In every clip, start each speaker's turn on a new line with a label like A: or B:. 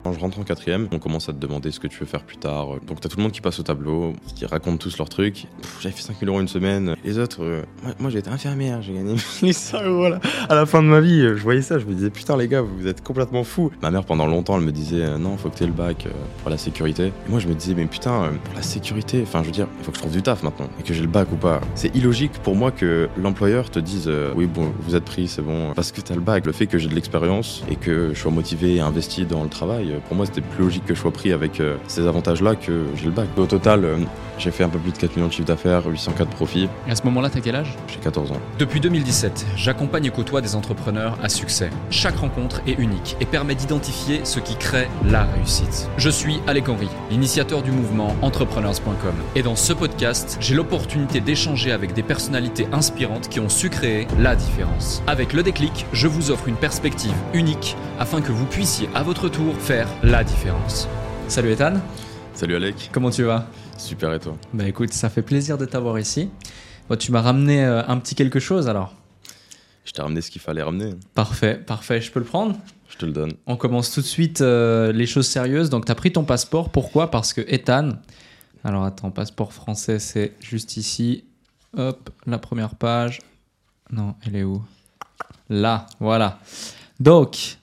A: Quand je rentre en quatrième, on commence à te demander ce que tu veux faire plus tard. Donc t'as tout le monde qui passe au tableau, qui raconte tous leurs trucs. J'avais fait 5 000 € une semaine. Les autres, moi j'ai été infirmière, j'ai gagné 100 € voilà. À la fin de ma vie, je voyais ça, je me disais putain les gars, vous êtes complètement fous. Ma mère pendant longtemps, elle me disait non, faut que t'aies le bac pour la sécurité. Et moi je me disais mais putain, pour la sécurité, enfin je veux dire, il faut que je trouve du taf maintenant et que j'ai le bac ou pas. C'est illogique pour moi que l'employeur te dise oui bon, vous êtes pris, c'est bon, parce que t'as le bac. Le fait que j'ai de l'expérience et que je sois motivé et investi dans le travail, pour moi c'était plus logique que je sois pris avec ces avantages-là que j'ai le bac. Au total, j'ai fait un peu plus de 4 millions de chiffre d'affaires, 804 profits.
B: Et à ce moment-là, t'as quel âge ?
A: J'ai 14 ans.
B: Depuis 2017, j'accompagne et côtoie des entrepreneurs à succès. Chaque rencontre est unique et permet d'identifier ce qui crée la réussite. Je suis Alec Henry, l'initiateur du mouvement entrepreneurs.com. Et dans ce podcast, j'ai l'opportunité d'échanger avec des personnalités inspirantes qui ont su créer la différence. Avec le déclic, je vous offre une perspective unique afin que vous puissiez à votre tour faire la différence. Salut Ethan.
A: Salut Alec.
B: Comment tu vas ?
A: Super, et toi ?
B: Bah écoute, ça fait plaisir de t'avoir ici. Bon, tu m'as ramené un petit quelque chose alors.
A: Je t'ai ramené ce qu'il fallait ramener.
B: Parfait. Je peux le prendre ?
A: Je te le donne.
B: On commence tout de suite les choses sérieuses. Donc, tu as pris ton passeport. Pourquoi ? Parce que Ethan... Alors, attends, passeport français, c'est juste ici. Hop, la première page. Non, elle est où ? Là, voilà. Donc,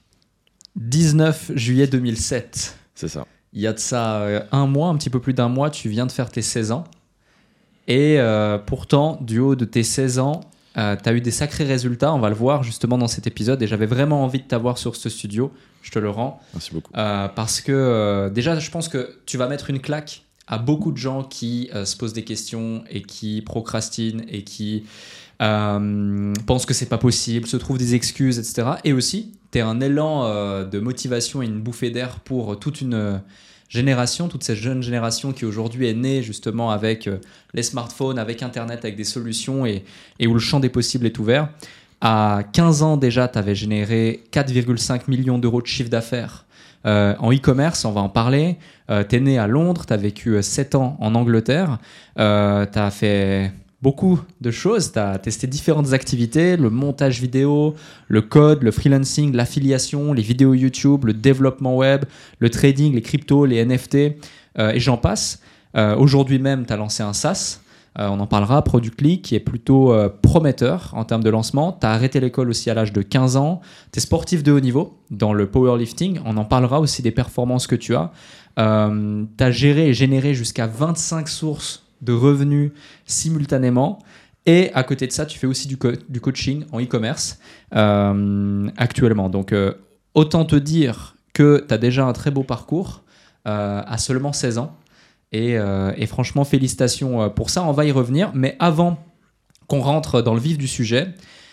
B: 19 juillet 2007.
A: C'est ça.
B: Il y a de ça un mois, un petit peu plus d'un mois, tu viens de faire tes 16 ans. Et pourtant, du haut de tes 16 ans, tu as eu des sacrés résultats. On va le voir justement dans cet épisode. Et j'avais vraiment envie de t'avoir sur ce studio. Je te le rends.
A: Merci beaucoup.
B: Parce que déjà, je pense que tu vas mettre une claque à beaucoup de gens qui se posent des questions et qui procrastinent et qui pensent que c'est pas possible, se trouvent des excuses, etc. Et aussi, tu es un élan de motivation et une bouffée d'air pour toute une génération, toute cette jeune génération qui aujourd'hui est née justement avec les smartphones, avec Internet, avec des solutions et où le champ des possibles est ouvert. À 15 ans déjà, tu avais généré 4,5 millions d'euros de chiffre d'affaires en e-commerce, on va en parler. Tu es né à Londres, tu as vécu 7 ans en Angleterre, tu as fait beaucoup de choses, tu as testé différentes activités, le montage vidéo, le code, le freelancing, l'affiliation, les vidéos YouTube, le développement web, le trading, les cryptos, les NFT, et j'en passe. Aujourd'hui même, tu as lancé un SaaS, on en parlera, Product.ly, qui est plutôt prometteur en termes de lancement. Tu as arrêté l'école aussi à l'âge de 15 ans. Tu es sportif de haut niveau dans le powerlifting. On en parlera aussi des performances que tu as. Tu as géré et généré jusqu'à 25 sources de revenus simultanément. Et à côté de ça, tu fais aussi du coaching en e-commerce actuellement. Donc, autant te dire que tu as déjà un très beau parcours à seulement 16 ans. Et franchement, félicitations pour ça. On va y revenir. Mais avant qu'on rentre dans le vif du sujet,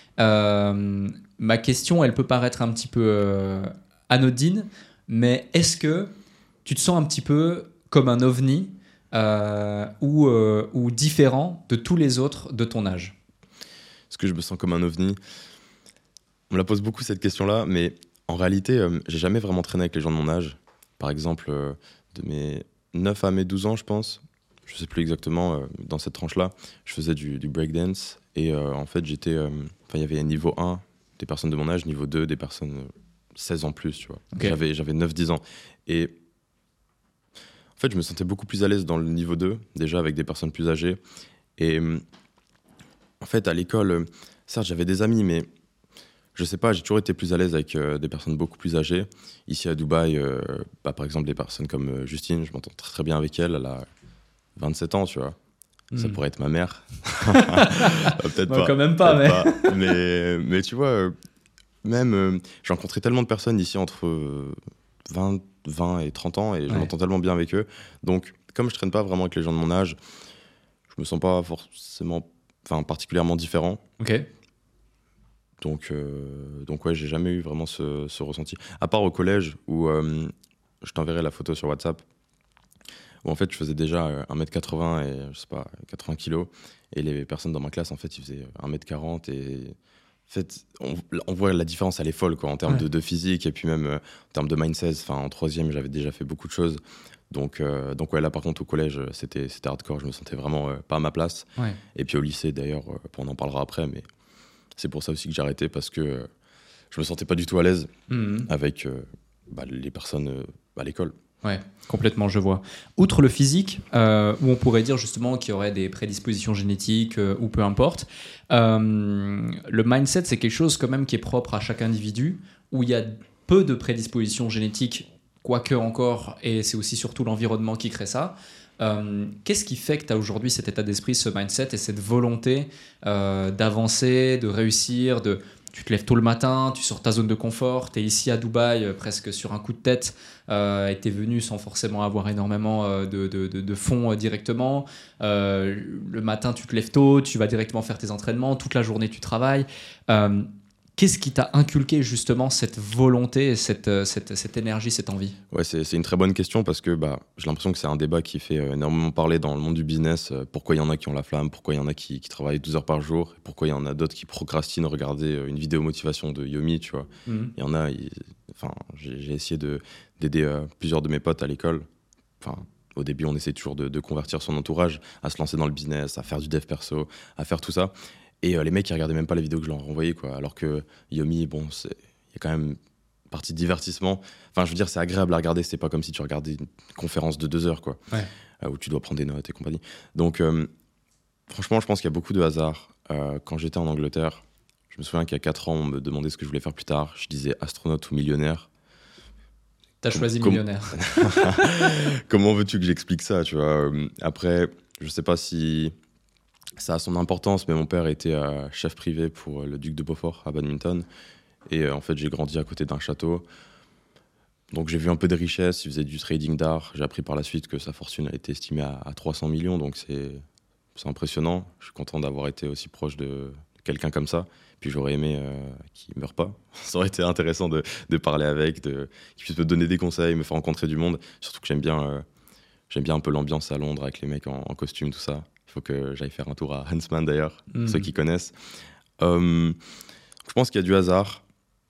B: ma question, elle peut paraître un petit peu anodine, mais est-ce que tu te sens un petit peu comme un ovni ou différent de tous les autres de ton âge ?
A: Est-ce que je me sens comme un ovni ? On me la pose beaucoup cette question-là, mais en réalité, j'ai jamais vraiment traîné avec les gens de mon âge. Par exemple, de mes 9 à mes 12 ans, je pense. Je sais plus exactement, dans cette tranche-là, je faisais du breakdance. Et en fait, il y avait niveau 1 des personnes de mon âge, niveau 2 des personnes 16 ans plus, tu vois. Okay. J'avais 9-10 ans. Et en fait, je me sentais beaucoup plus à l'aise dans le niveau 2, déjà avec des personnes plus âgées. Et en fait, à l'école, certes, j'avais des amis, mais je sais pas, j'ai toujours été plus à l'aise avec des personnes beaucoup plus âgées. Ici à Dubaï, par exemple, des personnes comme Justine, je m'entends très, très bien avec elle. Elle a 27 ans, tu vois. Ça pourrait être ma mère. Peut-être
B: non,
A: pas.
B: Quand même pas,
A: mais tu vois, même, j'ai rencontré tellement de personnes ici entre 20 et 30 ans et je m'entends tellement bien avec eux. Donc, comme je traîne pas vraiment avec les gens de mon âge, je me sens pas particulièrement différent.
B: Ok.
A: Donc ouais, j'ai jamais eu vraiment ce ressenti. À part au collège où je t'enverrai la photo sur WhatsApp, où en fait je faisais déjà 1m80 et je sais pas, 80 kilos. Et les personnes dans ma classe, en fait, ils faisaient 1m40 et en fait, on voit la différence, elle est folle, quoi, en termes de physique et puis même en termes de mindset. Enfin, en troisième, j'avais déjà fait beaucoup de choses. Donc ouais, là par contre au collège, c'était hardcore, je me sentais vraiment pas à ma place. Ouais. Et puis au lycée d'ailleurs, on en parlera après, mais c'est pour ça aussi que j'ai arrêté parce que je me sentais pas du tout à l'aise avec les personnes à l'école.
B: Ouais, complètement, je vois. Outre le physique, où on pourrait dire justement qu'il y aurait des prédispositions génétiques ou peu importe, le mindset, c'est quelque chose quand même qui est propre à chaque individu, où il y a peu de prédispositions génétiques, quoique encore, et c'est aussi surtout l'environnement qui crée ça. Qu'est-ce qui fait que tu as aujourd'hui cet état d'esprit, ce mindset et cette volonté d'avancer, de réussir, tu te lèves tôt le matin, tu sors de ta zone de confort, tu es ici à Dubaï presque sur un coup de tête et tu es venu sans forcément avoir énormément de fonds directement. Le matin, tu te lèves tôt, tu vas directement faire tes entraînements, toute la journée, tu travailles. Qu'est-ce qui t'a inculqué justement cette volonté, et cette énergie, cette envie?
A: Ouais, c'est une très bonne question parce que j'ai l'impression que c'est un débat qui fait énormément parler dans le monde du business. Pourquoi il y en a qui ont la flamme, pourquoi il y en a qui travaillent 12 heures par jour, et pourquoi il y en a d'autres qui procrastinent regarder une vidéo motivation de Yomi, tu vois. Il y en a, j'ai essayé d'aider plusieurs de mes potes à l'école. Enfin, au début, on essaie toujours de convertir son entourage à se lancer dans le business, à faire du dev perso, à faire tout ça. Et les mecs, ils regardaient même pas les vidéos que je leur renvoyais, quoi. Alors que Yomi, bon, il y a quand même une partie de divertissement. Enfin, je veux dire, c'est agréable à regarder. C'est pas comme si tu regardais une conférence de 2 heures, quoi.
B: Ouais.
A: Où tu dois prendre des notes et compagnie. Donc, franchement, je pense qu'il y a beaucoup de hasard. Quand j'étais en Angleterre, je me souviens qu'il y a 4 ans, on me demandait ce que je voulais faire plus tard. Je disais astronaute ou millionnaire.
B: T'as choisi millionnaire.
A: Comment veux-tu que j'explique ça, tu vois? Après, je sais pas si ça a son importance, mais mon père était chef privé pour le duc de Beaufort à badminton. Et en fait, j'ai grandi à côté d'un château. Donc j'ai vu un peu de richesse, il faisait du trading d'art. J'ai appris par la suite que sa fortune a été estimée à 300 millions, donc c'est impressionnant. Je suis content d'avoir été aussi proche de quelqu'un comme ça. Puis j'aurais aimé qu'il ne meure pas. Ça aurait été intéressant de parler avec, qu'il puisse me donner des conseils, me faire rencontrer du monde. Surtout que j'aime bien un peu l'ambiance à Londres avec les mecs en costume, tout ça. Il faut que j'aille faire un tour à Huntsman d'ailleurs, pour ceux qui connaissent. Je pense qu'il y a du hasard.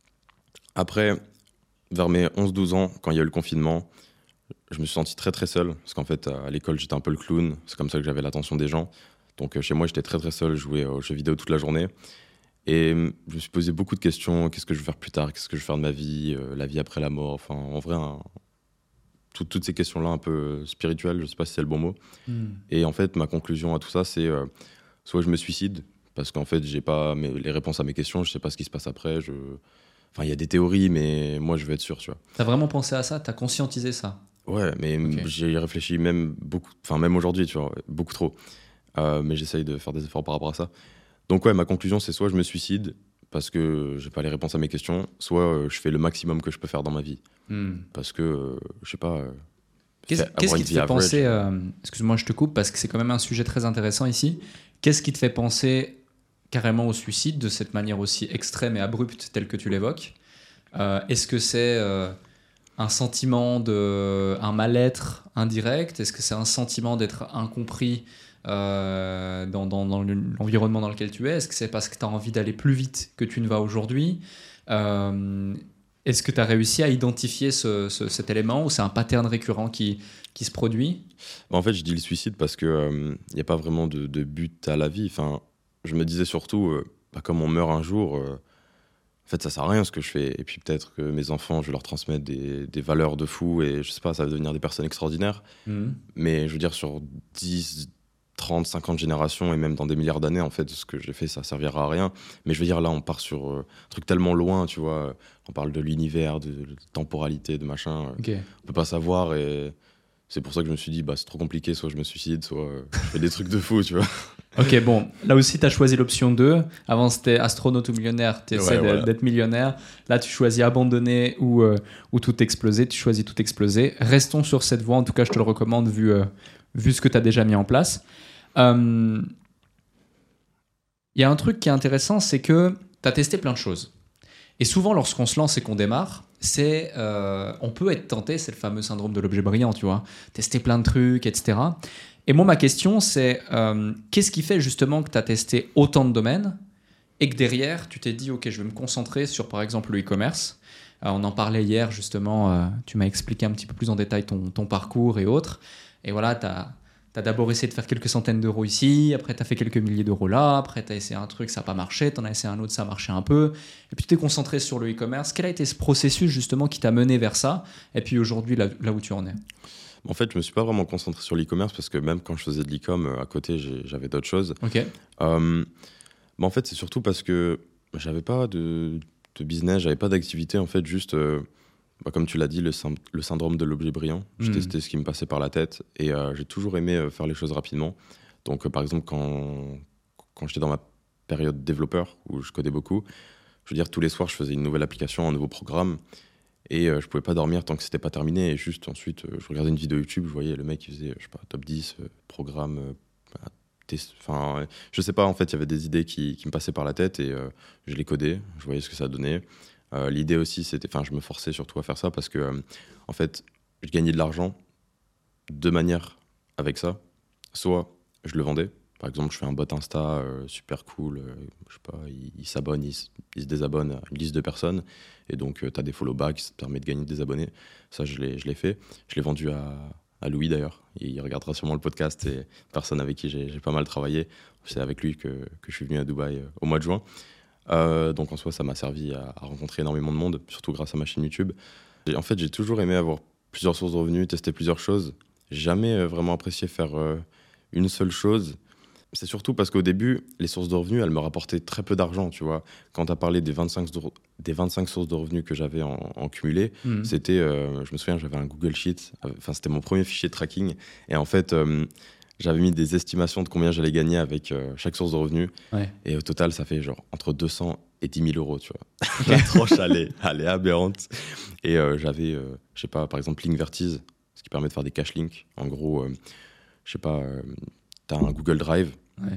A: Après, vers mes 11-12 ans, quand il y a eu le confinement, je me suis senti très très seul. Parce qu'en fait, à l'école, j'étais un peu le clown. C'est comme ça que j'avais l'attention des gens. Donc chez moi, j'étais très très seul. Je jouais aux jeux vidéo toute la journée. Et je me suis posé beaucoup de questions. Qu'est-ce que je vais faire plus tard? Qu'est-ce que je vais faire de ma vie? La vie après la mort? Enfin, en vrai, toutes ces questions-là un peu spirituelles, je ne sais pas si c'est le bon mot. Et en fait, ma conclusion à tout ça, c'est soit je me suicide, parce qu'en fait, j'ai pas les réponses à mes questions, je ne sais pas ce qui se passe après. Enfin, il y a des théories, mais moi, je veux être sûr, tu vois.
B: T'as vraiment pensé à ça? T'as conscientisé ça?
A: Ouais, mais J'y réfléchi même beaucoup, enfin même aujourd'hui, tu vois, beaucoup trop. Mais j'essaye de faire des efforts par rapport à ça. Donc ouais, ma conclusion, c'est soit je me suicide, parce que j'ai pas les réponses à mes questions, soit je fais le maximum que je peux faire dans ma vie. Parce que, je sais pas...
B: Qu'est-ce qui te fait penser... excuse-moi, je te coupe, parce que c'est quand même un sujet très intéressant ici. Qu'est-ce qui te fait penser carrément au suicide de cette manière aussi extrême et abrupte telle que tu l'évoques? Est-ce que c'est un sentiment un mal-être indirect? Est-ce que c'est un sentiment d'être incompris dans l'environnement dans lequel tu es? Est-ce que c'est parce que tu as envie d'aller plus vite que tu ne vas aujourd'hui? Est-ce que tu as réussi à identifier cet élément, ou c'est un pattern récurrent qui se produit?
A: En fait, je dis le suicide parce qu'il n'y a pas vraiment de but à la vie. Enfin, je me disais surtout, comme on meurt un jour, en fait, ça sert à rien ce que je fais. Et puis peut-être que mes enfants, je vais leur transmettre des valeurs de fou et je sais pas, ça va devenir des personnes extraordinaires. Mais je veux dire, sur 10, 30, 50 générations et même dans des milliards d'années, en fait, ce que j'ai fait, ça servira à rien. Mais je veux dire, là, on part sur un truc tellement loin, tu vois. On parle de l'univers, de temporalité, de machin. On peut pas savoir et c'est pour ça que je me suis dit, c'est trop compliqué, soit je me suicide, soit je fais des trucs de fou, tu vois.
B: Ok, bon, là aussi, tu as choisi l'option 2. Avant, c'était astronaute ou millionnaire, tu essaies d'être millionnaire. Là, tu choisis abandonner ou tout exploser. Tu choisis tout exploser. Restons sur cette voie, en tout cas, je te le recommande, vu ce que tu as déjà mis en place. Il y a un truc qui est intéressant, c'est que tu as testé plein de choses. Et souvent, lorsqu'on se lance et qu'on démarre, on peut être tenté, c'est le fameux syndrome de l'objet brillant, tu vois, tester plein de trucs, etc. Et moi, ma question, c'est qu'est-ce qui fait justement que tu as testé autant de domaines et que derrière, tu t'es dit, OK, je vais me concentrer sur, par exemple, le e-commerce. On en parlait hier, justement, tu m'as expliqué un petit peu plus en détail ton parcours et autres. Et voilà, tu as T'as d'abord essayé de faire quelques centaines d'euros ici, après t'as fait quelques milliers d'euros là, après t'as essayé un truc, ça n'a pas marché, t'en as essayé un autre, ça a marché un peu, et puis tu t'es concentré sur le e-commerce. Quel a été ce processus justement qui t'a mené vers ça, et puis aujourd'hui là où tu en es?
A: En fait, je me suis pas vraiment concentré sur l'e-commerce parce que même quand je faisais de l'e-com, à côté, j'avais d'autres choses.
B: Ok.
A: En fait, c'est surtout parce que j'avais pas de business, j'avais pas d'activité. En fait, juste, comme tu l'as dit, le syndrome de l'objet brillant. Je testais ce qui me passait par la tête et j'ai toujours aimé faire les choses rapidement. Donc, par exemple, quand j'étais dans ma période développeur où je codais beaucoup, je veux dire, tous les soirs, je faisais une nouvelle application, un nouveau programme. Et je pouvais pas dormir tant que c'était pas terminé. Et juste ensuite, je regardais une vidéo YouTube, je voyais le mec qui faisait, je sais pas, top 10, programme. Enfin, je sais pas, en fait, il y avait des idées qui me passaient par la tête et je les codais, je voyais ce que ça donnait. L'idée aussi, c'était, enfin, je me forçais surtout à faire ça parce que, en fait, je gagnais de l'argent deux manières avec ça. Soit je le vendais. Par exemple, je fais un bot Insta super cool, je sais pas, il s'abonne, il se désabonne à une liste de personnes, et donc tu as des follow back, ça te permet de gagner des abonnés. Ça, je l'ai fait. Je l'ai vendu à Louis d'ailleurs. Il regardera sûrement le podcast, c'est une personne avec qui j'ai pas mal travaillé. C'est avec lui que je suis venu à Dubaï au mois de juin. Donc en soi, ça m'a servi à rencontrer énormément de monde, surtout grâce à ma chaîne YouTube. En fait, j'ai toujours aimé avoir plusieurs sources de revenus, tester plusieurs choses. J'ai jamais vraiment apprécié faire une seule chose. C'est surtout parce qu'au début, les sources de revenus, elles me rapportaient très peu d'argent, tu vois. Quand tu as parlé des 25 sources de revenus que j'avais en cumulé, c'était, je me souviens, j'avais un Google Sheet, enfin c'était mon premier fichier de tracking, et en fait, j'avais mis des estimations de combien j'allais gagner avec chaque source de revenus, et au total, ça fait genre entre 200 et 10 000 euros, tu vois. La tranche, elle est aberrante. Et j'avais, je sais pas, par exemple, Linkvertise, ce qui permet de faire des cash links. En gros, je sais pas, tu as un Google Drive,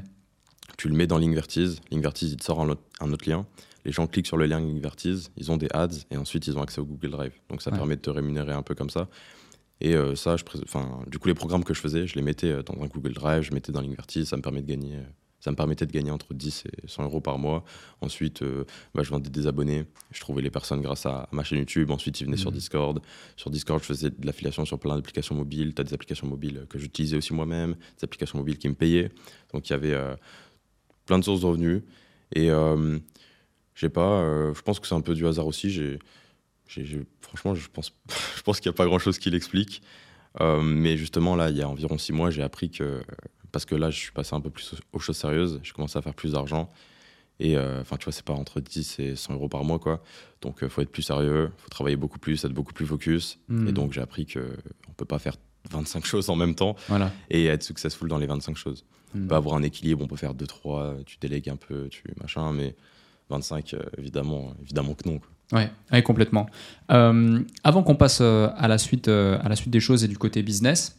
A: tu le mets dans Linkvertise, Linkvertise, il te sort un autre lien. Les gens cliquent sur le lien Linkvertise, ils ont des ads et ensuite ils ont accès au Google Drive. Donc ça permet de te rémunérer un peu comme ça. Et ça, du coup, les programmes que je faisais, je les mettais dans un Google Drive, je mettais dans Linkvertise, ça me permettait de gagner entre 10 et 100 euros par mois. Ensuite, je vendais des abonnés. Je trouvais les personnes grâce à ma chaîne YouTube. Ensuite, ils venaient sur Discord. Sur Discord, je faisais de l'affiliation sur plein d'applications mobiles. Tu as des applications mobiles que j'utilisais aussi moi-même, des applications mobiles qui me payaient. Donc, il y avait plein de sources de revenus. Et je sais pas, je pense que c'est un peu du hasard aussi. Franchement, je pense qu'il n'y a pas grand-chose qui l'explique. Mais justement, là, il y a environ 6 mois, j'ai appris que... Parce que là, je suis passé un peu plus aux choses sérieuses. J'ai commencé à faire plus d'argent. Et enfin, tu vois, c'est pas entre 10 et 100 euros par mois, quoi. Donc, il faut être plus sérieux, il faut travailler beaucoup plus, être beaucoup plus focus. Et donc, j'ai appris qu'on peut pas faire 25 choses en même temps et être successful dans les 25 choses. On peut avoir un équilibre, on peut faire 2-3, tu délègues un peu, mais 25, évidemment que non, quoi.
B: Ouais, complètement. Avant qu'on passe à la suite des choses et du côté business,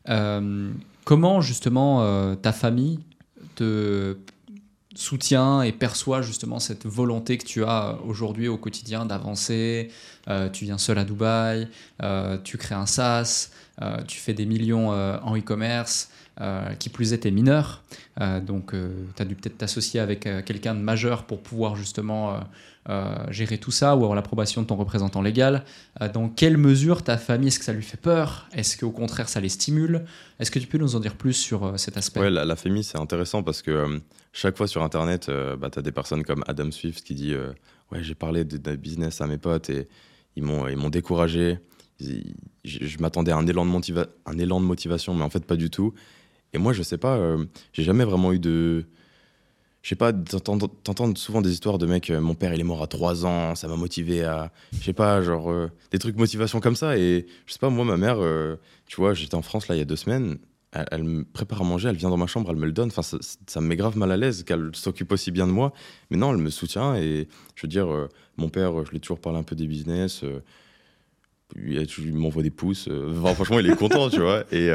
B: comment justement ta famille te soutient et perçoit justement cette volonté que tu as aujourd'hui au quotidien d'avancer? Tu viens seul à Dubaï, tu crées un SaaS, tu fais des millions en e-commerce, qui plus est, t'es mineur, donc tu as dû peut-être t'associer avec quelqu'un de majeur pour pouvoir justement gérer tout ça ou avoir l'approbation de ton représentant légal. Dans quelle mesure ta famille, est-ce que ça lui fait peur? Est-ce qu'au contraire ça les stimule? Est-ce que tu peux nous en dire plus sur cet aspect?
A: Ouais, la famille, c'est intéressant parce que chaque fois sur Internet, tu as des personnes comme Adam Swift qui dit ouais, j'ai parlé de business à mes potes et ils m'ont découragé. Je m'attendais à un élan de motivation, mais en fait, pas du tout. Et moi, je sais pas, j'ai jamais vraiment eu de... Je sais pas, t'entends souvent des histoires de mecs, mon père il est mort à 3 ans, ça m'a motivé à... Je sais pas, genre, des trucs motivation comme ça. Et je sais pas, moi, ma mère, tu vois, j'étais en France là il y a 2 semaines, elle me prépare à manger, elle vient dans ma chambre, elle me le donne. Enfin, ça me met grave mal à l'aise qu'elle s'occupe aussi bien de moi. Mais non, elle me soutient et je veux dire, mon père, je lui ai toujours parlé un peu des business. Il m'envoie des pouces. Enfin, franchement, il est content, tu vois. Et...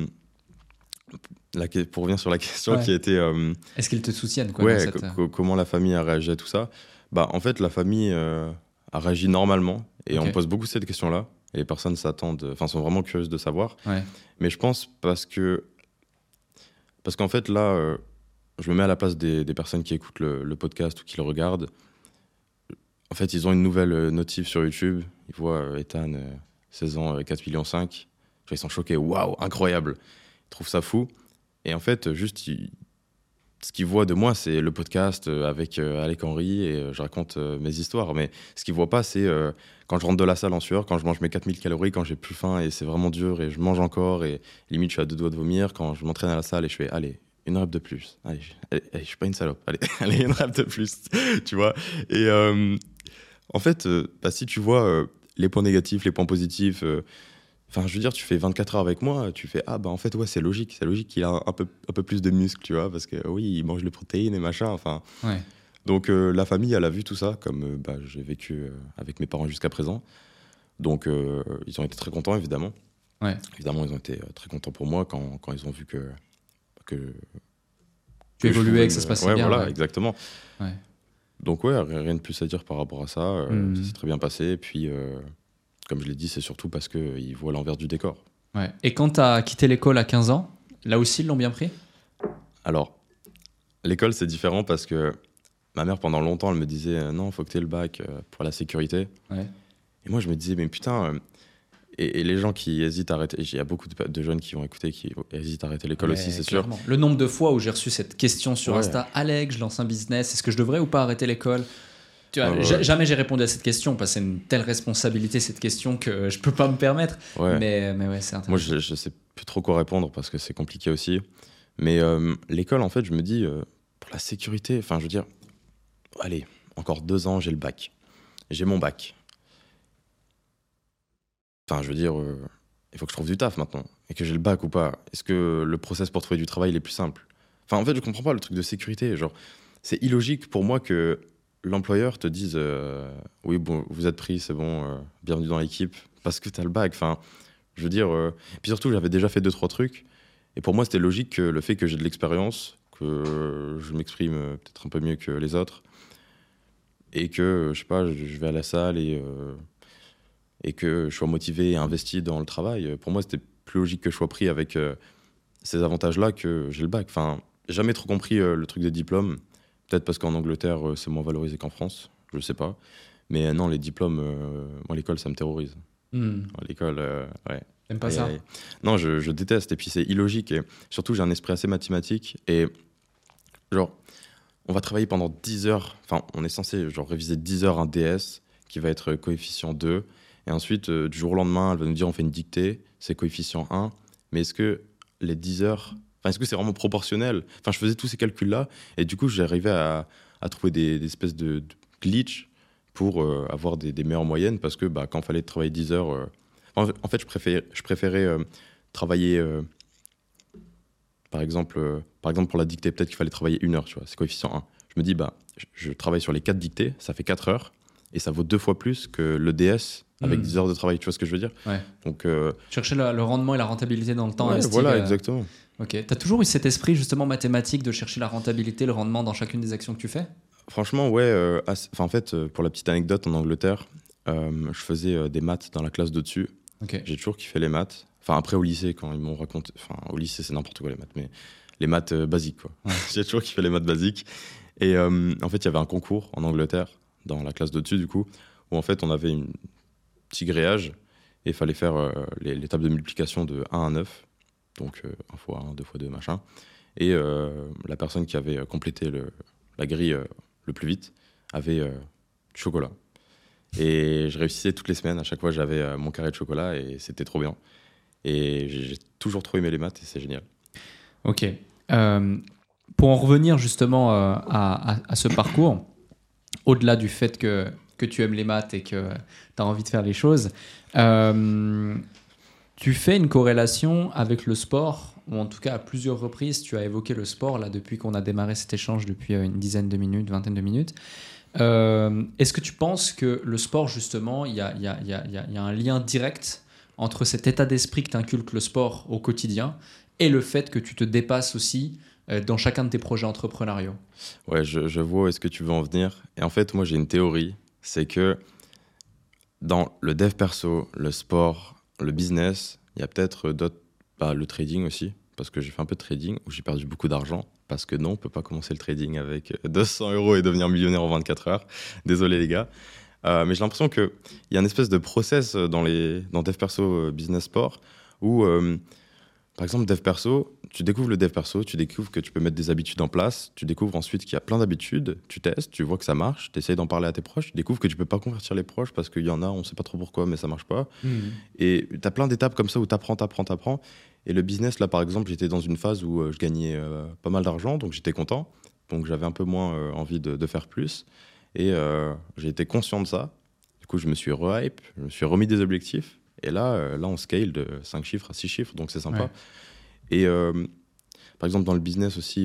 A: pour revenir sur la question qui était...
B: Est-ce qu'ils te soutiennent quoi,
A: ouais, comment la famille a réagi à tout ça? En fait, la famille a réagi normalement et on pose beaucoup cette question-là. Et les personnes sont vraiment curieuses de savoir. Mais je pense parce qu'en fait, là, je me mets à la place des personnes qui écoutent le podcast ou qui le regardent. En fait, ils ont une nouvelle notif sur YouTube. Ils voient Ethan, 16 ans, 4,5 millions. Ils sont choqués. Waouh, incroyable! trouvent ça fou. Et en fait, juste, ce qu'ils voient de moi, c'est le podcast avec Alec Henry et je raconte mes histoires. Mais ce qu'ils voient pas, c'est quand je rentre de la salle en sueur, quand je mange mes 4000 calories, quand j'ai plus faim et c'est vraiment dur et je mange encore et limite je suis à 2 doigts de vomir, quand je m'entraîne à la salle et je fais allez, une rep de plus. Allez, je suis pas une salope. Allez, allez, une rep de plus. Tu vois. Et en fait, si tu vois les points négatifs, les points positifs. Enfin, je veux dire, tu fais 24 heures avec moi, tu fais en fait, ouais, c'est logique qu'il a un peu plus de muscles, tu vois, parce que oui, il mange les protéines et machin, enfin.
B: Ouais.
A: Donc, la famille, elle a vu tout ça, comme j'ai vécu avec mes parents jusqu'à présent. Donc, ils ont été très contents, évidemment.
B: Ouais.
A: Évidemment, ils ont été très contents pour moi quand ils ont vu que
B: tu évoluais, que ça se passait bien.
A: Voilà,
B: ouais.
A: exactement.
B: Ouais.
A: Donc, ouais, rien de plus à dire par rapport à ça. Ça s'est très bien passé. Et puis, comme je l'ai dit, c'est surtout parce qu'ils voient l'envers du décor.
B: Ouais. Et quand tu as quitté l'école à 15 ans, là aussi, ils l'ont bien pris?
A: Alors, l'école, c'est différent parce que ma mère, pendant longtemps, elle me disait non, il faut que tu aies le bac pour la sécurité.
B: Ouais.
A: Et moi, je me disais, mais putain. Et les gens qui hésitent à arrêter, il y a beaucoup de jeunes qui vont écouter, qui hésitent à arrêter l'école aussi, c'est
B: clairement.
A: sûr.
B: Le nombre de fois où j'ai reçu cette question sur
A: Ouais.
B: Insta, Alex, je lance un business, est-ce que je devrais ou pas arrêter l'école? Tu vois,
A: Ouais.
B: jamais j'ai répondu à cette question parce que c'est une telle responsabilité, cette question, que je peux pas me permettre.
A: Ouais.
B: Mais ouais, c'est intéressant.
A: Moi, je sais plus trop quoi répondre parce que c'est compliqué aussi. Mais l'école, en fait, je me dis, pour la sécurité, enfin, je veux dire, allez, encore 2 ans, j'ai le bac. J'ai mon bac. Enfin, je veux dire, il faut que je trouve du taf maintenant. Et que j'ai le bac ou pas. Est-ce que le process pour trouver du travail il est plus simple? Enfin, en fait, je comprends pas le truc de sécurité. Genre, c'est illogique pour moi que l'employeur te dise oui, bon, vous êtes pris, c'est bon, bienvenue dans l'équipe, parce que t'as le bac. Enfin, je veux dire. Puis surtout, j'avais déjà fait 2-3 trucs. Et pour moi, c'était logique que le fait que j'ai de l'expérience, que je m'exprime peut-être un peu mieux que les autres, et que, je sais pas, je vais à la salle et que je sois motivé et investi dans le travail. Pour moi, c'était plus logique que je sois pris avec ces avantages-là que j'ai le bac. Enfin, j'ai jamais trop compris le truc des diplômes. Peut-être parce qu'en Angleterre, c'est moins valorisé qu'en France. Je sais pas. Mais non, les diplômes, moi, l'école, ça me terrorise. L'école, ouais.
B: T'aimes pas ça?
A: Non, je déteste. Et puis, c'est illogique. Et surtout, j'ai un esprit assez mathématique. Et genre, on va travailler pendant 10 heures. Enfin, on est censé genre, réviser 10 heures un DS qui va être coefficient 2. Et ensuite, du jour au lendemain, elle va nous dire on fait une dictée, c'est coefficient 1. Mais est-ce que les 10 heures... Enfin, est-ce que c'est vraiment proportionnel? Enfin, je faisais tous ces calculs-là. Et du coup, j'arrivais à trouver des espèces de glitch pour avoir des meilleures moyennes. Parce que quand il fallait travailler 10 heures... en fait, je préférais travailler... par exemple, pour la dictée, peut-être qu'il fallait travailler 1 heure, tu vois, c'est coefficient 1. Je me dis, je travaille sur les 4 dictées, ça fait 4 heures. Et ça vaut 2 fois plus que le DS avec 10 heures de travail. Tu vois ce que je veux dire?
B: Ouais.
A: Donc,
B: chercher le rendement et la rentabilité dans le temps
A: ouais,
B: investi.
A: voilà, exactement.
B: Ok. T'as toujours eu cet esprit justement mathématique de chercher la rentabilité, le rendement dans chacune des actions que tu fais?
A: Franchement, ouais. En fait, pour la petite anecdote, en Angleterre, je faisais des maths dans la classe de-dessus.
B: Ok.
A: J'ai toujours kiffé les maths. Enfin, après, au lycée, quand ils m'ont raconté... Enfin, au lycée, c'est n'importe quoi les maths, mais les maths basiques, quoi.
B: Ouais.
A: J'ai toujours kiffé les maths basiques. Et en fait, il y avait un concours en Angleterre, dans la classe de-dessus, du coup, où en fait, on avait un petit grillage et il fallait faire les tables de multiplication de 1 à 9. Donc 1 fois 1, 2 fois 2, machin. Et la personne qui avait complété la grille le plus vite avait du chocolat. Et je réussissais toutes les semaines. À chaque fois, j'avais mon carré de chocolat et c'était trop bien. Et j'ai toujours trop aimé les maths et c'est génial.
B: Ok. Pour en revenir justement à ce parcours, au-delà du fait que tu aimes les maths et que tu as envie de faire les choses, tu fais une corrélation avec le sport, ou en tout cas à plusieurs reprises, tu as évoqué le sport là, depuis qu'on a démarré cet échange, depuis une dizaine de minutes, vingtaine de minutes. Est-ce que tu penses que le sport, justement, il y a un lien direct entre cet état d'esprit que t'inculque le sport au quotidien et le fait que tu te dépasses aussi dans chacun de tes projets entrepreneuriaux?
A: Ouais, je vois où est-ce que tu veux en venir. Et en fait, moi, j'ai une théorie, c'est que dans le dev perso, le sport, le business, il y a peut-être d'autres... le trading aussi, parce que j'ai fait un peu de trading où j'ai perdu beaucoup d'argent. Parce que non, on ne peut pas commencer le trading avec 200 € et devenir millionnaire en 24 heures. Désolé les gars. Mais j'ai l'impression qu'il y a une espèce de process dans dev perso business sport où Par exemple, dev perso, tu découvres le dev perso, tu découvres que tu peux mettre des habitudes en place, tu découvres ensuite qu'il y a plein d'habitudes, tu testes, tu vois que ça marche, tu essayes d'en parler à tes proches, tu découvres que tu peux pas convertir les proches parce qu'il y en a, on sait pas trop pourquoi, mais ça marche pas. Et tu as plein d'étapes comme ça où tu apprends. Et le business, là, par exemple, j'étais dans une phase où je gagnais pas mal d'argent, donc j'étais content. Donc j'avais un peu moins envie de faire plus. Et j'ai été conscient de ça. Du coup, je me suis re-hype, je me suis remis des objectifs. Et là, on scale de 5 chiffres à 6 chiffres, donc c'est sympa. Ouais. Et par exemple, dans le business aussi,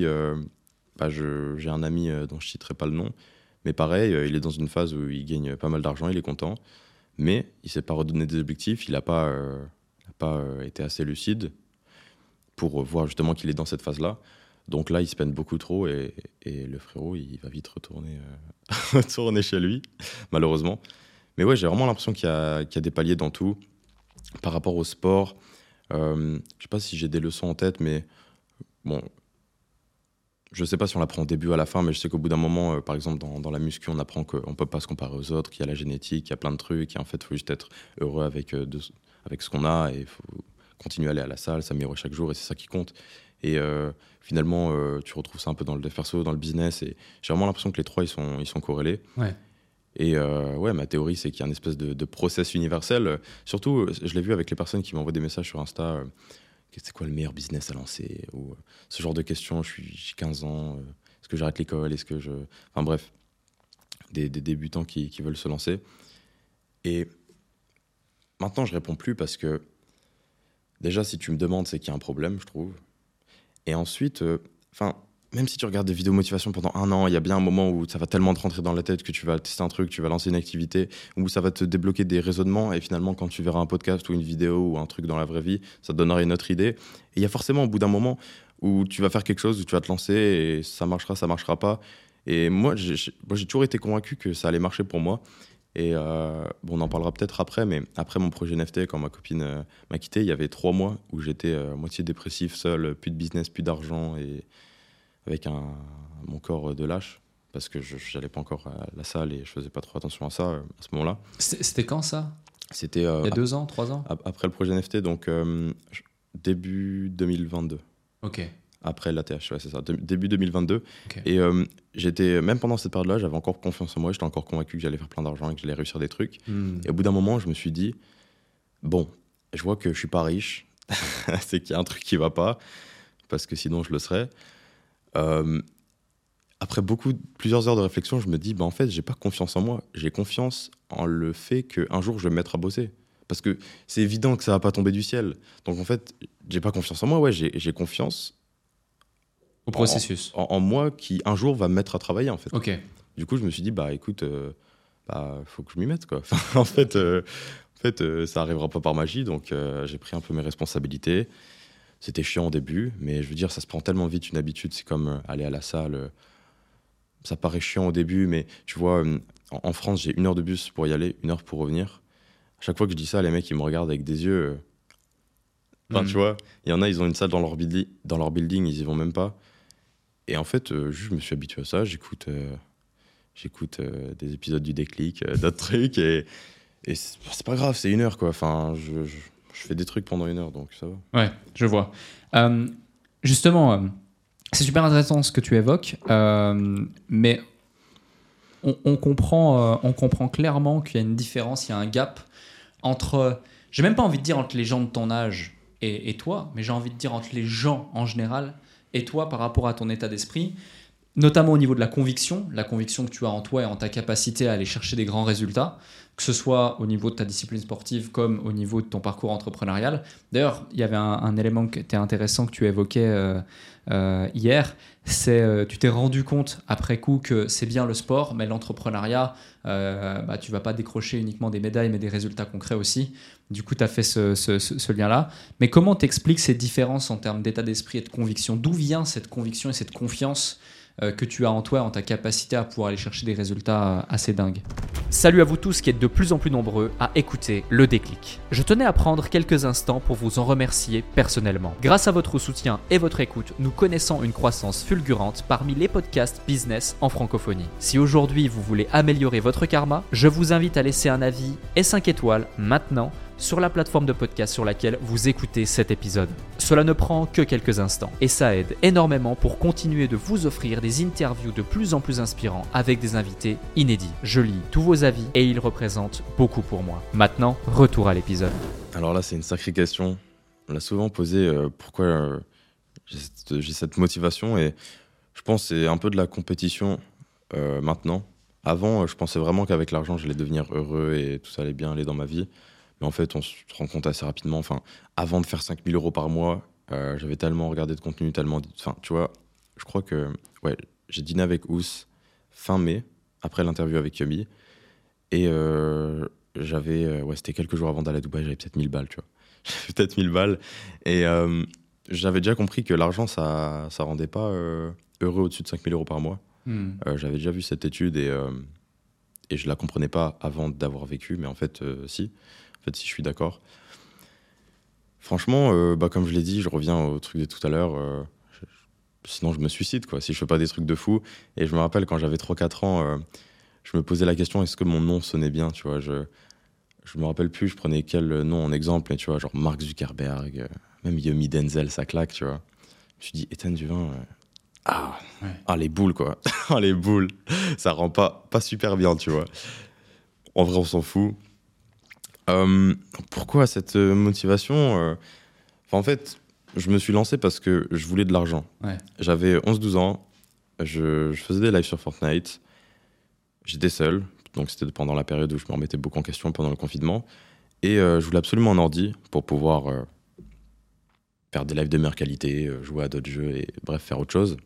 A: j'ai un ami dont je ne citerai pas le nom, mais pareil, il est dans une phase où il gagne pas mal d'argent, il est content, mais il ne s'est pas redonné des objectifs, il n'a pas été assez lucide pour voir justement qu'il est dans cette phase-là. Donc là, il se peine beaucoup trop et le frérot, il va vite retourner chez lui, malheureusement. Mais ouais, j'ai vraiment l'impression qu'il y a des paliers dans tout. Par rapport au sport, je ne sais pas si j'ai des leçons en tête, mais bon, je ne sais pas si on l'apprend au début ou à la fin, mais je sais qu'au bout d'un moment, par exemple, dans la muscu, on apprend qu'on ne peut pas se comparer aux autres, qu'il y a la génétique, qu'il y a plein de trucs, et en fait, il faut juste être heureux avec ce qu'on a, et il faut continuer à aller à la salle, s'améliorer chaque jour, et c'est ça qui compte. Et finalement, tu retrouves ça un peu dans le dev perso, dans le business, et j'ai vraiment l'impression que les trois, ils sont corrélés. Ouais. Et ma théorie, c'est qu'il y a une espèce de process universel. Surtout, je l'ai vu avec les personnes qui m'envoient des messages sur Insta. C'est quoi le meilleur business à lancer? Ou ce genre de questions. J'ai 15 ans. Est-ce que j'arrête l'école? Enfin bref, des débutants qui veulent se lancer. Et maintenant, je réponds plus parce que déjà, si tu me demandes, c'est qu'il y a un problème, je trouve. Et ensuite, même si tu regardes des vidéos motivation pendant 1 an, il y a bien un moment où ça va tellement te rentrer dans la tête que tu vas tester un truc, tu vas lancer une activité, où ça va te débloquer des raisonnements, et finalement, quand tu verras un podcast ou une vidéo ou un truc dans la vraie vie, ça te donnera une autre idée. Et il y a forcément, au bout d'un moment, où tu vas faire quelque chose, où tu vas te lancer, et ça marchera pas. Et moi, j'ai toujours été convaincu que ça allait marcher pour moi. Et on en parlera peut-être après, mais après mon projet NFT, quand ma copine m'a quitté, il y avait 3 mois où j'étais moitié dépressif, seul, plus de business, plus d'argent, et avec mon corps de lâche, parce que je n'allais pas encore à la salle et je faisais pas trop attention à ça à ce moment-là.
B: C'était quand ça?
A: C'était
B: il y a 2 ans, 3 ans?
A: Après le projet NFT, donc début 2022.
B: Ok.
A: Après l'ATH, ouais, c'est ça, début 2022.
B: Okay.
A: Et j'étais, même pendant cette période-là, j'avais encore confiance en moi, j'étais encore convaincu que j'allais faire plein d'argent et que j'allais réussir des trucs. Et au bout d'un moment, je me suis dit, bon, je vois que je suis pas riche, c'est qu'il y a un truc qui va pas, parce que sinon je le serais. Après plusieurs heures de réflexion, je me dis, en fait, j'ai pas confiance en moi. J'ai confiance en le fait qu'un jour, je vais me mettre à bosser. Parce que c'est évident que ça va pas tomber du ciel. Donc, en fait, j'ai pas confiance en moi. Ouais, j'ai confiance
B: au processus.
A: En moi qui, un jour, va me mettre à travailler, en fait.
B: Ok.
A: Du coup, je me suis dit, écoute, faut que je m'y mette, quoi. En fait, ça arrivera pas par magie. Donc, j'ai pris un peu mes responsabilités. C'était chiant au début, mais je veux dire, ça se prend tellement vite une habitude. C'est comme aller à la salle. Ça paraît chiant au début, mais tu vois, en France, j'ai 1 heure de bus pour y aller, 1 heure pour revenir. À chaque fois que je dis ça, les mecs, ils me regardent avec des yeux. Tu vois, il y en a, ils ont une salle dans leur building, ils y vont même pas. Et en fait, je me suis habitué à ça. J'écoute des épisodes du Déclic, d'autres trucs, et c'est pas grave, c'est 1 heure, quoi. Enfin, je fais des trucs pendant 1 heure, donc ça va.
B: Ouais, je vois. Justement, c'est super intéressant ce que tu évoques, mais on comprend clairement qu'il y a une différence, il y a un gap entre, j'ai même pas envie de dire entre les gens de ton âge et toi, mais j'ai envie de dire entre les gens en général et toi par rapport à ton état d'esprit, notamment au niveau de la conviction que tu as en toi et en ta capacité à aller chercher des grands résultats, que ce soit au niveau de ta discipline sportive comme au niveau de ton parcours entrepreneurial. D'ailleurs, il y avait un élément qui était intéressant que tu évoquais hier, c'est tu t'es rendu compte après coup que c'est bien le sport, mais l'entrepreneuriat, tu vas pas décrocher uniquement des médailles, mais des résultats concrets aussi. Du coup, tu as fait ce lien-là. Mais comment t'expliques ces différences en termes d'état d'esprit et de conviction? D'où vient cette conviction et cette confiance que tu as en toi, en ta capacité à pouvoir aller chercher des résultats assez dingues?
C: Salut à vous tous qui êtes de plus en plus nombreux à écouter Le Déclic. Je tenais à prendre quelques instants pour vous en remercier personnellement. Grâce à votre soutien et votre écoute, nous connaissons une croissance fulgurante parmi les podcasts business en francophonie. Si aujourd'hui vous voulez améliorer votre karma, je vous invite à laisser un avis et 5 étoiles maintenant sur la plateforme de podcast sur laquelle vous écoutez cet épisode. Cela ne prend que quelques instants et ça aide énormément pour continuer de vous offrir des interviews de plus en plus inspirants avec des invités inédits. Je lis tous vos avis et ils représentent beaucoup pour moi. Maintenant, retour à l'épisode.
A: Alors là, c'est une sacrée question. On l'a souvent posé pourquoi j'ai cette motivation et je pense que c'est un peu de la compétition maintenant. Avant, je pensais vraiment qu'avec l'argent, j'allais devenir heureux et tout ça allait bien aller dans ma vie. Mais en fait, on se rend compte assez rapidement. Enfin, avant de faire 5 000 € par mois, j'avais tellement regardé de contenu, Enfin, tu vois, je crois que j'ai dîné avec Ous fin mai, après l'interview avec Yumi. Et c'était quelques jours avant d'aller à Dubaï, j'avais peut-être 1000 balles, tu vois. J'avais peut-être 1000 balles. Et j'avais déjà compris que l'argent, ça rendait pas heureux au-dessus de 5 000 € par mois. J'avais déjà vu cette étude et je la comprenais pas avant d'avoir vécu, mais en fait, si je suis d'accord. Franchement, comme je l'ai dit, je reviens au truc de tout à l'heure. Sinon, je me suicide, quoi, si je fais pas des trucs de fou. Et je me rappelle, quand j'avais 3-4 ans, je me posais la question, est-ce que mon nom sonnait bien, tu vois, je me rappelle plus, je prenais quel nom en exemple, mais tu vois, genre Mark Zuckerberg, même Yumi Denzel, ça claque, tu vois. Je me suis dit, Ethan Duvin... les boules, quoi. Les boules. Ça rend pas super bien, tu vois. En vrai, on s'en fout. Pourquoi cette motivation en fait, je me suis lancé parce que je voulais de l'argent.
B: Ouais.
A: J'avais 11-12 ans. Je faisais des lives sur Fortnite. J'étais seul. Donc, c'était pendant la période où je me remettais beaucoup en question pendant le confinement. Et je voulais absolument un ordi pour pouvoir faire des lives de meilleure qualité, jouer à d'autres jeux et bref, faire autre chose.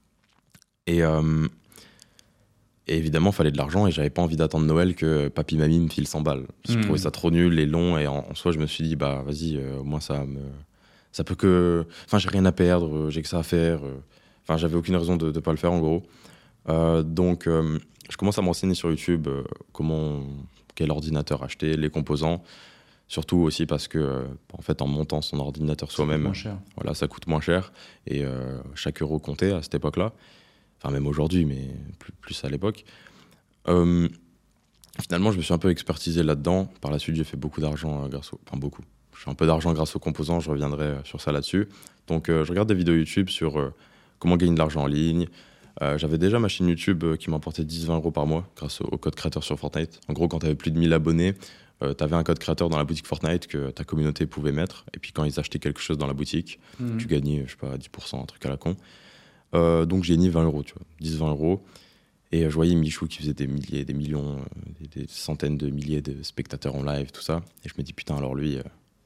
A: Et évidemment, il fallait de l'argent et j'avais pas envie d'attendre Noël que papy mamie me file 100 balles. Je trouvais ça trop nul et long et en soi, je me suis dit, bah vas-y, au moins ça peut que... Enfin, j'ai rien à perdre, j'ai que ça à faire. Enfin, j'avais aucune raison de pas le faire en gros. Donc, je commence à me renseigner sur YouTube quel ordinateur acheter, les composants. Surtout aussi parce que, en fait, en montant son ordinateur soi-même, voilà, ça coûte moins cher et chaque euro comptait à cette époque-là. Enfin, même aujourd'hui, mais plus à l'époque. Finalement, je me suis un peu expertisé là-dedans. Par la suite, j'ai fait beaucoup d'argent beaucoup. Je fais un peu d'argent grâce aux composants, je reviendrai sur ça là-dessus. Donc, je regarde des vidéos YouTube sur comment gagner de l'argent en ligne. J'avais déjà ma chaîne YouTube qui m'apportait 10-20 € par mois grâce au code créateur sur Fortnite. En gros, quand tu avais plus de 1000 abonnés, tu avais un code créateur dans la boutique Fortnite que ta communauté pouvait mettre. Et puis, quand ils achetaient quelque chose dans la boutique, tu gagnais, je sais pas, 10%, un truc à la con. Donc j'ai gagné 20 €, tu vois, 10-20 €. Et je voyais Michou qui faisait des milliers, des millions, des centaines de milliers de spectateurs en live, tout ça. Et je me dis, putain, alors lui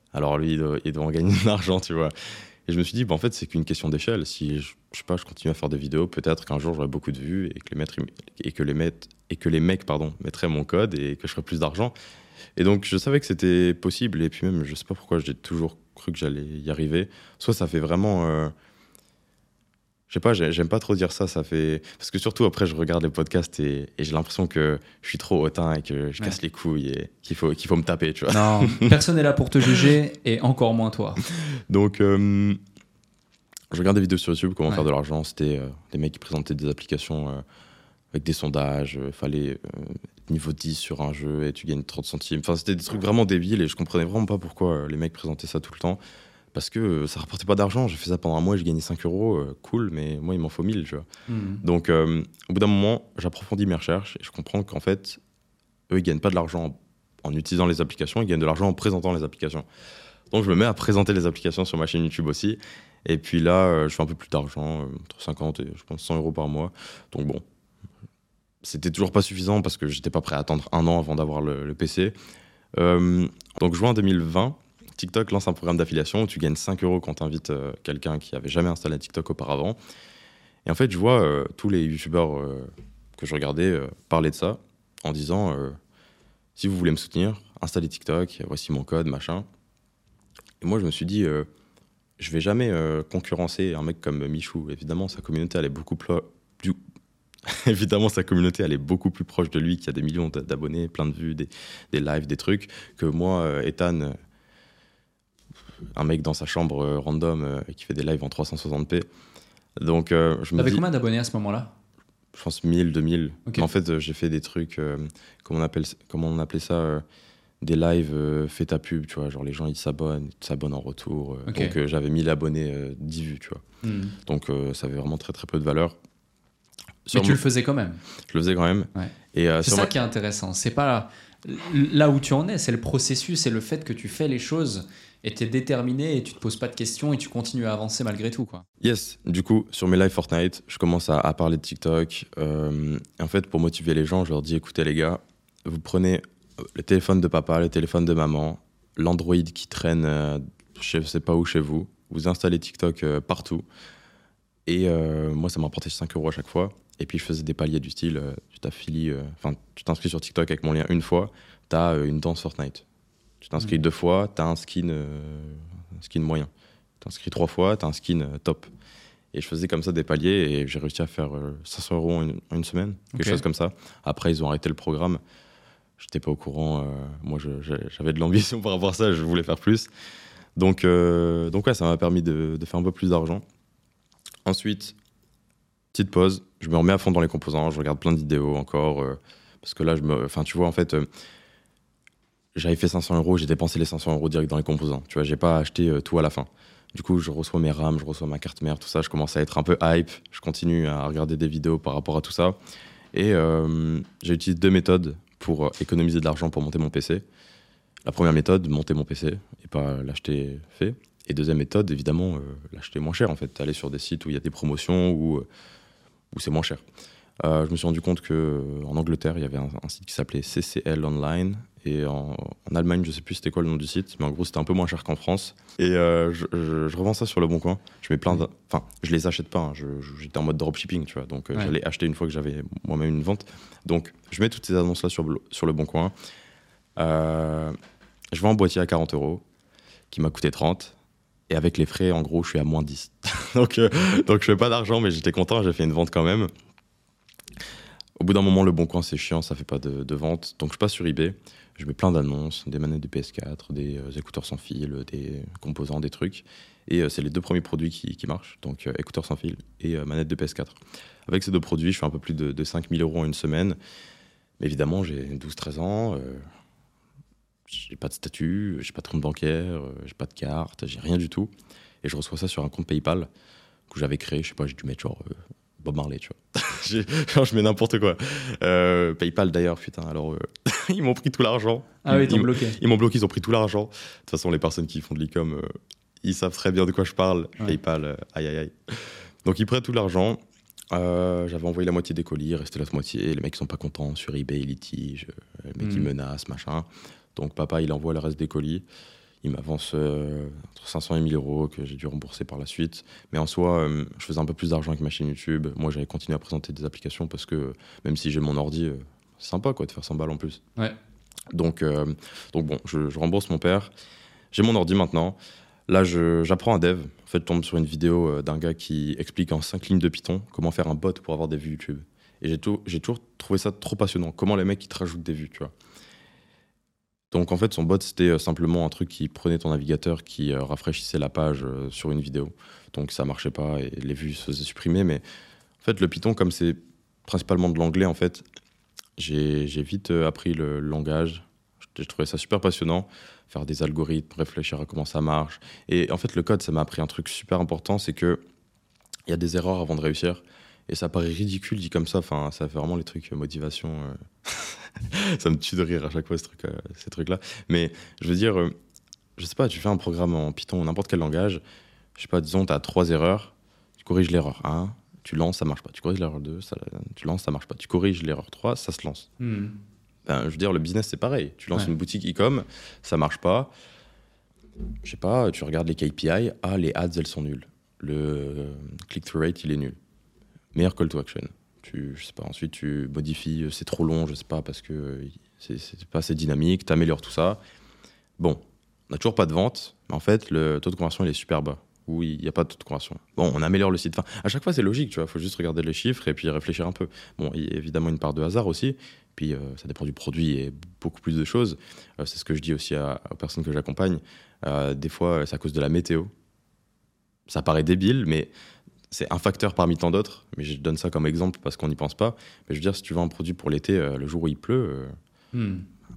A: il doit en gagner de l'argent, tu vois. Et je me suis dit, en fait, c'est qu'une question d'échelle. Si, je sais pas, je continue à faire des vidéos, peut-être qu'un jour j'aurai beaucoup de vues et que les mecs mettraient mon code et que je ferais plus d'argent. Et donc, je savais que c'était possible. Et puis même, je sais pas pourquoi j'ai toujours cru que j'allais y arriver. Soit ça fait vraiment... Je sais pas, j'aime pas trop dire ça fait... Parce que surtout, après, je regarde les podcasts et j'ai l'impression que je suis trop hautain et que je casse les couilles et qu'il faut me taper, tu vois.
B: Non, personne n'est là pour te juger et encore moins toi.
A: Donc, je regarde des vidéos sur YouTube, comment faire de l'argent. C'était des mecs qui présentaient des applications avec des sondages. Fallait niveau 10 sur un jeu et tu gagnes 30 centimes. Enfin, c'était des trucs vraiment débiles et je comprenais vraiment pas pourquoi les mecs présentaient ça tout le temps. Parce que ça rapportait pas d'argent. J'ai fait ça pendant un mois et j'ai gagné 5 €. Cool, mais moi, il m'en faut 1000, tu vois. Donc, au bout d'un moment, j'approfondis mes recherches et je comprends qu'en fait, eux, ils gagnent pas de l'argent en utilisant les applications, ils gagnent de l'argent en présentant les applications. Donc, je me mets à présenter les applications sur ma chaîne YouTube aussi. Et puis là, je fais un peu plus d'argent, entre 50 et je pense 100 € par mois. Donc bon, c'était toujours pas suffisant parce que j'étais pas prêt à attendre un an avant d'avoir le PC. Donc, juin 2020, TikTok lance un programme d'affiliation où tu gagnes 5 € quand tu invites quelqu'un qui avait jamais installé TikTok auparavant. Et en fait, je vois tous les youtubeurs que je regardais parler de ça en disant si vous voulez me soutenir, installez TikTok, voici mon code, machin. Et moi, je me suis dit je vais jamais concurrencer un mec comme Michou. Évidemment, sa communauté, elle est beaucoup plus proche de lui, qui a des millions d'abonnés, plein de vues, des lives, des trucs, que moi, Ethan, un mec dans sa chambre random qui fait des lives en 360p. Donc, je me dis...
B: T'avais combien d'abonnés à ce moment-là ?
A: Je pense 1000, 2000.
B: Okay.
A: Mais en fait, j'ai fait des trucs, comment on appelait ça des lives, fais ta pub, tu vois, genre les gens ils s'abonnent en retour.
B: Ok.
A: Donc j'avais 1000 abonnés, 10 vues, tu vois. Donc ça avait vraiment très très peu de valeur.
B: Mais tu le faisais quand même.
A: Je le faisais quand même.
B: Ouais.
A: Et,
B: C'est ça qui est intéressant. C'est pas là où tu en es, c'est le processus, c'est le fait que tu fais les choses et tu es déterminé et tu te poses pas de questions et tu continues à avancer malgré tout, quoi.
A: Yes, du coup, sur mes lives Fortnite, je commence à parler de TikTok. Et en fait, pour motiver les gens, je leur dis écoutez, les gars, vous prenez le téléphone de papa, le téléphone de maman, l'Android qui traîne, je sais pas où chez vous, vous installez TikTok partout. Et moi, ça m'a rapporté 5 € à chaque fois. Et puis, je faisais des paliers du style tu t'inscris sur TikTok avec mon lien une fois, t'as une danse Fortnite. Tu t'inscris 2 fois, t'as un skin moyen. Tu t'inscris 3 fois, t'as un skin top. Et je faisais comme ça des paliers et j'ai réussi à faire 500 € en une semaine, quelque chose comme ça. Après, ils ont arrêté le programme. J'étais pas au courant. Moi, j'avais de l'ambition par rapport à ça, je voulais faire plus. Donc ouais, ça m'a permis de faire un peu plus d'argent. Ensuite, petite pause, je me remets à fond dans les composants, je regarde plein de vidéos encore, parce que là, tu vois, en fait, j'avais fait 500 €, j'ai dépensé les 500 € direct dans les composants, tu vois, j'ai pas acheté tout à la fin. Du coup, je reçois mes RAM, je reçois ma carte mère, tout ça, je commence à être un peu hype, je continue à regarder des vidéos par rapport à tout ça, et j'ai utilisé 2 méthodes pour économiser de l'argent pour monter mon PC. La première méthode, monter mon PC, et pas l'acheter fait. Et deuxième méthode, évidemment, l'acheter moins cher, en fait. Aller sur des sites où il y a des promotions, où c'est moins cher. Je me suis rendu compte qu'en Angleterre, il y avait un site qui s'appelait CCL Online. Et en Allemagne, je sais plus c'était quoi le nom du site, mais en gros, c'était un peu moins cher qu'en France. Et je revends ça sur Le Bon Coin. Je mets je les achète pas. Hein. J'étais en mode dropshipping, tu vois. Donc, j'allais acheter une fois que j'avais moi-même une vente. Donc, je mets toutes ces annonces-là sur Le Bon Coin. Je vends un boîtier à 40 € qui m'a coûté 30. Et avec les frais, en gros, je suis à moins 10. donc, je fais pas d'argent, mais j'étais content, j'ai fait une vente quand même. Au bout d'un moment, Le Bon Coin, c'est chiant, ça fait pas de vente. Donc, je passe sur eBay, je mets plein d'annonces, des manettes de PS4, des écouteurs sans fil, des composants, des trucs. Et c'est les 2 premiers produits qui marchent, donc écouteurs sans fil et manette de PS4. Avec ces 2 produits, je fais un peu plus de 5000 € en une semaine. Mais évidemment, j'ai 12-13 ans. J'ai pas de statut, j'ai pas de compte bancaire, j'ai pas de carte, j'ai rien du tout. Et je reçois ça sur un compte PayPal que j'avais créé, je sais pas, j'ai dû mettre genre Bob Marley, tu vois. Je mets n'importe quoi. PayPal d'ailleurs, putain, alors ils m'ont pris tout l'argent.
B: Ah oui, ils t'ont bloqué.
A: Ils m'ont bloqué, ils ont pris tout l'argent. De toute façon, les personnes qui font de l'e-com, ils savent très bien de quoi je parle. Ouais. PayPal, aïe aïe aïe. Donc ils prennent tout l'argent. J'avais envoyé la moitié des colis, il restait l'autre moitié. Les mecs sont pas contents sur eBay, litige, les mecs ils menacent, machin. Donc papa, il envoie le reste des colis. Il m'avance entre 500 et 1000 € que j'ai dû rembourser par la suite. Mais en soi, je faisais un peu plus d'argent avec ma chaîne YouTube. Moi, j'avais continué à présenter des applications parce que même si j'ai mon ordi, c'est sympa quoi, de faire 100 balles en plus.
B: Ouais.
A: Donc bon, je rembourse mon père. J'ai mon ordi maintenant. Là, j'apprends un dev. En fait, je tombe sur une vidéo d'un gars qui explique en 5 lignes de Python comment faire un bot pour avoir des vues YouTube. Et j'ai toujours trouvé ça trop passionnant. Comment les mecs, ils te rajoutent des vues, tu vois. Donc en fait, son bot, c'était simplement un truc qui prenait ton navigateur, qui rafraîchissait la page sur une vidéo. Donc ça marchait pas et les vues se faisaient supprimer. Mais en fait, le Python, comme c'est principalement de l'anglais, en fait, j'ai vite appris le langage. J'ai trouvé ça super passionnant. Faire des algorithmes, réfléchir à comment ça marche. Et en fait, le code, ça m'a appris un truc super important, c'est qu'il y a des erreurs avant de réussir. Et ça paraît ridicule dit comme ça. Enfin, ça fait vraiment les trucs motivation. Ça me tue de rire à chaque fois ces trucs-là. Mais je veux dire, je sais pas, tu fais un programme en Python ou n'importe quel langage. Je sais pas, disons, tu as 3 erreurs. Tu corriges l'erreur 1, tu lances, ça marche pas. Tu corriges l'erreur 2, tu lances, ça marche pas. Tu corriges l'erreur 3, ça se lance. Ben, je veux dire, le business, c'est pareil. Tu lances une boutique e-com, ça marche pas. Je sais pas, tu regardes les KPI. Ah, les ads, elles sont nulles. Le click-through rate, il est nul. Meilleur call to action. Je sais pas, ensuite tu modifies, c'est trop long, je sais pas, parce que c'est pas assez dynamique, tu améliores tout ça. Bon, on n'a toujours pas de vente, mais en fait, le taux de conversion, il est super bas. Ou il n'y a pas de taux de conversion. Bon, on améliore le site. Enfin, à chaque fois, c'est logique, tu vois, il faut juste regarder les chiffres et puis réfléchir un peu. Bon, il y a évidemment une part de hasard aussi, puis ça dépend du produit et beaucoup plus de choses. C'est ce que je dis aussi aux personnes que j'accompagne. Des fois, c'est à cause de la météo. Ça paraît débile, mais c'est un facteur parmi tant d'autres, mais je donne ça comme exemple parce qu'on n'y pense pas. Mais je veux dire, si tu vends un produit pour l'été, le jour où il pleut,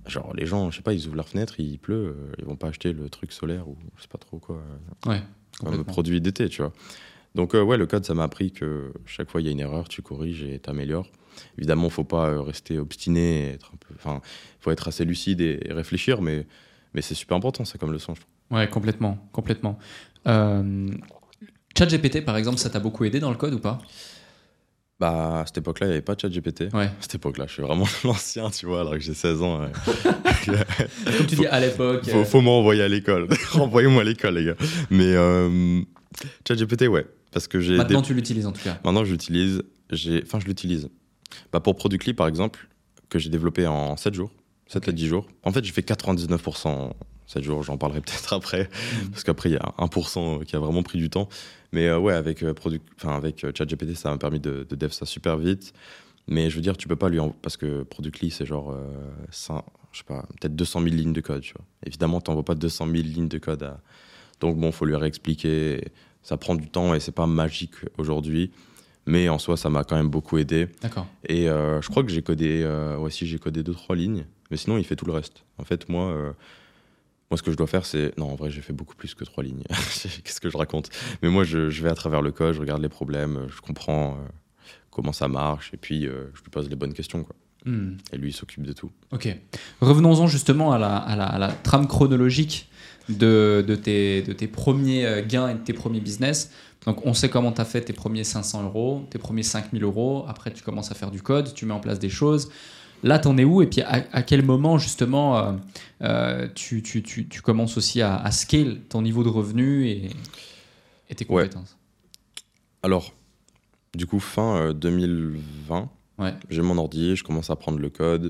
A: Genre, les gens, je sais pas, ils ouvrent leur fenêtre, il pleut, ils vont pas acheter le truc solaire ou je sais pas trop quoi.
B: Ouais,
A: Comme
B: complètement.
A: produit d'été, tu vois. Donc, ouais, le code, ça m'a appris que chaque fois, il y a une erreur, tu corriges et t'améliores. Évidemment, faut pas rester obstiné, enfin, faut être assez lucide et réfléchir, mais c'est super important, c'est comme leçon, je trouve.
B: Ouais, complètement, complètement. ChatGPT, par exemple, ça t'a beaucoup aidé dans le code ou pas?
A: Bah, à cette époque-là, il n'y avait pas de ChatGPT.
B: Ouais.
A: À cette époque-là, je suis vraiment l'ancien, tu vois, alors que j'ai 16 ans. Ouais.
B: Comme tu dis à l'époque.
A: Faut m'envoyer à l'école. Renvoyez-moi à l'école, les gars. Mais ChatGPT, ouais. Parce que j'ai
B: Maintenant, tu l'utilises en tout cas.
A: Maintenant, je l'utilise. Enfin, je l'utilise. Bah, pour Productly, par exemple, que j'ai développé en 7 jours, 7 à 10 jours. En fait, j'ai fait 99% en 7 jours. J'en parlerai peut-être après. Parce qu'après, il y a 1% qui a vraiment pris du temps. Mais ouais, avec ChatGPT, ça m'a permis de dev ça super vite. Mais je veux dire, tu peux pas parce que Productly, c'est genre, je sais pas, peut-être 200 000 lignes de code, tu vois. Évidemment, t'envoies pas 200 000 lignes de code à... Donc bon, faut lui réexpliquer. Ça prend du temps et c'est pas magique aujourd'hui. Mais en soi, ça m'a quand même beaucoup aidé.
B: D'accord.
A: Et je crois que j'ai codé, j'ai codé 2-3 lignes. Mais sinon, il fait tout le reste. En fait, moi, ce que je dois faire, c'est... Non, en vrai, j'ai fait beaucoup plus que 3 lignes. Qu'est-ce que je raconte? Mais moi, je vais à travers le code, je regarde les problèmes, je comprends comment ça marche, et puis je lui pose les bonnes questions, quoi. Et lui, il s'occupe de tout.
B: Ok. Revenons-en justement à la trame chronologique de tes premiers gains et de tes premiers business. Donc, on sait comment tu as fait tes premiers 500 €, tes premiers 5000 €. Après, tu commences à faire du code, tu mets en place des choses. Là, t'en es où? Et puis, à quel moment, justement, tu commences aussi à scale ton niveau de revenu et tes compétences?
A: Alors, du coup, fin 2020, j'ai mon ordi, je commence à apprendre le code.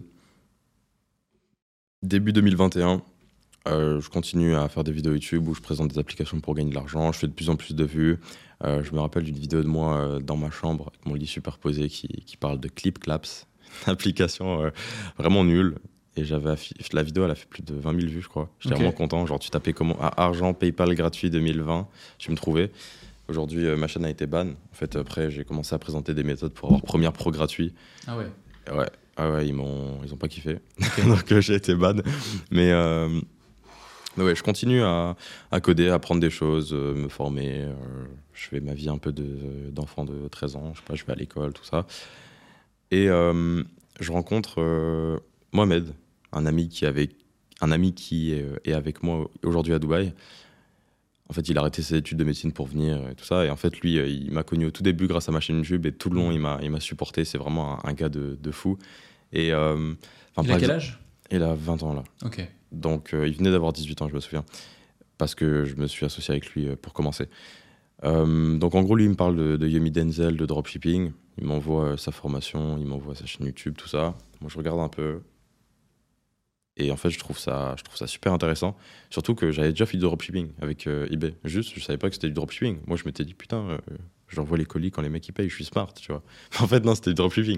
A: Début 2021, je continue à faire des vidéos YouTube où je présente des applications pour gagner de l'argent. Je fais de plus en plus de vues. Je me rappelle d'une vidéo de moi dans ma chambre avec mon lit superposé qui parle de Clipclaps, une application vraiment nulle. Et la vidéo, elle a fait plus de 20 000 vues, je crois. J'étais vraiment content. Genre, tu tapais argent, PayPal gratuit 2020, tu me trouvais. Aujourd'hui, ma chaîne a été ban. En fait, après, j'ai commencé à présenter des méthodes pour avoir premier pro gratuit.
B: Ah ouais.
A: Ouais, ils ont pas kiffé. Okay. Donc, j'ai été ban. Mais ouais, je continue à coder, à apprendre des choses, me former. Je fais ma vie un peu d'enfant de 13 ans. Je sais pas, je vais à l'école, tout ça. Et je rencontre Mohamed, un ami qui est avec moi aujourd'hui à Dubaï. En fait, il a arrêté ses études de médecine pour venir et tout ça. Et en fait, lui, il m'a connu au tout début grâce à ma chaîne YouTube. Et tout le long, il m'a supporté. C'est vraiment un gars de fou. Et,
B: il a quel âge?
A: Il a 20 ans, là.
B: Ok.
A: Donc, il venait d'avoir 18 ans, je me souviens. Parce que je me suis associé avec lui pour commencer. Donc, en gros, lui, il me parle de Yumi Denzel, de dropshipping. Il m'envoie sa formation, il m'envoie sa chaîne YouTube, tout ça. Moi, je regarde un peu. Et en fait, je trouve ça super intéressant. Surtout que j'avais déjà fait du dropshipping avec eBay. Juste, je savais pas que c'était du dropshipping. Moi, je m'étais dit, putain, j'envoie les colis quand les mecs ils payent, je suis smart, tu vois. En fait, non, c'était du dropshipping.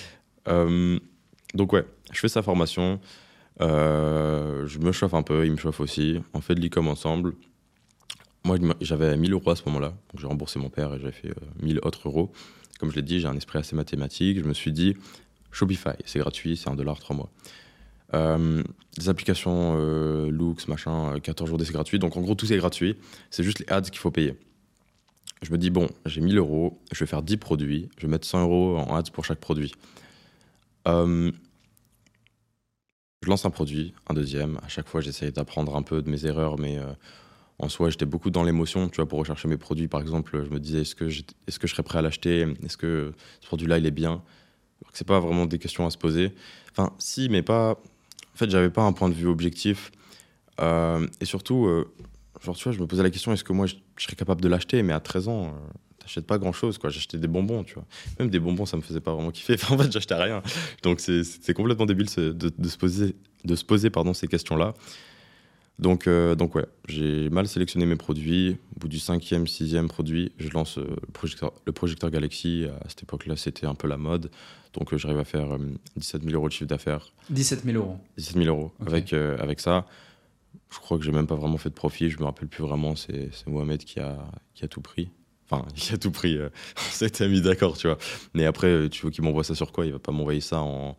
A: Donc, ouais, je fais sa formation. Je me chauffe un peu, il me chauffe aussi. On fait de l'e-com ensemble. Moi, j'avais 1 000 € à ce moment-là. Donc, j'ai remboursé mon père et j'avais fait 1 000 autres euros. Comme je l'ai dit, j'ai un esprit assez mathématique. Je me suis dit, Shopify, c'est gratuit, c'est $1, 3 mois. Des applications Loox, machin, 14 jours d'essai gratuit. Donc en gros, tout c'est gratuit. C'est juste les ads qu'il faut payer. Je me dis, bon, j'ai 1 000 €, je vais faire 10 produits, je vais mettre 100 € en ads pour chaque produit. Je lance un produit, un deuxième. À chaque fois, j'essaye d'apprendre un peu de mes erreurs, mais en soi, j'étais beaucoup dans l'émotion. Tu vois, pour rechercher mes produits, par exemple, je me disais, est-ce que je serais prêt à l'acheter? Est-ce que ce produit-là, il est bien? Alors que c'est pas vraiment des questions à se poser. Enfin, si, mais pas... En fait, j'avais pas un point de vue objectif. Et surtout, genre, tu vois, je me posais la question, est-ce que moi, je serais capable de l'acheter? Mais à 13 ans, t'achètes pas grand-chose, quoi. J'achetais des bonbons, tu vois. Même des bonbons, ça me faisait pas vraiment kiffer. Enfin, en fait, j'achetais rien. Donc, c'est complètement débile de se poser ces questions-là. Donc ouais, j'ai mal sélectionné mes produits. Au bout du 5e, 6e produit, je lance le projecteur Galaxy. À cette époque-là, c'était un peu la mode. Donc j'arrive à faire 17 000 € de chiffre d'affaires.
B: 17 000 €.
A: 17 000 €.
B: Okay.
A: Avec ça, je crois que j'ai même pas vraiment fait de profit. Je me rappelle plus vraiment. C'est Mohamed qui a tout pris. Enfin, il a tout pris. On s'était mis d'accord, tu vois. Mais après, tu veux qu'il m'envoie ça sur quoi? Il va pas m'envoyer ça en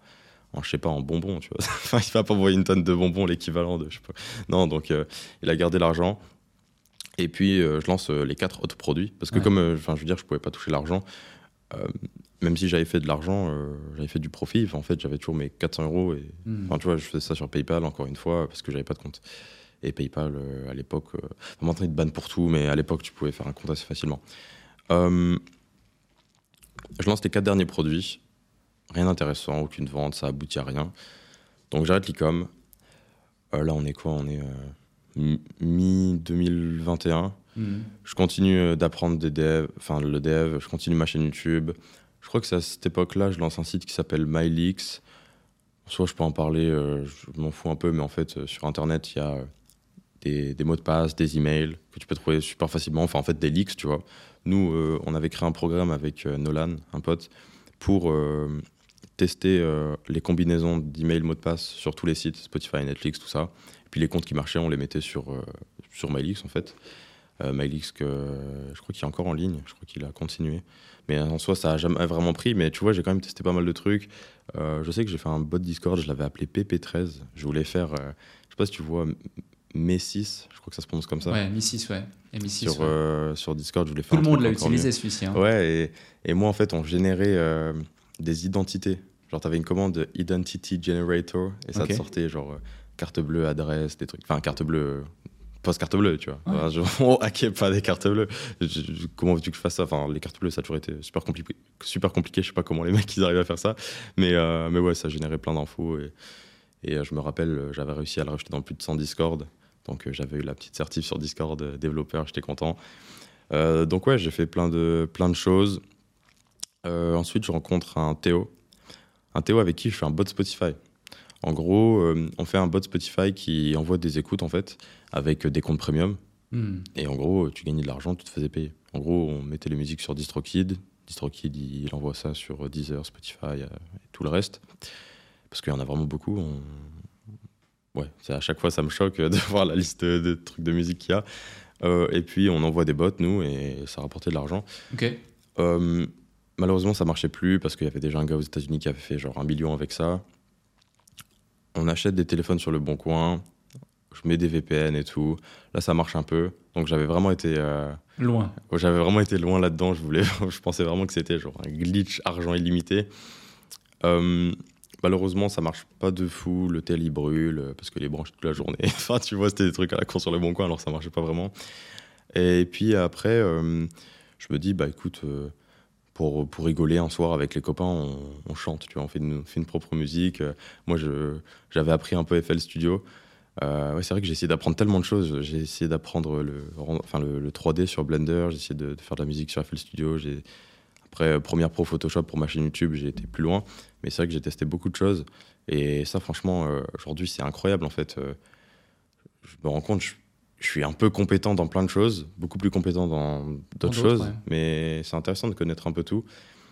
A: je sais pas, en bonbons, tu vois. Enfin, il va pas envoyer une tonne de bonbons, l'équivalent de, je sais pas. Non, donc il a gardé l'argent. Et puis, je lance les 4 autres produits. Parce que comme, je veux dire, je pouvais pas toucher l'argent. Même si j'avais fait de l'argent, j'avais fait du profit. En fait, j'avais toujours mes 400 euros. Et, tu vois, je faisais ça sur PayPal, encore une fois, parce que j'avais pas de compte. Et PayPal, à l'époque, maintenant, ils te bannent pour tout, mais à l'époque, tu pouvais faire un compte assez facilement. Je lance les 4 derniers produits. Rien d'intéressant, aucune vente, ça aboutit à rien. Donc, j'arrête l'e-com. Là, on est quoi? On est mi-2021. Je continue d'apprendre le dev, je continue ma chaîne YouTube. Je crois que c'est à cette époque-là, je lance un site qui s'appelle MyLeaks. Soit je peux en parler, je m'en fous un peu, mais en fait, sur Internet, il y a des mots de passe, des emails que tu peux trouver super facilement. Enfin, en fait, des leaks, tu vois. Nous, on avait créé un programme avec Nolan, un pote, pour tester les combinaisons d'emails, mots de passe sur tous les sites, Spotify, Netflix, tout ça. Et puis les comptes qui marchaient, on les mettait sur MyLeaks, en fait. MyLeaks, je crois qu'il est encore en ligne, je crois qu'il a continué. Mais en soi, ça n'a jamais vraiment pris. Mais tu vois, j'ai quand même testé pas mal de trucs. Je sais que j'ai fait un bot Discord, je l'avais appelé PP13. Je voulais faire, je sais pas si tu vois, Mi6, je crois que ça se prononce comme ça.
B: Ouais, Mi6, ouais. Et Mi6,
A: sur Discord, je voulais faire
B: tout le monde l'a utilisé, celui-ci. Hein.
A: Ouais, et moi, en fait, on générait des identités. Genre, t'avais une commande Identity Generator et ça te sortait genre carte bleue, adresse, des trucs. Enfin, carte bleue. Poste carte bleue, tu vois.
B: Ouais.
A: On hackait pas des cartes bleues. Comment veux-tu que je fasse ça? Enfin, les cartes bleues, ça a toujours été super compliqué. Je sais pas comment les mecs ils arrivent à faire ça. Mais ouais, ça générait plein d'infos. Et je me rappelle, j'avais réussi à le rajouter dans plus de 100 Discord. Donc j'avais eu la petite certif sur Discord développeur, j'étais content. Donc ouais, j'ai fait plein de choses. Ensuite, je rencontre un Théo avec qui je fais un bot Spotify. En gros, on fait un bot Spotify qui envoie des écoutes en fait, avec des comptes premium. Et en gros, tu gagnais de l'argent, tu te faisais payer. En gros, on mettait les musiques sur DistroKid. DistroKid, il envoie ça sur Deezer, Spotify et tout le reste. Parce qu'il y en a vraiment beaucoup. Ouais, à chaque fois, ça me choque de voir la liste de trucs de musique qu'il y a. Et puis, on envoie des bots, nous, et ça rapportait de l'argent.
B: Ok.
A: Malheureusement, ça marchait plus parce qu'il y avait déjà un gars aux États-Unis qui avait fait genre 1 million avec ça. On achète des téléphones sur le bon coin, je mets des VPN et tout. Là, ça marche un peu. Donc, j'avais vraiment été
B: loin.
A: J'avais vraiment été loin là-dedans. Je pensais vraiment que c'était genre un glitch argent illimité. Malheureusement, ça marche pas de fou. Le tel, il brûle parce que les branches toute la journée. Enfin, tu vois, c'était des trucs à la cour sur le bon coin, alors ça marchait pas vraiment. Et puis après, je me dis, bah écoute, pour rigoler un soir avec les copains, on chante, tu vois, on fait une propre musique. Moi, j'avais appris un peu FL Studio. Ouais, c'est vrai que j'ai essayé d'apprendre tellement de choses. J'ai essayé d'apprendre le 3D sur Blender, j'ai essayé de faire de la musique sur FL Studio. Après, Premiere Pro, Photoshop pour ma chaîne YouTube, j'ai été plus loin. Mais c'est vrai que j'ai testé beaucoup de choses. Et ça, franchement, aujourd'hui, c'est incroyable, en fait. Je me rends compte, je suis un peu compétent dans plein de choses, beaucoup plus compétent dans d'autres choses. Ouais. Mais c'est intéressant de connaître un peu tout.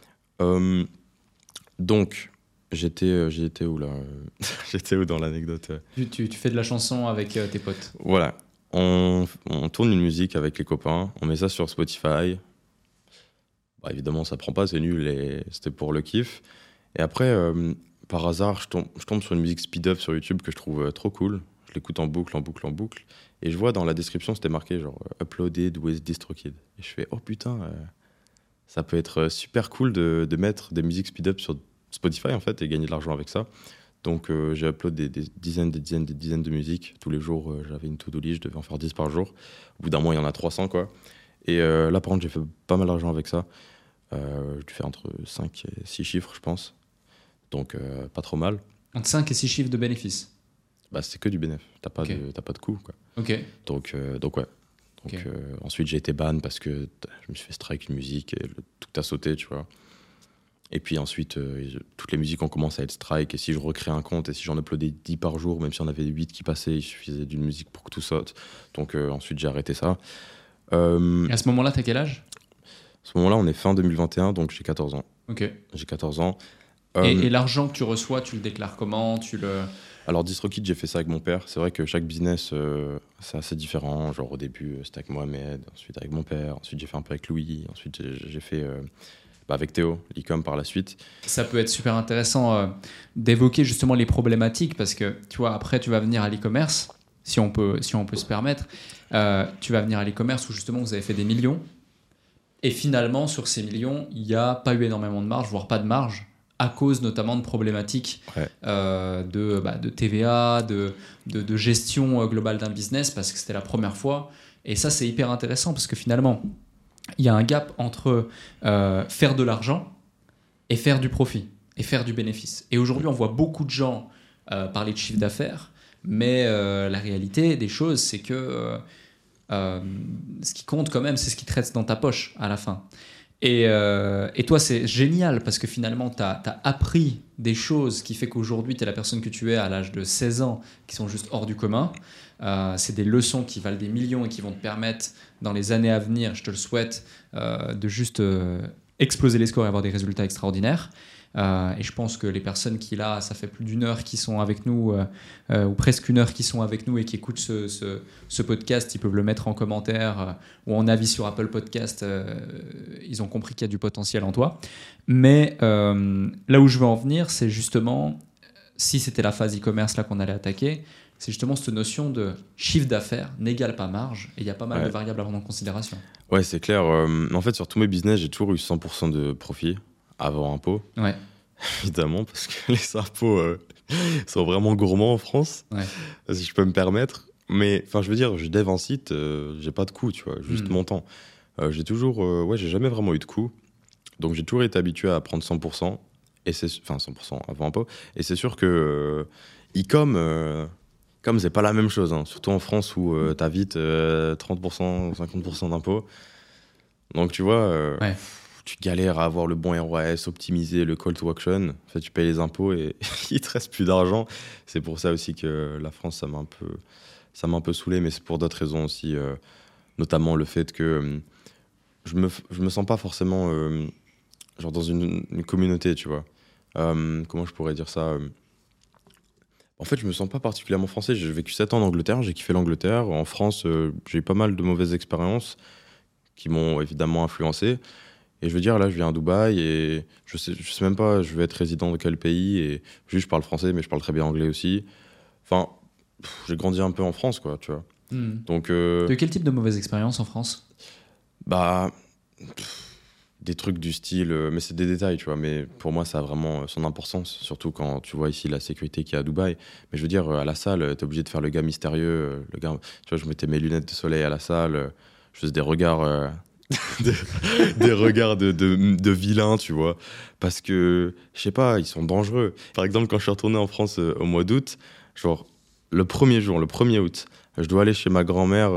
A: Donc, j'étais où, là? J'étais où dans l'anecdote?
B: Tu fais de la chanson avec tes potes.
A: Voilà. On tourne une musique avec les copains, on met ça sur Spotify. Bah, évidemment, ça prend pas, c'est nul, c'était pour le kiff. Et après, par hasard, je tombe sur une musique speed-up sur YouTube que je trouve trop cool. Je l'écoute en boucle. Et je vois dans la description, c'était marqué genre « Uploaded with DistroKid ». Et je fais « Oh putain, ça peut être super cool de mettre des musiques speed-up sur Spotify, en fait, et gagner de l'argent avec ça ». Donc j'ai uploadé des dizaines de musiques. Tous les jours, j'avais une to-do list, je devais en faire 10 par jour. Au bout d'un mois, il y en a 300, quoi. Et là, par contre, j'ai fait pas mal d'argent avec ça. J'ai dû faire entre 5 et 6 chiffres, je pense. Donc, pas trop mal.
B: Entre 5 et 6 chiffres de bénéfices?
A: Bah, c'est que du bénéfice. T'as pas de coût, quoi.
B: Ok.
A: Donc ouais. Ensuite, j'ai été ban parce que je me suis fait strike une musique et tout a sauté, tu vois. Et puis ensuite, toutes les musiques ont commencé à être strike. Et si je recrée un compte et si j'en uploadais 10 par jour, même si on avait 8 qui passaient, il suffisait d'une musique pour que tout saute. Donc ensuite, j'ai arrêté ça.
B: Et à ce moment-là, t'as quel âge?
A: À ce moment-là, on est fin 2021, donc j'ai 14 ans.
B: Ok.
A: J'ai 14 ans.
B: Et l'argent que tu reçois, tu le déclares comment?
A: Alors, DistroKid, j'ai fait ça avec mon père. C'est vrai que chaque business, c'est assez différent. Genre, au début, c'était avec Mohamed, ensuite avec mon père, ensuite j'ai fait un peu avec Louis, ensuite j'ai fait avec Théo, l'e-com par la suite.
B: Ça peut être super intéressant d'évoquer justement les problématiques parce que tu vois, après tu vas venir à l'e-commerce, si on peut se permettre, tu vas venir à l'e-commerce où justement vous avez fait des millions et finalement sur ces millions, il n'y a pas eu énormément de marge, voire pas de marge, à cause notamment de problématiques de TVA, de gestion globale d'un business parce que c'était la première fois. Et ça, c'est hyper intéressant parce que finalement, il y a un gap entre faire de l'argent et faire du profit et faire du bénéfice. Et aujourd'hui, on voit beaucoup de gens parler de chiffre d'affaires, mais la réalité des choses, c'est que ce qui compte quand même, c'est ce qui te reste dans ta poche à la fin. Et toi, c'est génial parce que finalement, tu as appris des choses qui fait qu'aujourd'hui, tu es la personne que tu es à l'âge de 16 ans qui sont juste hors du commun. C'est des leçons qui valent des millions et qui vont te permettre, dans les années à venir, je te le souhaite, de juste exploser les scores et avoir des résultats extraordinaires. Et je pense que les personnes qui, là, ça fait plus d'une heure qui sont avec nous, ou presque une heure qui sont avec nous et qui écoutent ce podcast, ils peuvent le mettre en commentaire ou en avis sur Apple Podcast. Ils ont compris qu'il y a du potentiel en toi. Mais là où je veux en venir, c'est justement, si c'était la phase e-commerce là qu'on allait attaquer, c'est justement cette notion de chiffre d'affaires n'égale pas marge. Et il y a pas mal de variables à prendre en considération.
A: Ouais, c'est clair. En fait, sur tous mes business, j'ai toujours eu 100% de profit avant impôt.
B: Ouais.
A: Évidemment, parce que les impôts sont vraiment gourmands en France, si je peux me permettre. Mais enfin, je veux dire, je dev un site, j'ai pas de coût, tu vois, juste mon temps. J'ai jamais vraiment eu de coût. Donc j'ai toujours été habitué à prendre 100%, 100% avant impôt. Et c'est sûr que comme c'est pas la même chose, hein, surtout en France où t'as vite 30% ou 50% d'impôts. Donc tu vois, tu galères à avoir le bon ROAS, optimiser le call to action. En fait, tu payes les impôts et il te reste plus d'argent. C'est pour ça aussi que la France, ça m'a un peu saoulé, mais c'est pour d'autres raisons aussi, notamment le fait que je me sens pas forcément genre dans une communauté, tu vois. Comment je pourrais dire ça En fait, je me sens pas particulièrement français. J'ai vécu 7 ans en Angleterre, j'ai kiffé l'Angleterre. En France, j'ai eu pas mal de mauvaises expériences qui m'ont évidemment influencé. Et je veux dire, là, je viens à Dubaï et je sais même pas, je vais être résident de quel pays. Et juste, je parle français, mais je parle très bien anglais aussi. Enfin, j'ai grandi un peu en France, quoi, tu vois. Donc,
B: de quel type de mauvaise expérience en France ?
A: Des trucs du style, mais c'est des détails, tu vois. Mais pour moi, ça a vraiment son importance, surtout quand tu vois ici la sécurité qu'il y a à Dubaï. Mais je veux dire, à la salle, t'es obligé de faire le gars mystérieux. Tu vois, je mettais mes lunettes de soleil à la salle, je faisais des regards... des regards de vilains, tu vois, parce que je sais pas, ils sont dangereux. Par exemple, quand je suis retourné en France au mois d'août, genre le 1er août, je dois aller chez ma grand-mère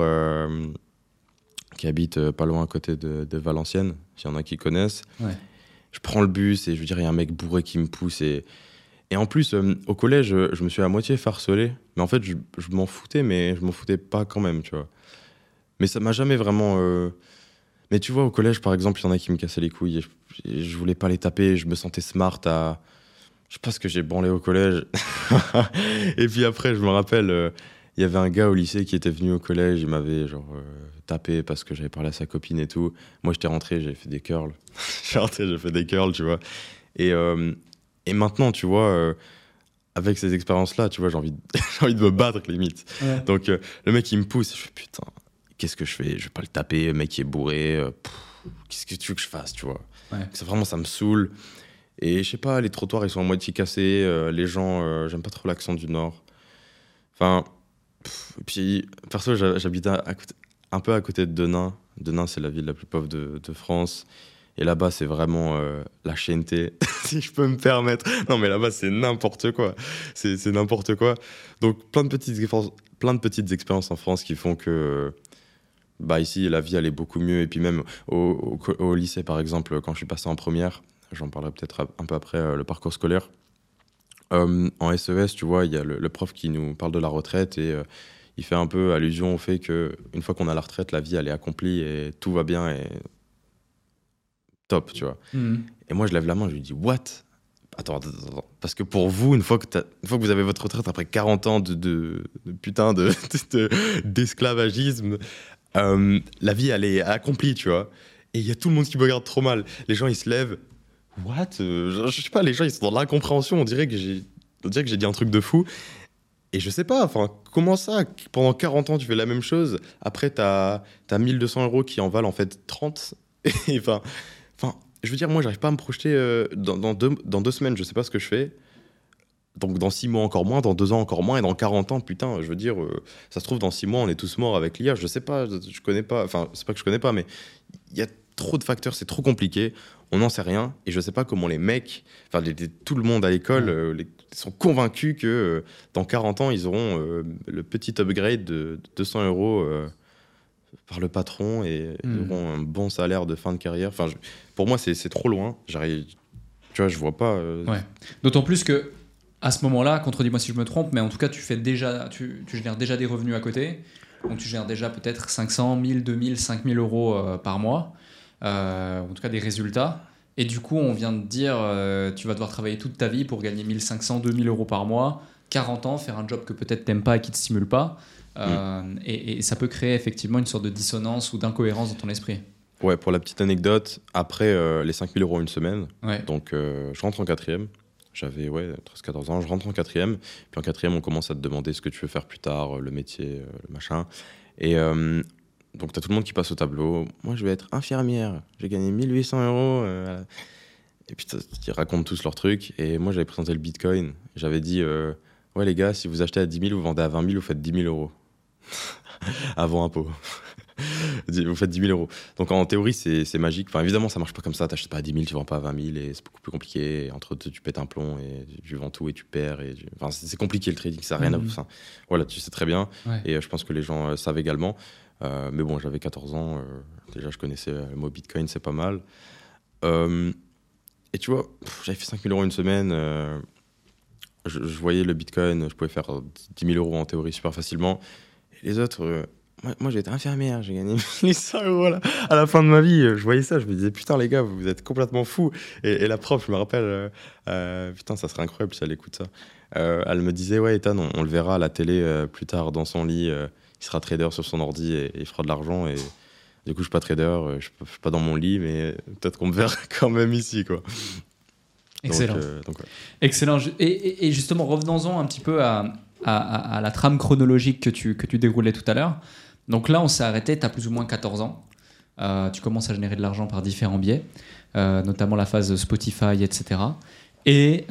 A: qui habite pas loin à côté de Valenciennes, s'il y en a qui connaissent. Je prends le bus et je veux dire, il y a un mec bourré qui me pousse et en plus au collège je me suis à moitié farcelé, mais en fait je m'en foutais, mais je m'en foutais pas quand même, tu vois. Mais ça m'a jamais vraiment Mais tu vois, au collège, par exemple, il y en a qui me cassaient les couilles et je voulais pas les taper. Je me sentais smart à... Je sais pas ce que j'ai branlé au collège. Et puis après, je me rappelle, il y avait un gars au lycée qui était venu au collège. Il m'avait tapé parce que j'avais parlé à sa copine et tout. Moi, j'étais rentré, j'ai fait des curls. J'ai fait des curls, tu vois. Et maintenant, tu vois... avec ces expériences-là, tu vois, j'ai envie de me battre, limite. Donc, le mec, il me pousse. Je fais, putain... Qu'est-ce que je fais ? Je vais pas le taper, le mec qui est bourré. Qu'est-ce que tu veux que je fasse, tu vois ? Vraiment, ça me saoule. Et je sais pas, les trottoirs, ils sont à moitié cassés. Les gens, j'aime pas trop l'accent du Nord. Enfin, et puis, perso, j'habite un peu à côté de Denain. Denain, c'est la ville la plus pauvre de France. Et là-bas, c'est vraiment la chienneté, si je peux me permettre. Non, mais là-bas, c'est n'importe quoi. C'est n'importe quoi. Donc, plein de petites expériences en France qui font que... ici, la vie, elle est beaucoup mieux. Et puis même au lycée, par exemple, quand je suis passé en première, j'en parlerai peut-être un peu après, le parcours scolaire. En SES, tu vois, il y a le prof qui nous parle de la retraite et il fait un peu allusion au fait qu'une fois qu'on a la retraite, la vie, elle est accomplie et tout va bien et top, tu vois. Et moi, je lève la main, je lui dis « What ?» Attends. Parce que pour vous, une fois que vous avez votre retraite après 40 ans de d'esclavagisme, la vie, elle est accomplie, tu vois. Et il y a tout le monde qui me regarde trop mal. Les gens, ils se lèvent. What? Je sais pas, les gens, ils sont dans l'incompréhension. On dirait que j'ai dit un truc de fou. Et je sais pas, enfin, comment ça? Pendant 40 ans, tu fais la même chose. Après, t'as 1200 € qui en valent en fait 30. Et enfin, je veux dire, moi, j'arrive pas à me projeter dans 2 semaines. Je sais pas ce que je fais. Donc, dans 6 mois, encore moins. Dans 2 ans, encore moins. Et dans 40 ans, putain, je veux dire, ça se trouve, dans 6 mois, on est tous morts avec l'IA. Je sais pas, je connais pas. Enfin, c'est pas que je connais pas, mais il y a trop de facteurs, c'est trop compliqué. On n'en sait rien. Et je sais pas comment les mecs, enfin, tout le monde à l'école, sont convaincus que dans 40 ans, ils auront le petit upgrade de 200 € par le patron et ils auront un bon salaire de fin de carrière. Enfin, pour moi, c'est trop loin. J'arrive, tu vois, je vois pas.
B: Ouais. D'autant plus que à ce moment-là, contredis-moi si je me trompe, mais en tout cas, tu génères déjà des revenus à côté. Donc, tu génères déjà peut-être 500, 1000, 2000, 5000 € par mois. En tout cas, des résultats. Et du coup, on vient de dire, tu vas devoir travailler toute ta vie pour gagner 1500, 2000 € par mois, 40 ans, faire un job que peut-être t'aimes pas et qui te stimule pas. Et ça peut créer effectivement une sorte de dissonance ou d'incohérence dans ton esprit.
A: Ouais, pour la petite anecdote, après les 5000 € une semaine,
B: Ouais.
A: donc je rentre en 4e. J'avais 13-14 ans, je rentre en 4e. Puis en 4e, on commence à te demander ce que tu veux faire plus tard, le métier, le machin. Et donc, tu as tout le monde qui passe au tableau. Moi, je vais être infirmière. J'ai gagné 1800 €. Et puis, ils racontent tous leurs trucs. Et moi, j'avais présenté le Bitcoin. J'avais dit, ouais, les gars, si vous achetez à 10 000, vous vendez à 20 000, vous faites 10 000 € avant impôt. Vous faites 10 000 €. Donc, en théorie, c'est magique. Enfin, évidemment, ça marche pas comme ça. Tu n'achètes pas à 10 000, tu vends pas à 20 000. Et c'est beaucoup plus compliqué. Et entre deux, tu pètes un plomb et tu vends tout et tu perds. Enfin, c'est compliqué le trading. Ça n'a rien à... Enfin, voilà, tu sais très bien.
B: Ouais.
A: Et je pense que les gens savent également. Mais bon, j'avais 14 ans. Déjà, je connaissais le mot Bitcoin, c'est pas mal. Et tu vois, j'avais fait 5 000 € une semaine. Je voyais le Bitcoin, je pouvais faire 10 000 € en théorie super facilement. Et les autres, moi j'étais infirmière, j'ai gagné 1100 € à la fin de ma vie. Je voyais ça, je me disais, putain, les gars, vous êtes complètement fous. Et la prof, je me rappelle, putain, ça serait incroyable si elle écoute ça. Elle me disait, ouais, Ethan, on le verra à la télé plus tard dans son lit. Il sera trader sur son ordi et il fera de l'argent. Et du coup, je suis pas trader, je suis pas dans mon lit, mais peut-être qu'on me verra quand même ici, quoi.
B: Excellent.
A: Donc, ouais.
B: Excellent. Et justement, revenons-en un petit peu à la trame chronologique que tu déroulais tout à l'heure. Donc là, on s'est arrêté, tu as plus ou moins 14 ans. Tu commences à générer de l'argent par différents biais, notamment la phase Spotify, etc. Et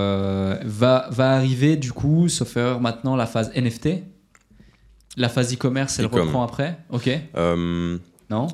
B: va arriver, du coup, sauf erreur maintenant, la phase NFT. La phase e-commerce, elle reprend après. Ok. Non.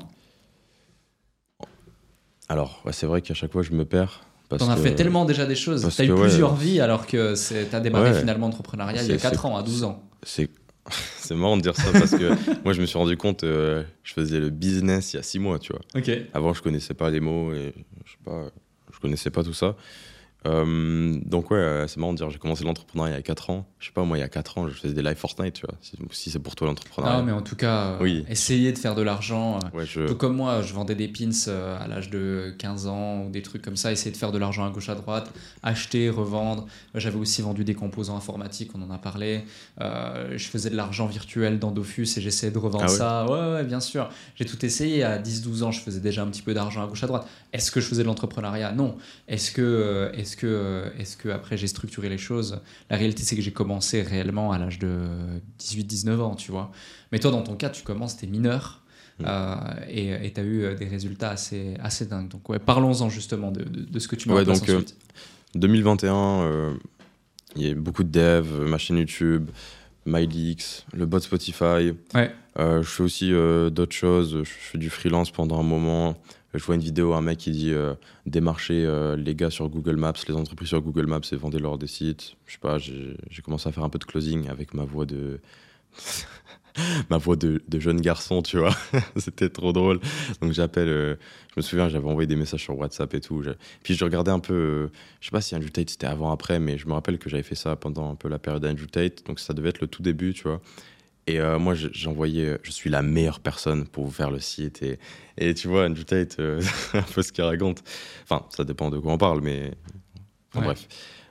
A: Alors, ouais, c'est vrai qu'à chaque fois, je me perds.
B: T'en as fait tellement déjà des choses. T'as eu plusieurs vies alors que t'as démarré finalement l'entrepreneuriat il y a 4 ans, à 12 ans.
A: C'est marrant de dire ça parce que moi, je me suis rendu compte, je faisais le business il y a 6 mois, tu vois.
B: Okay.
A: Avant, je connaissais pas les mots et je connaissais pas tout ça. Donc ouais, c'est marrant de dire, j'ai commencé l'entrepreneuriat il y a 4 ans. Je sais pas, moi il y a 4 ans, je faisais des live Fortnite, tu vois. Si c'est pour toi l'entrepreneuriat.
B: Non, mais en tout cas,
A: oui.
B: Essayer de faire de l'argent.
A: Ouais,
B: Tout comme moi, je vendais des pins à l'âge de 15 ans ou des trucs comme ça, essayer de faire de l'argent à gauche à droite, acheter, revendre. J'avais aussi vendu des composants informatiques, on en a parlé. Je faisais de l'argent virtuel dans Dofus et j'essayais de revendre ça. Ouais, bien sûr. J'ai tout essayé. À 10-12 ans, je faisais déjà un petit peu d'argent à gauche à droite. Est-ce que je faisais de l'entrepreneuriat? Non. Est-ce que après j'ai structuré les choses? La réalité, c'est que j'ai commencé réellement à l'âge de 18-19 ans, tu vois. Mais toi, dans ton cas, tu commences, t'es mineur et tu as eu des résultats assez dingues. Donc, ouais, parlons-en justement de ce que tu mets en place ensuite.
A: 2021, il y a beaucoup de devs, ma chaîne YouTube, MyLeaks, le bot Spotify.
B: Ouais.
A: Je fais aussi d'autres choses. Je fais du freelance pendant un moment. Je vois une vidéo, un mec qui dit démarcher les gars sur Google Maps, les entreprises sur Google Maps et vendez-leur des sites. Je sais pas, j'ai commencé à faire un peu de closing avec ma voix de ma voix de jeune garçon, tu vois. C'était trop drôle. Donc j'appelle, je me souviens, j'avais envoyé des messages sur WhatsApp et tout. Puis je regardais un peu, je sais pas si Andrew Tate c'était avant après, mais je me rappelle que j'avais fait ça pendant un peu la période d'Andrew Tate. Donc ça devait être le tout début, tu vois. Et moi, j'envoyais, je suis la meilleure personne pour vous faire le site. Et tu vois, Andrew Tate, un peu ce qu'il raconte. Enfin, ça dépend de quoi on parle, mais enfin, bref.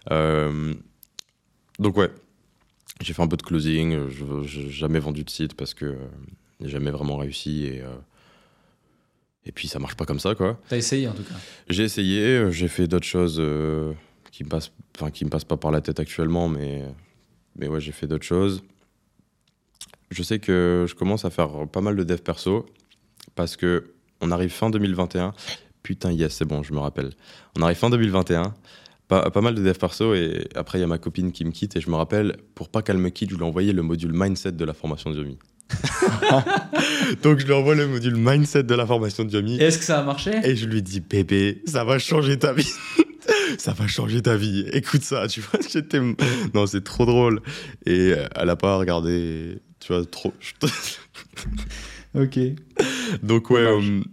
A: Donc ouais, j'ai fait un peu de closing. Je n'ai jamais vendu de site parce que j'ai jamais vraiment réussi. Et puis ça marche pas comme ça, quoi.
B: T'as essayé en tout cas.
A: J'ai essayé, j'ai fait d'autres choses qui me passent pas par la tête actuellement, mais ouais, j'ai fait d'autres choses. Je sais que je commence à faire pas mal de dev perso parce que on arrive fin 2021. Putain, yes, c'est bon, je me rappelle. On arrive fin 2021. Pas mal de dev perso et après il y a ma copine qui me quitte et je me rappelle, pour pas qu'elle me quitte, je lui ai envoyé le module mindset de la formation de Yomi. Donc je lui envoie le module mindset de la formation de Yomi.
B: Et est-ce que ça a marché?
A: Et je lui dis, bébé, ça va changer ta vie. Ça va changer ta vie. Écoute ça, tu vois. Non, c'est trop drôle. Et elle a pas regardé, tu vois, trop.
B: Ok.
A: Donc ouais,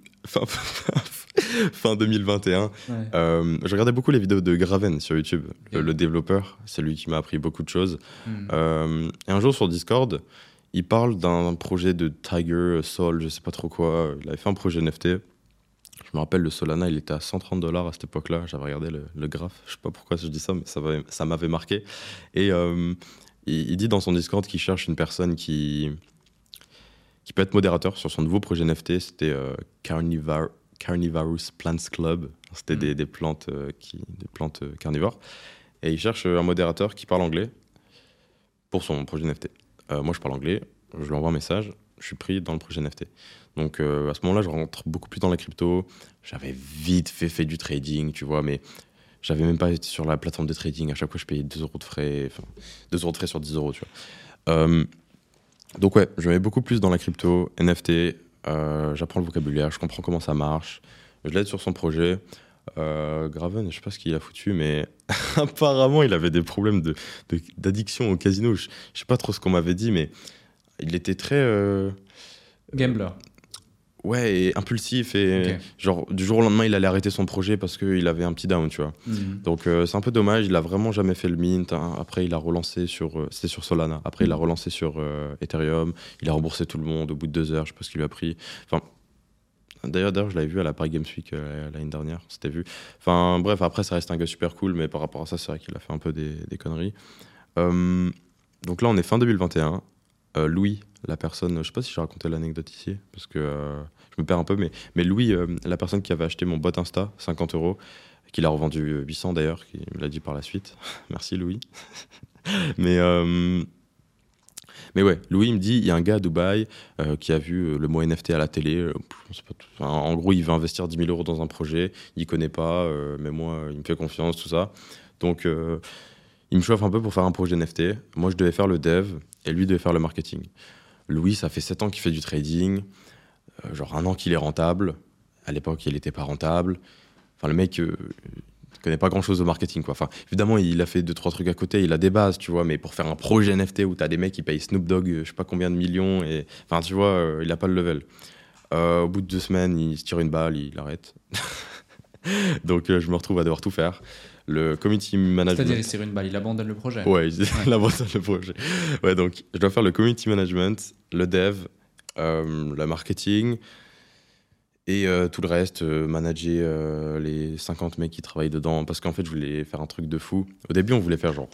A: fin 2021.
B: Ouais.
A: Je regardais beaucoup les vidéos de Graven sur YouTube, le développeur. C'est lui qui m'a appris beaucoup de choses. Et un jour sur Discord, il parle d'un projet de Tiger, Sol, je sais pas trop quoi. Il avait fait un projet NFT. Je me rappelle, le Solana, il était à $130 à cette époque-là. J'avais regardé le graphe. Je sais pas pourquoi je dis ça, mais ça m'avait marqué. Et il dit dans son Discord qu'il cherche une personne qui peut être modérateur sur son nouveau projet NFT. C'était Carnivorous Plants Club. C'était des plantes carnivores. Et il cherche un modérateur qui parle anglais pour son projet NFT. Moi, je parle anglais. Je lui envoie un message. Je suis pris dans le projet NFT. Donc, à ce moment-là, je rentre beaucoup plus dans la crypto. J'avais vite fait du trading, tu vois, mais j'avais même pas été sur la plateforme de trading. À chaque fois, je payais 2 € de frais. Enfin, 2 € de frais sur 10 €, tu vois. Donc ouais, je vais beaucoup plus dans la crypto, NFT, j'apprends le vocabulaire, je comprends comment ça marche, je l'aide sur son projet. Graven, je sais pas ce qu'il a foutu, mais apparemment il avait des problèmes d'addiction au casino. Je sais pas trop ce qu'on m'avait dit, mais il était très...
B: Gambler.
A: Ouais, et impulsif, et genre du jour au lendemain il allait arrêter son projet parce qu'il avait un petit down, tu vois. Donc c'est un peu dommage, il a vraiment jamais fait le mint, hein. Après il a relancé c'était sur Solana, après il a relancé sur Ethereum, il a remboursé tout le monde au bout de 2 heures, je sais pas ce qu'il lui a pris. Enfin, d'ailleurs je l'avais vu à la Paris Games Week l'année dernière, c'était vu. Enfin bref, après ça reste un gars super cool, mais par rapport à ça c'est vrai qu'il a fait un peu des conneries. Donc là on est fin 2021. Louis, la personne, je sais pas si j'ai raconté l'anecdote ici, parce que je me perds un peu, mais Louis, la personne qui avait acheté mon bot Insta, 50 €, qu'il a revendu 800 d'ailleurs, qui me l'a dit par la suite. Merci Louis. mais ouais, Louis il me dit, il y a un gars à Dubaï qui a vu le mot NFT à la télé. En gros, il veut investir 10 000 € dans un projet, il connaît pas, mais moi, il me fait confiance, tout ça. Donc, il me chauffe un peu pour faire un projet NFT. Moi, je devais faire le dev et lui devait faire le marketing. Louis, ça fait 7 ans qu'il fait du trading, genre 1 an qu'il est rentable. À l'époque, il n'était pas rentable. Enfin, le mec ne connaît pas grand-chose au marketing, quoi. Enfin, évidemment, il a fait 2-3 trucs à côté, il a des bases, tu vois, mais pour faire un projet NFT où tu as des mecs qui payent Snoop Dogg, je sais pas combien de millions, et enfin, tu vois, il n'a pas le level. Au bout de 2 semaines, il se tire une balle, il arrête. Donc, je me retrouve à devoir tout faire. Le community management.
B: C'est-à-dire, il se tire une balle, il abandonne le projet.
A: Ouais, il abandonne le projet. Ouais, donc je dois faire le community management, le dev, le marketing et tout le reste, manager les 50 mecs qui travaillent dedans. Parce qu'en fait, je voulais faire un truc de fou. Au début, on voulait faire genre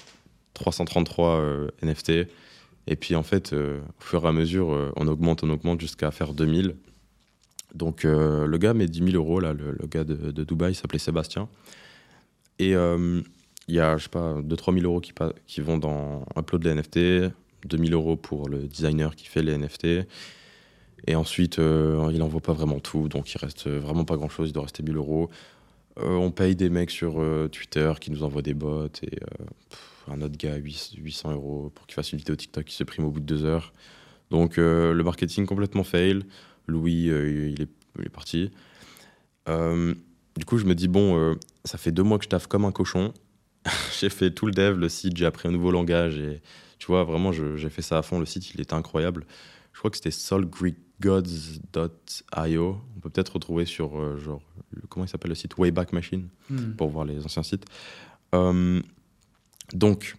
A: 333 NFT. Et puis en fait, au fur et à mesure, on augmente jusqu'à faire 2000. Donc le gars met 10 000 €, là, le gars de Dubaï, il s'appelait Sébastien. Et il y a, je sais pas, 2-3 000 € qui vont dans upload les NFT, 2 000 € pour le designer qui fait les NFT. Et ensuite, il n'envoie pas vraiment tout, donc il reste vraiment pas grand-chose, il doit rester 1 000 €. On paye des mecs sur Twitter qui nous envoient des bots, et un autre gars, 800 € pour qu'il fasse une vidéo TikTok qui se prime au bout de 2 heures. Donc le marketing complètement fail. Louis, il est parti. Du coup, je me dis, bon, ça fait 2 mois que je taffe comme un cochon. J'ai fait tout le dev, le site, j'ai appris un nouveau langage. Et tu vois, vraiment, j'ai fait ça à fond. Le site, il était incroyable. Je crois que c'était soulgreekgods.io. On peut peut-être retrouver sur, comment il s'appelle le site, Wayback Machine, pour voir les anciens sites. Donc,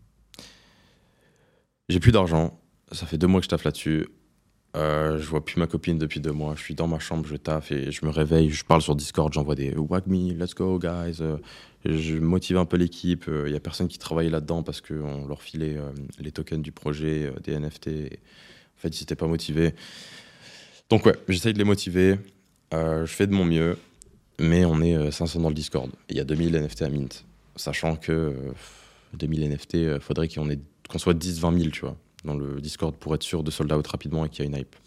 A: j'ai plus d'argent. Ça fait 2 mois que je taffe là-dessus. Je vois plus ma copine depuis 2 mois. Je suis dans ma chambre, je taffe et je me réveille. Je parle sur Discord, j'envoie des WAGME, let's go guys. Je motive un peu l'équipe. Il y a personne qui travaille là-dedans parce qu'on leur filait les tokens du projet, des NFT. En fait, ils n'étaient pas motivés. Donc ouais, j'essaye de les motiver. Je fais de mon mieux, mais on est 500 dans le Discord. Il y a 2000 NFT à mint. Sachant que 2000 NFT, faudrait qu'on soit 10-20 000, tu vois, dans le Discord pour être sûr de sold out rapidement et qu'il y a une hype.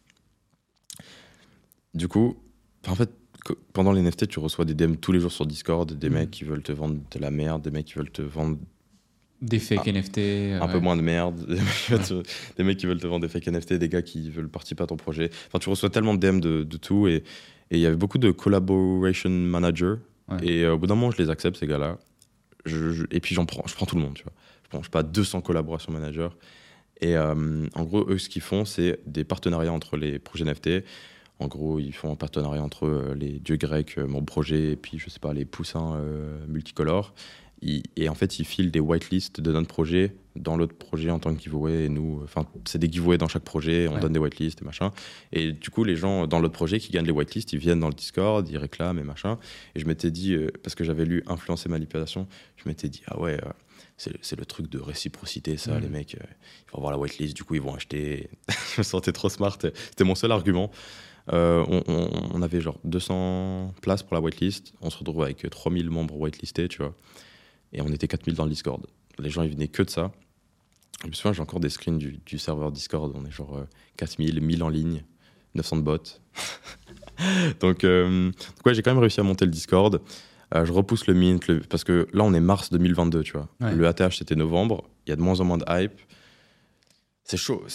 A: Du coup, en fait, pendant les NFT, tu reçois des DM tous les jours sur Discord, des mecs qui veulent te vendre de la merde, des mecs qui veulent te vendre
B: des fake NFT.
A: Un peu moins de merde, des mecs qui veulent te vendre des fake NFT, des gars qui veulent participer à ton projet. Enfin, tu reçois tellement de DM de tout et il y avait beaucoup de collaboration managers. Ouais. Et au bout d'un moment, je les accepte, ces gars-là. Et puis, je prends tout le monde, tu vois. Je prends, je sais pas, 200 collaboration managers. Et en gros, eux, ce qu'ils font, c'est des partenariats entre les projets NFT. En gros, ils font un partenariat entre les dieux grecs, mon projet, et puis, je sais pas, les poussins multicolores. Et en fait, ils filent des whitelists de notre projet dans l'autre projet en tant que giveaway. Et nous, enfin, c'est des giveaways dans chaque projet, on donne des whitelists et machin. Et du coup, les gens dans l'autre projet qui gagnent les whitelists, ils viennent dans le Discord, ils réclament et machin. Et je m'étais dit, parce que j'avais lu Influence et Manipulation, je m'étais dit, ah ouais, c'est le truc de réciprocité, ça, les mecs, ils vont avoir la whitelist, du coup, ils vont acheter. Je me sentais trop smart. C'était mon seul argument. On avait genre 200 places pour la whitelist. On se retrouve avec 3000 membres whitelistés, tu vois. Et on était 4000 dans le Discord. Les gens, ils venaient que de ça. Je me souviens, j'ai encore des screens du serveur Discord. On est genre 4000, 1000 en ligne, 900 de bots. Donc, ouais, j'ai quand même réussi à monter le Discord. Je repousse le mint, parce que là, on est mars 2022, tu vois. Ouais. Le ATH, c'était novembre. Il y a de moins en moins de hype. C'est chaud.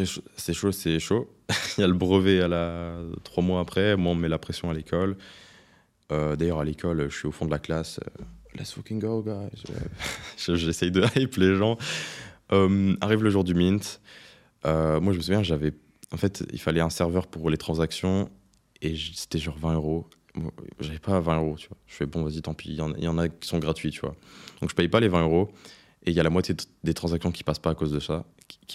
A: Il y a le brevet 3 mois après. Moi, on me met la pression à l'école. D'ailleurs, à l'école, je suis au fond de la classe. Let's fucking go, guys. J'essaye de hype les gens. Arrive le jour du mint. Moi, je me souviens, en fait, il fallait un serveur pour les transactions et c'était genre 20 €. J'avais pas 20 €, tu vois. Je fais bon, vas-y, tant pis. Il y en a qui sont gratuits, tu vois. Donc, je paye pas les 20 € et il y a la moitié des transactions qui passent pas à cause de ça.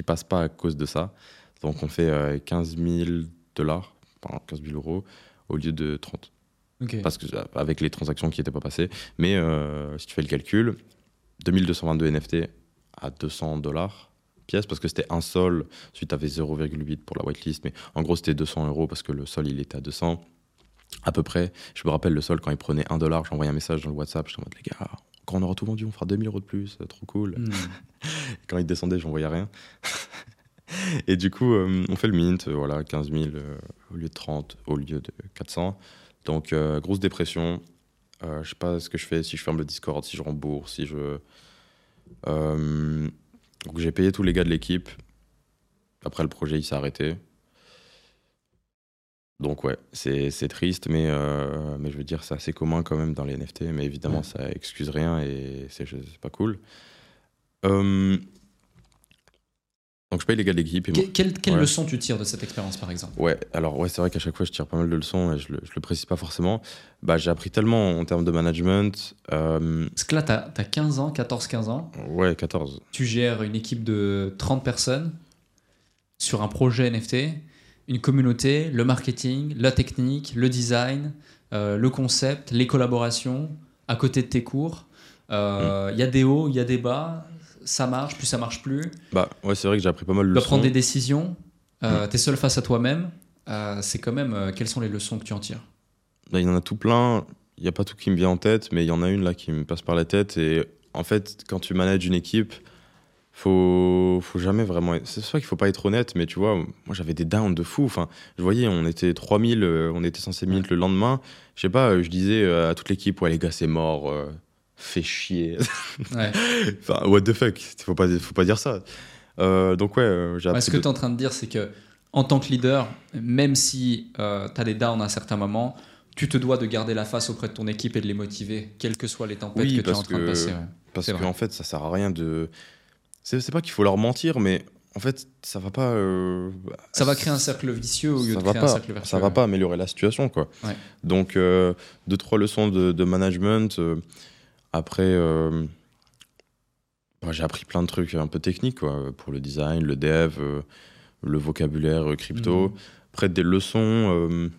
A: Donc, on fait 15 000 $, pardon, 15 000 € au lieu de 30. Okay. Parce que avec les transactions qui n'étaient pas passées. Mais si tu fais le calcul, 2222 NFT à 200 $ pièce, parce que c'était un sol, ensuite tu avais 0,8 pour la whitelist, mais en gros c'était 200 € parce que le sol il était à 200 à peu près. Je me rappelle le sol quand il prenait 1 $, j'envoyais un message dans le WhatsApp, j'étais en mode les gars, quand on aura tout vendu, on fera 2000 € de plus, trop cool. Quand il descendait, j'envoyais rien. Et du coup, on fait le mint, voilà, 15 000 au lieu de 30, au lieu de 400. Donc, grosse dépression. Je sais pas ce que je fais, si je ferme le Discord, si je rembourse, si je... Donc, j'ai payé tous les gars de l'équipe. Après, le projet, il s'est arrêté. Donc, ouais, c'est triste, mais je veux dire, c'est assez commun quand même dans les NFT. Mais évidemment, ça excuse rien et c'est pas cool. Donc je paye les gars de l'équipe.
B: Quelle leçon tu tires de cette expérience, par exemple ?
A: Ouais, alors c'est vrai qu'à chaque fois je tire pas mal de leçons et je le précise pas forcément. J'ai appris tellement en termes de management.
B: Parce que là, t'as 15 ans, 14-15 ans.
A: Ouais, 14.
B: Tu gères une équipe de 30 personnes sur un projet NFT, une communauté, le marketing, la technique, le design, le concept, les collaborations, à côté de tes cours. Y a des hauts, il y a des bas. Ça marche, puis ça marche plus.
A: Ouais, c'est vrai que j'ai appris pas mal de
B: leçons. Tu dois prendre des décisions. T'es seul face à toi-même. C'est quand même... quelles sont les leçons que tu en tires ?
A: Il y en a tout plein. Il n'y a pas tout qui me vient en tête, mais il y en a une là qui me passe par la tête. Et en fait, quand tu manages une équipe, faut jamais vraiment... C'est sûr qu'il faut pas être honnête, mais tu vois, moi j'avais des downs de fou. Enfin, je voyais, on était 3000, on était censé mint le lendemain. Je sais pas, je disais à toute l'équipe, ouais les gars, c'est mort... fait chier.
B: Ouais.
A: Enfin, what the fuck, faut pas dire ça. Donc ouais, j'ai appris.
B: Ce que tu es en train de dire, c'est que en tant que leader, même si tu as des downs à un certain moment, tu te dois de garder la face auprès de ton équipe et de les motiver, quelles que soient les tempêtes que tu es en train de passer. Ouais.
A: Parce qu'en fait, ça sert à rien de... C'est pas qu'il faut leur mentir, mais en fait, ça va pas...
B: Ça va créer un cercle vicieux au lieu de créer un cercle vertueux.
A: Ça va pas améliorer la situation, quoi.
B: Ouais.
A: Donc, 2-3 leçons de management... Après, j'ai appris plein de trucs un peu techniques, quoi, pour le design, le dev, le vocabulaire crypto. Après, des leçons...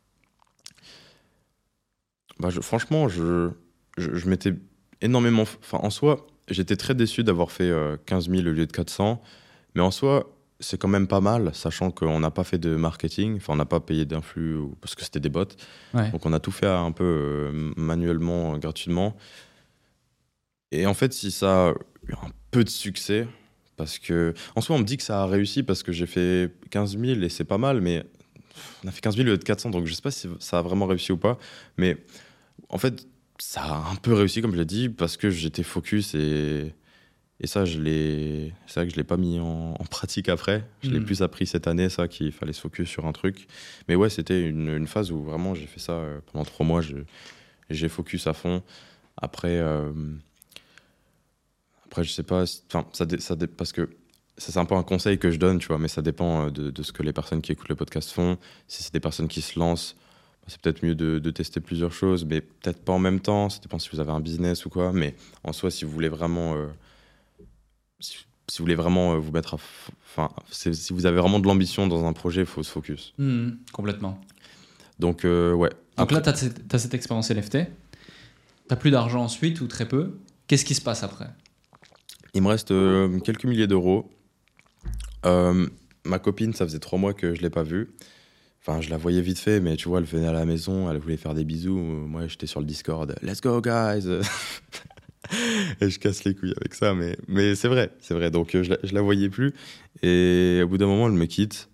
A: franchement, je m'étais énormément... Enfin, en soi, j'étais très déçu d'avoir fait 15 000 au lieu de 400. Mais en soi, c'est quand même pas mal, sachant qu'on n'a pas fait de marketing, enfin on n'a pas payé d'influx parce que c'était des bots.
B: Ouais.
A: Donc on a tout fait un peu manuellement, gratuitement. Et en fait, si ça a eu un peu de succès, parce que en soi on me dit que ça a réussi parce que j'ai fait 15 000 et c'est pas mal, mais on a fait 15 000 au lieu de 400, donc je sais pas si ça a vraiment réussi ou pas. Mais en fait, ça a un peu réussi, comme je l'ai dit, parce que j'étais focus et ça, c'est vrai que je l'ai pas mis en pratique après. Je l'ai plus appris cette année, ça, qu'il fallait se focus sur un truc. Mais ouais, c'était une phase où vraiment j'ai fait ça pendant 3 mois. J'ai focus à fond. Après, je sais pas. Enfin, parce que ça, c'est un peu un conseil que je donne, tu vois, mais ça dépend de ce que les personnes qui écoutent le podcast font. Si c'est des personnes qui se lancent, c'est peut-être mieux de tester plusieurs choses, mais peut-être pas en même temps. Ça dépend si vous avez un business ou quoi. Mais en soi, si vous voulez vraiment. Si vous voulez vraiment vous mettre si vous avez vraiment de l'ambition dans un projet, il faut se focus.
B: Complètement.
A: Donc, ouais.
B: Donc là, tu as cette expérience NFT. Tu n'as plus d'argent ensuite ou très peu. Qu'est-ce qui se passe après ?
A: Il me reste quelques milliers d'euros. Ma copine, ça faisait 3 mois que je ne l'ai pas vue. Enfin, je la voyais vite fait, mais tu vois, elle venait à la maison, elle voulait faire des bisous. Moi, j'étais sur le Discord. Let's go, guys! Et je casse les couilles avec ça, mais c'est vrai. Donc, je la voyais plus. Et au bout d'un moment, elle me quitte.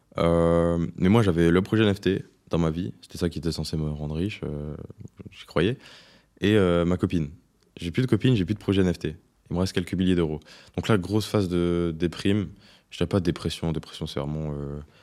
A: Mais moi, j'avais le projet NFT dans ma vie. C'était ça qui était censé me rendre riche. J'y croyais. Et ma copine. J'ai plus de copine, j'ai plus de projet NFT. Il me reste quelques milliers d'euros. Donc là, grosse phase de déprime. Je dirais pas de dépression. Dépression, c'est vraiment...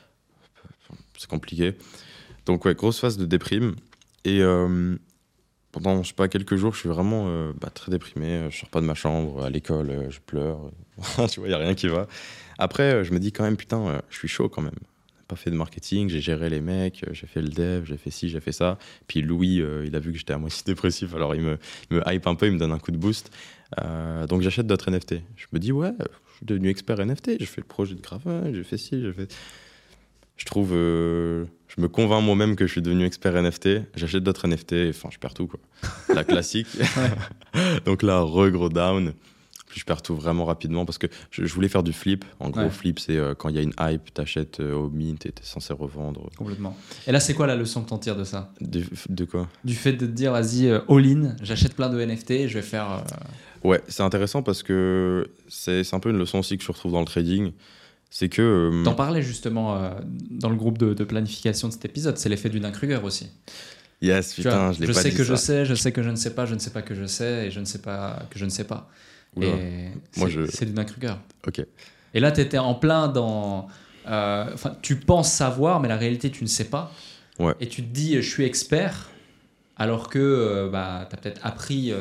A: c'est compliqué. Donc ouais, grosse phase de déprime. Et pendant, je sais pas, quelques jours, je suis vraiment très déprimé. Je sors pas de ma chambre. À l'école, je pleure. Tu vois, il n'y a rien qui va. Après, je me dis quand même, putain, je suis chaud quand même. J'ai pas fait de marketing, j'ai géré les mecs, j'ai fait le dev, j'ai fait ci, j'ai fait ça. Puis Louis, il a vu que j'étais à moitié dépressif, alors il me hype un peu, il me donne un coup de boost. Donc j'achète d'autres NFT. Je me dis, ouais, je suis devenu expert NFT, j'ai fait le projet de gravage, j'ai fait ci, j'ai fait... Je trouve, je me convainc moi-même que je suis devenu expert NFT. J'achète d'autres NFT, enfin, je perds tout, quoi. La classique. Donc là, gros down. Puis je perds tout vraiment rapidement parce que je voulais faire du flip. En gros, flip, c'est quand il y a une hype, t'achètes au mint et t'es censé revendre.
B: Complètement. Et là, c'est quoi la leçon que t'en tires de ça ?
A: De quoi ?
B: Du fait de te dire, vas-y, all-in, j'achète plein de NFT et je vais faire...
A: Ouais, c'est intéressant parce que c'est un peu une leçon aussi que je retrouve dans le trading. C'est que...
B: T'en parlais justement dans le groupe de planification de cet épisode, c'est l'effet du Dunning-Kruger aussi.
A: Yes, putain, je l'ai pas dit ça.
B: Je sais que je ne sais pas, je ne sais pas que je sais, et je ne sais pas que je ne sais pas.
A: Oula.
B: Et c'est du Dunning-Kruger.
A: Ok.
B: Et là, tu étais en plein dans... tu penses savoir, mais la réalité, tu ne sais pas.
A: Ouais.
B: Et tu te dis, je suis expert, alors que tu as peut-être appris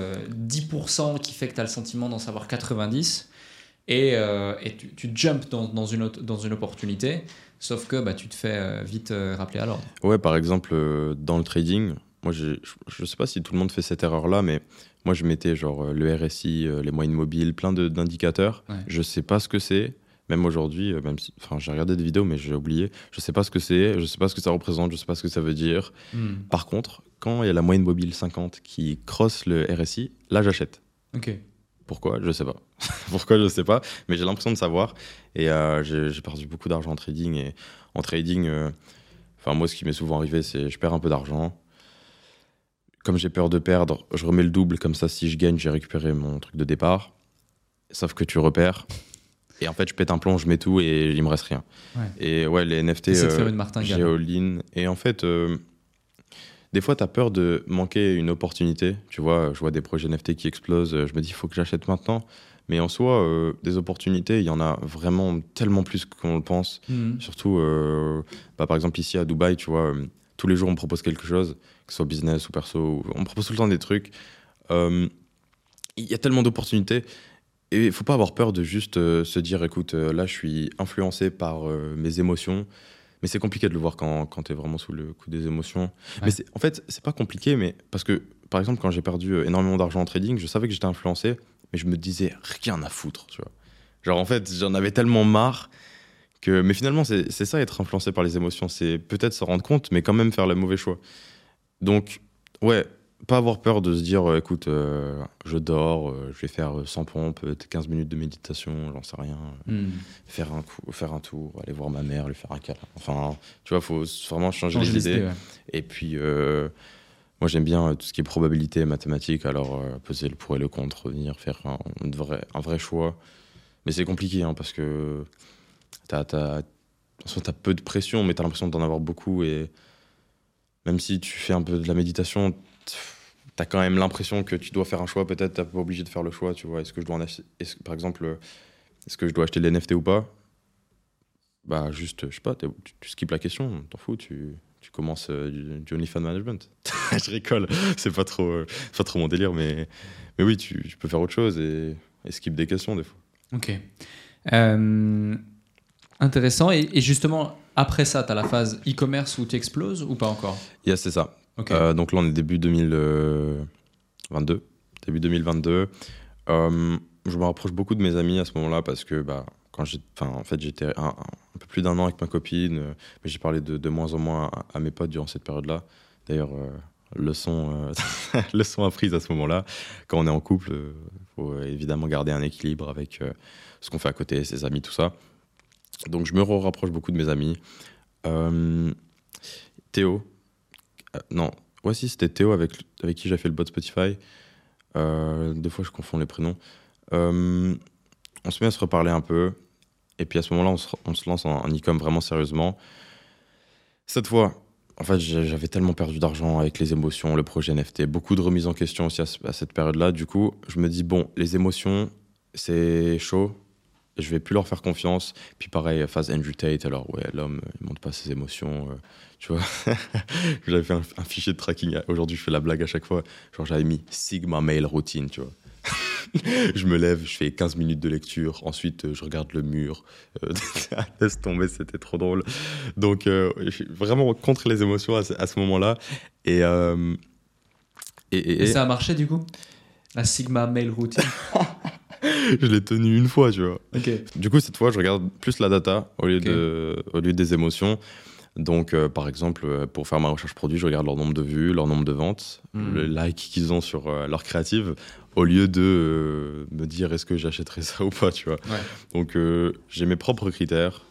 B: 10% qui fait que tu as le sentiment d'en savoir 90%. Et tu jumps dans une opportunité, sauf que tu te fais vite rappeler à l'ordre.
A: Ouais, par exemple, dans le trading, moi, je sais pas si tout le monde fait cette erreur-là, mais moi, je mettais genre le RSI, les moyennes mobiles, plein d'indicateurs. Ouais. Je sais pas ce que c'est. Même aujourd'hui, j'ai regardé des vidéos, mais j'ai oublié. Je sais pas ce que c'est, je sais pas ce que ça représente, je sais pas ce que ça veut dire. Par contre, quand il y a la moyenne mobile 50 qui crosse le RSI, là, j'achète.
B: Ok.
A: Pourquoi ? Je sais pas. Pourquoi ? Je sais pas. Mais j'ai l'impression de savoir. Et j'ai perdu beaucoup d'argent en trading. Et en trading, moi, ce qui m'est souvent arrivé, c'est je perds un peu d'argent. Comme j'ai peur de perdre, je remets le double. Comme ça, si je gagne, j'ai récupéré mon truc de départ. Sauf que tu repères. Et en fait, je pète un plomb, je mets tout et il me reste rien. Ouais. Et ouais, les NFT, j'ai all-in. Et en fait... des fois, tu as peur de manquer une opportunité. Tu vois, je vois des projets NFT qui explosent. Je me dis, il faut que j'achète maintenant. Mais en soi, des opportunités, il y en a vraiment tellement plus qu'on le pense. Surtout, par exemple, ici à Dubaï, tu vois, tous les jours, on me propose quelque chose, que ce soit business ou perso. On me propose tout le temps des trucs. Il y a tellement d'opportunités. Et il ne faut pas avoir peur de juste se dire, écoute, là, je suis influencé par mes émotions. Mais c'est compliqué de le voir quand tu es vraiment sous le coup des émotions. Ouais. Mais en fait, c'est pas compliqué, mais parce que, par exemple, quand j'ai perdu énormément d'argent en trading, je savais que j'étais influencé, mais je me disais rien à foutre, tu vois. Genre, en fait, j'en avais tellement marre que... Mais finalement, c'est ça, être influencé par les émotions. C'est peut-être se rendre compte, mais quand même faire le mauvais choix. Donc, ouais, pas avoir peur de se dire, écoute, je dors, je vais faire 100 pompes, 15 minutes de méditation, j'en sais rien. Faire un tour, aller voir ma mère, lui faire un câlin. Enfin, tu vois, il faut vraiment changer les idées.
B: Ouais.
A: Et puis, moi, j'aime bien tout ce qui est probabilité mathématique, alors peser le pour et le contre, revenir, faire un vrai choix. Mais c'est compliqué, hein, parce que t'as peu de pression, mais t'as l'impression d'en avoir beaucoup. Et même si tu fais un peu de la méditation, t'as quand même l'impression que tu dois faire un choix. Peut-être t'es pas obligé de faire le choix, tu vois. Est-ce que je dois en acheter, par exemple, est-ce que je dois acheter de l'NFT ou pas? Bah, juste, je sais pas, tu skippes la question, t'en fous, tu commences du OnlyFans Management. Je rigole, c'est pas trop mon délire, mais oui, tu peux faire autre chose et skip des questions des fois.
B: Ok. Intéressant. Et justement, après ça, tu as la phase e-commerce où tu exploses ou pas encore?
A: Yes, c'est ça.
B: Okay.
A: Donc là, on est début 2022. Début 2022. Je me rapproche beaucoup de mes amis à ce moment-là parce que j'étais un peu plus d'1 an avec ma copine, mais j'ai parlé de moins en moins à mes potes durant cette période-là. D'ailleurs, leçon apprise à ce moment-là. Quand on est en couple, il faut évidemment garder un équilibre avec ce qu'on fait à côté, ses amis, tout ça. Donc je me rapproche beaucoup de mes amis. Théo. C'était Théo avec qui j'ai fait le bot Spotify. Des fois, je confonds les prénoms. On se met à se reparler un peu. Et puis à ce moment-là, on se lance en e-com vraiment sérieusement. Cette fois, en fait, j'avais tellement perdu d'argent avec les émotions, le projet NFT, beaucoup de remises en question aussi à cette période-là. Du coup, je me dis, bon, les émotions, c'est chaud. Je vais plus leur faire confiance. Puis pareil, phase Andrew Tate, alors ouais, l'homme, il montre pas ses émotions. Tu vois, j'avais fait un fichier de tracking. Aujourd'hui, je fais la blague à chaque fois. Genre, j'avais mis Sigma Mail Routine, tu vois. Je me lève, je fais 15 minutes de lecture, ensuite je regarde le mur, laisse tomber, c'était trop drôle. Donc je suis vraiment contre les émotions à ce moment-là. Et
B: ça a marché du coup? La Sigma Mail Routine.
A: Je l'ai tenu une fois, tu vois.
B: Okay.
A: Du coup, cette fois, je regarde plus la data au lieu des émotions. Donc, par exemple, pour faire ma recherche produit, je regarde leur nombre de vues, leur nombre de ventes, le like qu'ils ont sur leur créative, au lieu de me dire est-ce que j'achèterais ça ou pas, tu vois.
B: Ouais.
A: Donc, j'ai mes propres critères,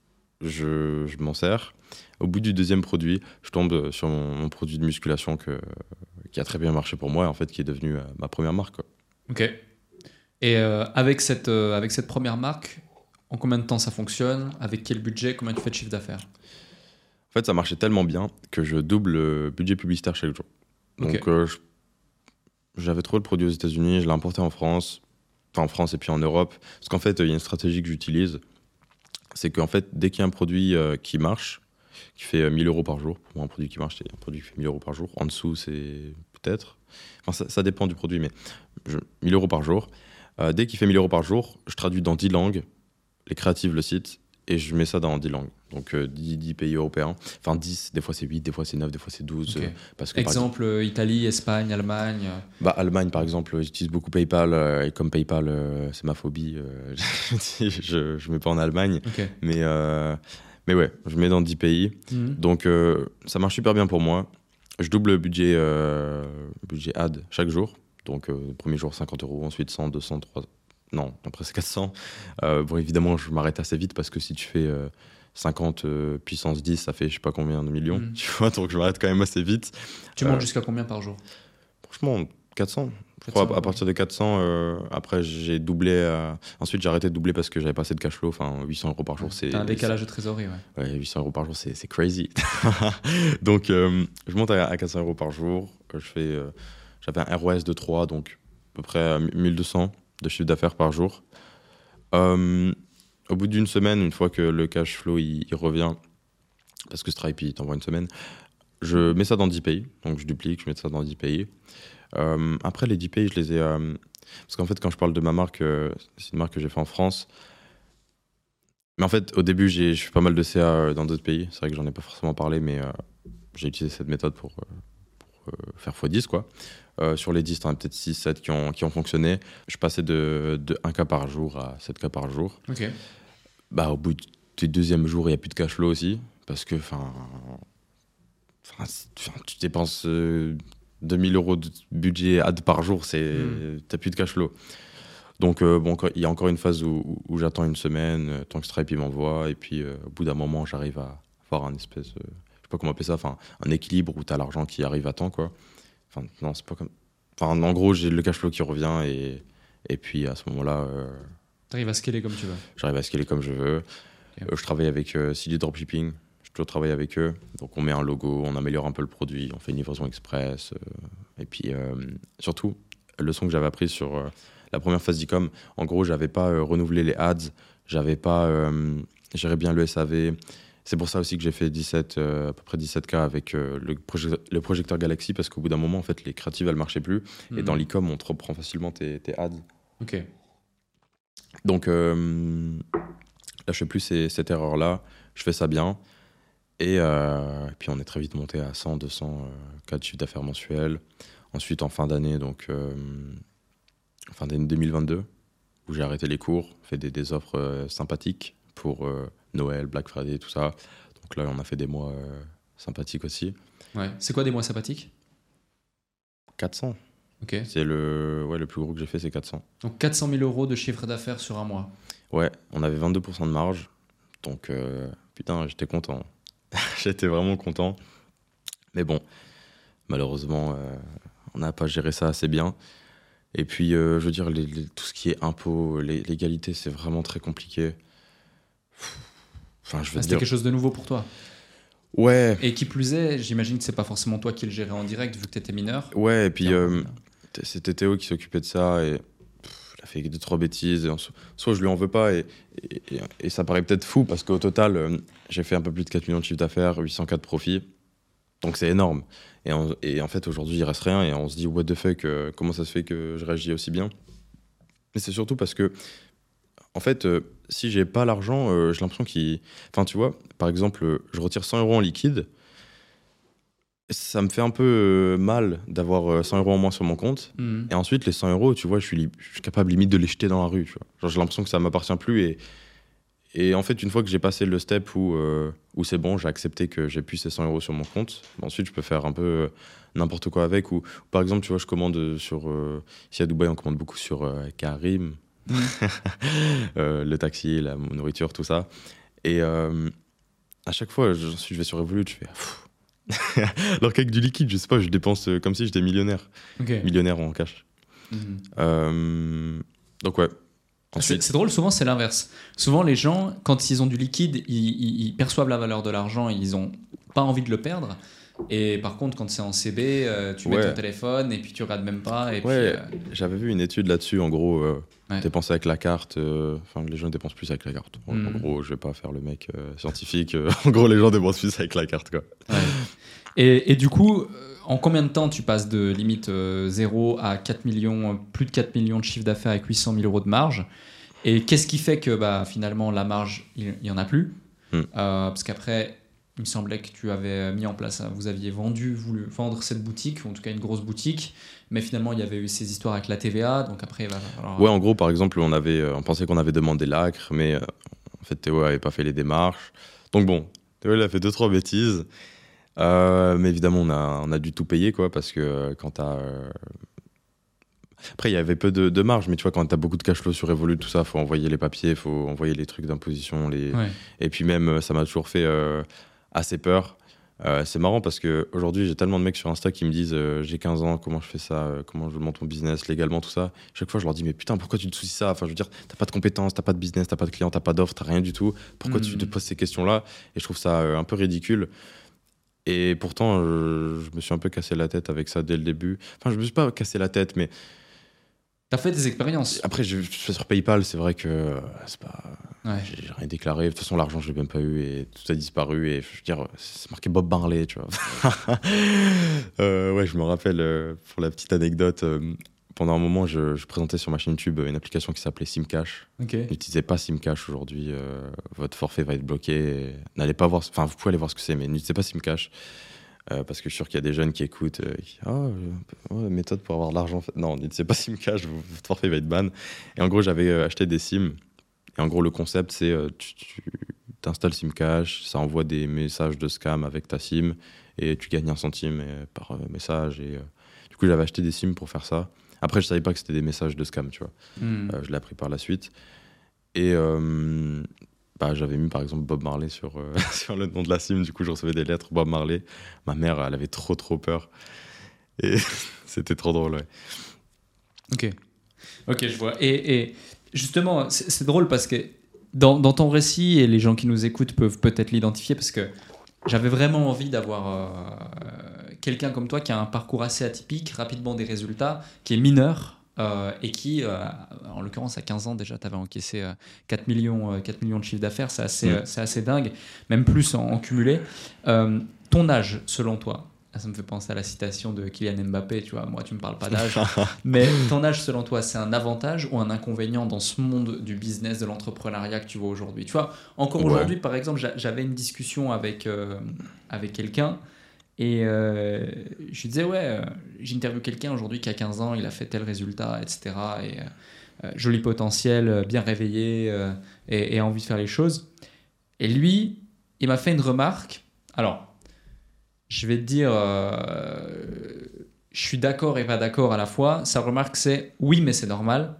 A: je m'en sers. Au bout du deuxième produit, je tombe sur mon produit de musculation qui a très bien marché pour moi, en fait, qui est devenu ma première marque, quoi.
B: Ok. Et avec cette première marque, en combien de temps ça fonctionne? Avec quel budget? Combien tu fais de chiffre d'affaires?
A: En fait, ça marchait tellement bien que je double le budget publicitaire chaque jour. Donc, j'avais trouvé le produit aux États-Unis, je l'ai importé en France et puis en Europe. Parce qu'en fait, il y a une stratégie que j'utilise. C'est qu'en fait, dès qu'il y a un produit qui marche, qui fait 1 000 € par jour, pour moi, un produit qui marche, c'est un produit qui fait 1 000 € par jour. En dessous, c'est peut-être. Enfin, ça dépend du produit, mais 1 000 € par jour. Dès qu'il fait 1 000 € par jour, je traduis dans 10 langues, les créatives, le site, et je mets ça dans 10 langues. Donc 10 pays européens. Enfin 10, des fois c'est 8, des fois c'est 9, des fois c'est 12.
B: Okay.
A: Parce que,
B: exemple, Italie, Espagne, Allemagne.
A: Allemagne par exemple, j'utilise beaucoup PayPal, et comme PayPal c'est ma phobie, je mets pas en Allemagne.
B: Okay.
A: Mais ouais, je mets dans 10 pays. Donc ça marche super bien pour moi. Je double le budget ad chaque jour. Donc premier jour 50 €, ensuite 100, 200, 300. Non, après c'est 400. Bon, évidemment, je m'arrête assez vite parce que si tu fais 50 puissance 10, ça fait je sais pas combien de millions. Tu vois, donc je m'arrête quand même assez vite.
B: Tu montes jusqu'à combien par jour?
A: Franchement, 400. Je crois à partir de 400, après j'ai doublé. Ensuite, j'ai arrêté de doubler parce que j'avais pas assez de cash flow. Enfin, 800 € par jour, c'est.
B: T'as un décalage de trésorerie, ouais.
A: Ouais, 800 € par jour, c'est crazy. Donc, je monte à 400 € par jour. J'avais un ROS de 3, donc à peu près 1200 de chiffre d'affaires par jour. Au bout d'une semaine, une fois que le cash flow il revient, parce que Stripe il t'envoie une semaine, je mets ça dans 10 pays. Donc je duplique, je mets ça dans 10 pays. Après les 10 pays, je les ai... parce qu'en fait, quand je parle de ma marque, c'est une marque que j'ai fait en France. Mais en fait, au début, je fais pas mal de CA dans d'autres pays. C'est vrai que j'en ai pas forcément parlé, mais j'ai utilisé cette méthode pour faire x10, quoi. Sur les 10, t'en as peut-être 6, 7 qui ont fonctionné. Je passais de 1 cas par jour à 7 cas par jour.
B: Ok.
A: Au bout du deuxième jour, il n'y a plus de cash flow aussi. Parce que, tu dépenses 2000 euros de budget ad par jour, t'as plus de cash flow. Donc, il y a encore une phase où j'attends une semaine, tant que Stripe il m'envoie, et puis au bout d'un moment, j'arrive à avoir un espèce, je sais pas comment appeler ça, enfin, un équilibre où t'as l'argent qui arrive à temps, quoi. Enfin, non, c'est pas comme. Enfin, en gros, j'ai le cash flow qui revient, et puis à ce moment-là,
B: T'arrives à scaler comme tu veux.
A: j'arrive à scaler comme je veux.
B: Ok.
A: Je travaille avec CD Dropshipping, j'ai toujours travaillé avec eux. Donc, on met un logo, on améliore un peu le produit, on fait une livraison express, et puis surtout, la leçon que j'avais apprise sur la première phase d'e-com, en gros, j'avais pas renouvelé les ads, j'avais pas géré bien le SAV. C'est pour ça aussi que j'ai fait à peu près 17K avec le projecteur Galaxy, parce qu'au bout d'un moment, en fait, les créatives, elles marchaient plus. Et dans l'e-com, on te reprend facilement tes ads.
B: Ok.
A: Donc là, je fais plus cette erreur-là. Je fais ça bien. Et puis, on est très vite monté à 100, 200 cas de chiffre d'affaires mensuel. Ensuite, en fin d'année, donc fin d'année 2022, où j'ai arrêté les cours, fait des offres sympathiques pour Noël, Black Friday, tout ça. Donc là, on a fait des mois sympathiques aussi.
B: Ouais. C'est quoi des mois sympathiques?
A: 400.
B: Ok.
A: C'est le plus gros que j'ai fait, c'est 400.
B: Donc 400 000 euros de chiffre d'affaires sur un mois.
A: Ouais, on avait 22% de marge. Donc, putain, j'étais content. J'étais vraiment content. Mais bon, malheureusement, on n'a pas géré ça assez bien. Et puis, je veux dire, tout ce qui est impôts, légalité, c'est vraiment très compliqué. Enfin, je veux
B: C'était
A: dire...
B: quelque chose de nouveau pour toi.
A: Ouais.
B: Et qui plus est, j'imagine que c'est pas forcément toi qui le gérais en direct vu que t'étais mineur.
A: Ouais, et puis c'était Théo qui s'occupait de ça et il a fait 2-3 bêtises. Et soit je lui en veux pas et ça paraît peut-être fou parce qu'au total, j'ai fait un peu plus de 4 millions de chiffre d'affaires, 800K de profit. Donc c'est énorme. Et en fait, aujourd'hui, il reste rien et on se dit, what the fuck, comment ça se fait que je réagis aussi bien? Mais c'est surtout parce que, en fait, si j'ai pas l'argent, j'ai l'impression qu'il. Enfin, tu vois, par exemple, je retire 100 euros en liquide. Ça me fait un peu mal d'avoir 100 euros en moins sur mon compte. Et ensuite, les 100 euros, tu vois, je suis capable limite de les jeter dans la rue. Tu vois. Genre, j'ai l'impression que ça m'appartient plus. Et en fait, une fois que j'ai passé le step où c'est bon, j'ai accepté que j'ai plus ces 100 euros sur mon compte, ensuite, je peux faire un peu n'importe quoi avec. Ou par exemple, tu vois, je commande sur. Ici à Dubaï, on commande beaucoup sur Carim. Le taxi, la nourriture, tout ça. Et à chaque fois, je vais sur Revolut, je fais. Alors qu'avec du liquide, je sais pas, je dépense comme si j'étais millionnaire.
B: Okay.
A: Millionnaire en cash. Donc ouais. Ensuite...
B: C'est drôle, souvent c'est l'inverse. Souvent les gens, quand ils ont du liquide, ils perçoivent la valeur de l'argent, ils ont pas envie de le perdre. Et par contre, quand c'est en CB, tu mets ton téléphone et puis tu regardes même pas. Et puis,
A: j'avais vu une étude là-dessus. En gros, dépenser avec la carte. Enfin, les gens dépensent plus avec la carte. En gros, je vais pas faire le mec scientifique. En gros, les gens dépensent plus avec la carte, quoi.
B: Ouais. Et du coup, en combien de temps tu passes de limite 0 à 4 millions, plus de 4 millions de chiffre d'affaires avec 800 000 euros de marge? Et qu'est-ce qui fait que finalement la marge, il y en a plus? Parce qu'après, il me semblait que tu avais mis en place, vous aviez voulu vendre cette boutique, ou en tout cas une grosse boutique, mais finalement il y avait eu ces histoires avec la TVA, donc après il va falloir...
A: Ouais, en gros, par exemple, on pensait qu'on avait demandé l'ACRE, mais en fait Théo n'avait pas fait les démarches. Donc bon, Théo il a fait 2-3 bêtises, mais évidemment on a dû tout payer, quoi, parce que quand t'as... Après, il y avait peu de marge, mais tu vois, quand tu as beaucoup de cash flow sur Revolut, tout ça, il faut envoyer les papiers, il faut envoyer les trucs d'imposition. Et puis même, ça m'a toujours fait assez peur. C'est marrant parce qu'aujourd'hui, j'ai tellement de mecs sur Insta qui me disent j'ai 15 ans, comment je fais ça, comment je monte mon business légalement, tout ça. Chaque fois, je leur dis mais putain, pourquoi tu te soucies ça? Enfin, je veux dire, t'as pas de compétences, t'as pas de business, t'as pas de clients, t'as pas d'offres, t'as rien du tout. Pourquoi tu te poses ces questions-là? Et je trouve ça un peu ridicule. Et pourtant, je me suis un peu cassé la tête avec ça dès le début. Enfin, je me suis pas cassé la tête, mais...
B: T'as fait des expériences.
A: Après, je fais sur PayPal, c'est vrai que c'est pas... J'ai rien déclaré. De toute façon, l'argent, je l'ai même pas eu et tout a disparu. Et je veux dire, c'est marqué Bob Marley, tu vois. Ouais, je me rappelle, pour la petite anecdote, pendant un moment, je présentais sur ma chaîne YouTube une application qui s'appelait SimCash. N'utilisez pas SimCash aujourd'hui. Votre forfait va être bloqué. N'allez pas voir... Enfin, vous pouvez aller voir ce que c'est, mais n'utilisez pas SimCash. Parce que je suis sûr qu'il y a des jeunes qui écoutent méthode pour avoir de l'argent. Non, c'est pas SimCash, votre forfait va être ban. Et en gros, j'avais acheté des SIM. Et en gros, le concept, c'est tu t'installes SimCash, ça envoie des messages de scam avec ta SIM. et tu gagnes 1 centime par message. Et du coup, j'avais acheté des SIM pour faire ça. Après, je savais pas que c'était des messages de scam, tu vois. Je l'ai appris par la suite. Et j'avais mis par exemple Bob Marley sur le nom de la SIM. Du coup, je recevais des lettres Bob Marley. Ma mère, elle avait trop peur. Et c'était trop drôle, ouais.
B: Ok, je vois. Et justement, c'est drôle parce que dans ton récit, et les gens qui nous écoutent peuvent peut-être l'identifier, parce que j'avais vraiment envie d'avoir quelqu'un comme toi qui a un parcours assez atypique, rapidement des résultats, qui est mineur, et qui, en l'occurrence, à 15 ans déjà, tu avais encaissé 4 millions de chiffre d'affaires. C'est assez dingue, même plus en cumulé. Ton âge, selon toi, ça me fait penser à la citation de Kylian Mbappé, tu vois, moi tu me parles pas d'âge, mais ton âge selon toi c'est un avantage ou un inconvénient dans ce monde du business, de l'entrepreneuriat que tu vois aujourd'hui? Tu vois, encore aujourd'hui par exemple, j'avais une discussion avec quelqu'un et je lui disais j'interviewe quelqu'un aujourd'hui qui a 15 ans, il a fait tel résultat, etc. Et joli potentiel, bien réveillé et envie de faire les choses. Et lui, il m'a fait une remarque. Alors, je vais te dire, je suis d'accord et pas d'accord à la fois. Sa remarque, c'est oui, mais c'est normal.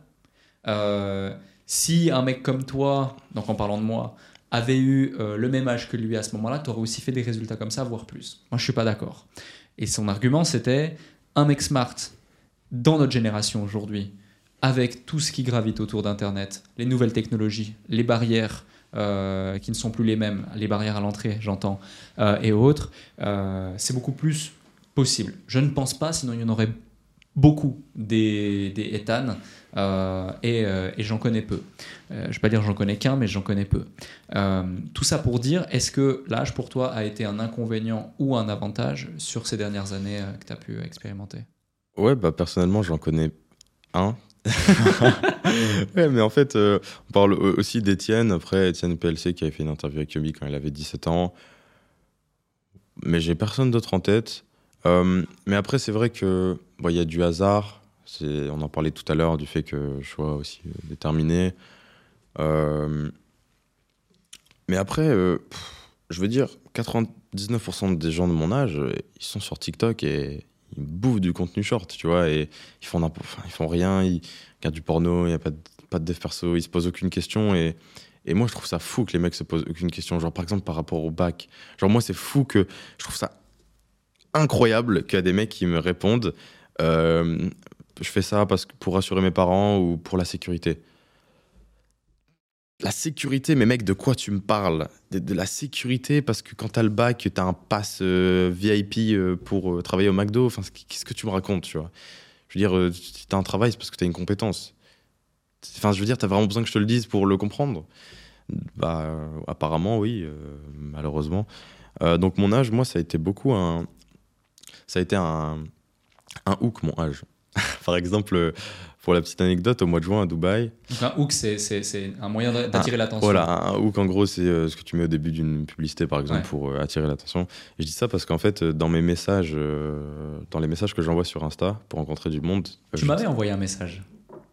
B: Si un mec comme toi, donc en parlant de moi, avait eu le même âge que lui à ce moment-là, tu aurais aussi fait des résultats comme ça, voire plus. Moi, je suis pas d'accord. Et son argument, c'était un mec smart dans notre génération aujourd'hui, avec tout ce qui gravite autour d'Internet, les nouvelles technologies, les barrières qui ne sont plus les mêmes, les barrières à l'entrée, j'entends, et autres, c'est beaucoup plus possible. Je ne pense pas, sinon il y en aurait beaucoup des Ethan, et j'en connais peu. Je ne vais pas dire j'en connais qu'un, mais j'en connais peu. Tout ça pour dire, est-ce que l'âge pour toi a été un inconvénient ou un avantage sur ces dernières années que tu as pu expérimenter?
A: Ouais, personnellement, j'en connais un. Ouais, mais en fait, on parle aussi d'Étienne. Après, Étienne PLC qui avait fait une interview avec Yomi quand il avait 17 ans. Mais j'ai personne d'autre en tête. Mais après, c'est vrai que y a du hasard. On en parlait tout à l'heure du fait que je sois aussi déterminé. Mais après, je veux dire, 99% des gens de mon âge, ils sont sur TikTok et ils bouffent du contenu short, tu vois, et ils font rien, ils regardent du porno, il n'y a pas de dev perso, ils se posent aucune question, et moi je trouve ça fou que les mecs se posent aucune question, genre par exemple par rapport au bac, genre moi c'est fou que, je trouve ça incroyable qu'il y a des mecs qui me répondent je fais ça pour rassurer mes parents ou pour la sécurité. La sécurité, mais mec, de quoi tu me parles? De la sécurité, parce que quand t'as le bac, t'as un pass VIP pour travailler au McDo. Enfin, qu'est-ce que tu me racontes, tu vois? Je veux dire, si t'as un travail, c'est parce que t'as une compétence. Enfin, je veux dire, t'as vraiment besoin que je te le dise pour le comprendre? Apparemment, oui, malheureusement. Donc mon âge, moi, ça a été beaucoup un hook, mon âge. Par exemple, pour la petite anecdote, au mois de juin à Dubaï.
B: Donc un hook, c'est un moyen d'attirer l'attention.
A: Voilà, un hook en gros, c'est ce que tu mets au début d'une publicité, par exemple, pour attirer l'attention. Et je dis ça parce qu'en fait, dans les messages que j'envoie sur Insta pour rencontrer du monde.
B: Tu m'avais envoyé un message.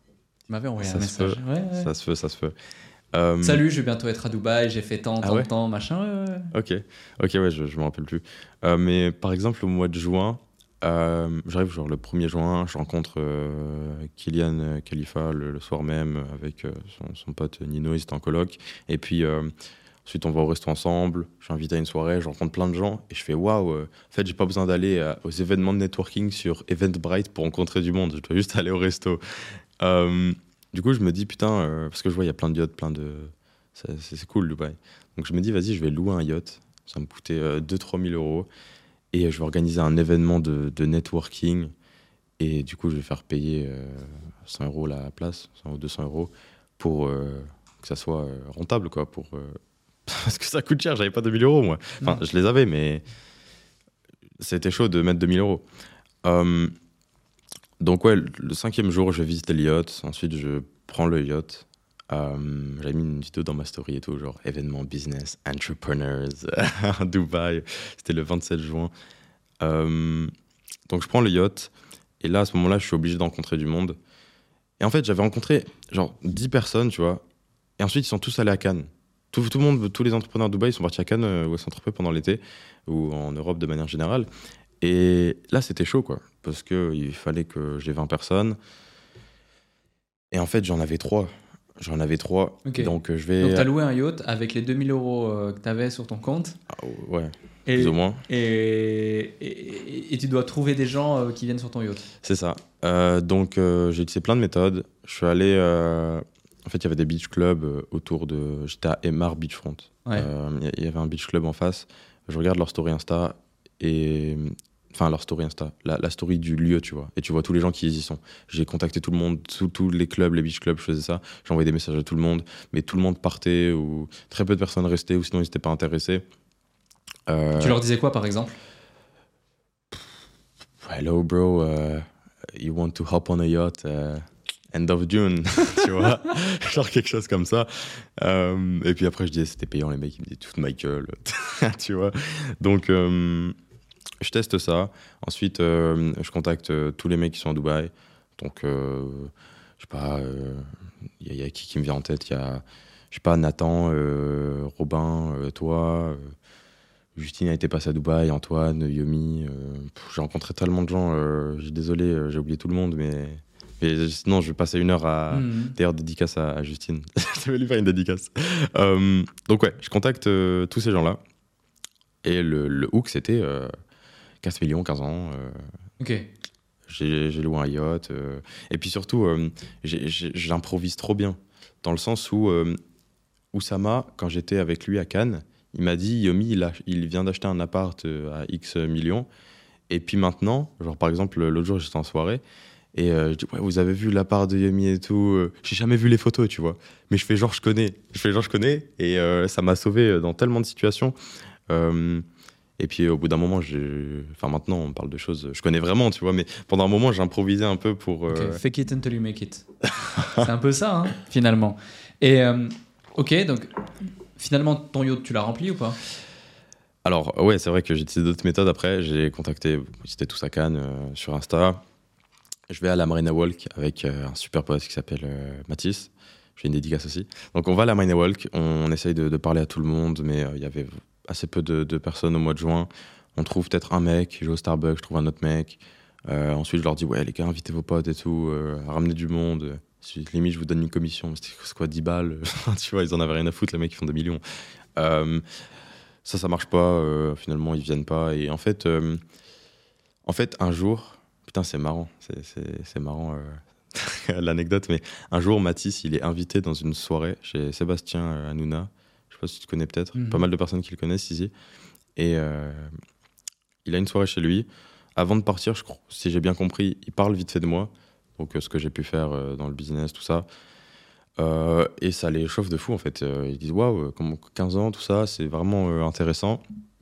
A: Ça se fait.
B: Salut, je vais bientôt être à Dubaï, j'ai fait tant, machin.
A: Ok, ouais, je me rappelle plus. Mais par exemple, au mois de juin, j'arrive genre le 1er juin, je rencontre Kylian Khalifa le soir même avec son pote Nino, ils étaient en coloc. Et puis ensuite on va au resto ensemble, je suis invité à une soirée, je rencontre plein de gens et je fais waouh, en fait j'ai pas besoin d'aller aux événements de networking sur Eventbrite pour rencontrer du monde, je dois juste aller au resto. Du coup je me dis putain, parce que je vois il y a plein de yachts, c'est cool Dubaï. Donc je me dis vas-y je vais louer un yacht, ça me coûtait 2-3 000 euros. Et je vais organiser un événement de networking. Et du coup, je vais faire payer 100 euros la place, 100 ou 200 euros, pour que ça soit rentable, quoi. Parce que ça coûte cher, j'avais pas 2000 euros, moi. Enfin, je les avais, mais c'était chaud de mettre 2000 euros. Donc, ouais, le 5e jour, je vais visiter le yacht. Ensuite, je prends le yacht. J'avais mis une vidéo dans ma story et tout, genre événement business, entrepreneurs à Dubaï. C'était le 27 juin. Donc je prends le yacht et là à ce moment-là je suis obligé de rencontrer du monde. Et en fait j'avais rencontré genre 10 personnes, tu vois. Et ensuite ils sont tous allés à Cannes. tout le monde, tous les entrepreneurs de Dubaï sont partis à Cannes ou à Saint-Tropez pendant l'été, ou en Europe de manière générale. Et là, c'était chaud, quoi, parce qu'il fallait que j'ai 20 personnes. Et en fait, j'en avais 3.
B: Ok.
A: Donc,
B: Donc, tu as loué un yacht avec les 2000 € que tu avais sur ton compte.
A: Ouais,
B: Et,
A: plus ou moins.
B: et tu dois trouver des gens qui viennent sur ton yacht.
A: C'est ça. Donc, j'ai utilisé plein de méthodes. Je suis allé... En fait, il y avait des beach clubs autour de... J'étais à Emmar Beachfront.
B: Ouais.
A: Il y avait un beach club en face. Je regarde leur story Insta et... Enfin, leur story Insta, la story du lieu, tu vois. Et tu vois tous les gens qui y sont. J'ai contacté tout le monde, tous les clubs, les beach clubs, je faisais ça. J'ai envoyé des messages à tout le monde, mais tout le monde partait ou très peu de personnes restaient ou sinon ils n'étaient pas intéressés.
B: Tu leur disais quoi, par exemple?
A: Hello, bro, you want to hop on a yacht end of June, tu vois, genre quelque chose comme ça. Et puis après, je disais, c'était payant, les mecs, ils me disaient, toute ma gueule, tu vois. Donc, je teste ça. Ensuite, je contacte tous les mecs qui sont à Dubaï. Donc, je sais pas, il y a qui me vient en tête? Il y a, je sais pas, Nathan, Robin, toi, Justine a été passée à Dubaï, Antoine, Yomi. J'ai rencontré tellement de gens. Désolé, j'ai oublié tout le monde, mais sinon, je vais passer 1 heure à. D'ailleurs, dédicace à Justine. Je vais lui faire une dédicace. Donc, ouais, je contacte tous ces gens-là. Et le hook, c'était 15 millions, 15 ans.
B: Ok.
A: J'ai loué un yacht. Et puis surtout, j'improvise trop bien. Dans le sens où Oussama, quand j'étais avec lui à Cannes, il m'a dit, Yomi, il vient d'acheter un appart à X millions. Et puis maintenant, genre par exemple, l'autre jour, j'étais en soirée. Et je dis, ouais, vous avez vu l'appart de Yomi et tout. J'ai jamais vu les photos, tu vois. Mais je fais genre, je connais. Et ça m'a sauvé dans tellement de situations. Et puis au bout d'un moment, enfin maintenant, on parle de choses, je connais vraiment, tu vois. Mais pendant un moment, j'ai improvisé un peu pour.
B: Okay. Fake it until you make it. C'est un peu ça, hein, finalement. Et ok, donc finalement, ton yacht, tu l'as rempli ou pas?
A: Alors, ouais, c'est vrai que j'ai utilisé d'autres méthodes après. J'ai contacté, c'était tous à Cannes sur Insta. Je vais à la Marina Walk avec un super pote qui s'appelle Mathis. Je fais une dédicace aussi. Donc, on va à la Marina Walk, on essaye de parler à tout le monde, mais il y avait assez peu de personnes au mois de juin. On trouve peut-être un mec, je vais au Starbucks, je trouve un autre mec. Ensuite, je leur dis, ouais, les gars, invitez vos potes et tout, ramenez du monde. Limite, je vous donne une commission. C'est quoi, 10 balles? Tu vois, ils en avaient rien à foutre, les mecs, ils font des millions. Ça marche pas. Finalement, ils viennent pas. Et en fait, un jour, putain, c'est marrant. C'est marrant l'anecdote, mais un jour, Mathis, il est invité dans une soirée chez Sébastien Hanouna. Je sais pas si tu connais peut-être. Pas mal de personnes qui le connaissent ici. Et il a une soirée chez lui. Avant de partir, je crois, si j'ai bien compris, il parle vite fait de moi. Donc, ce que j'ai pu faire dans le business, tout ça. Et ça les chauffe de fou, en fait. Ils disent, waouh, 15 ans, tout ça, c'est vraiment intéressant.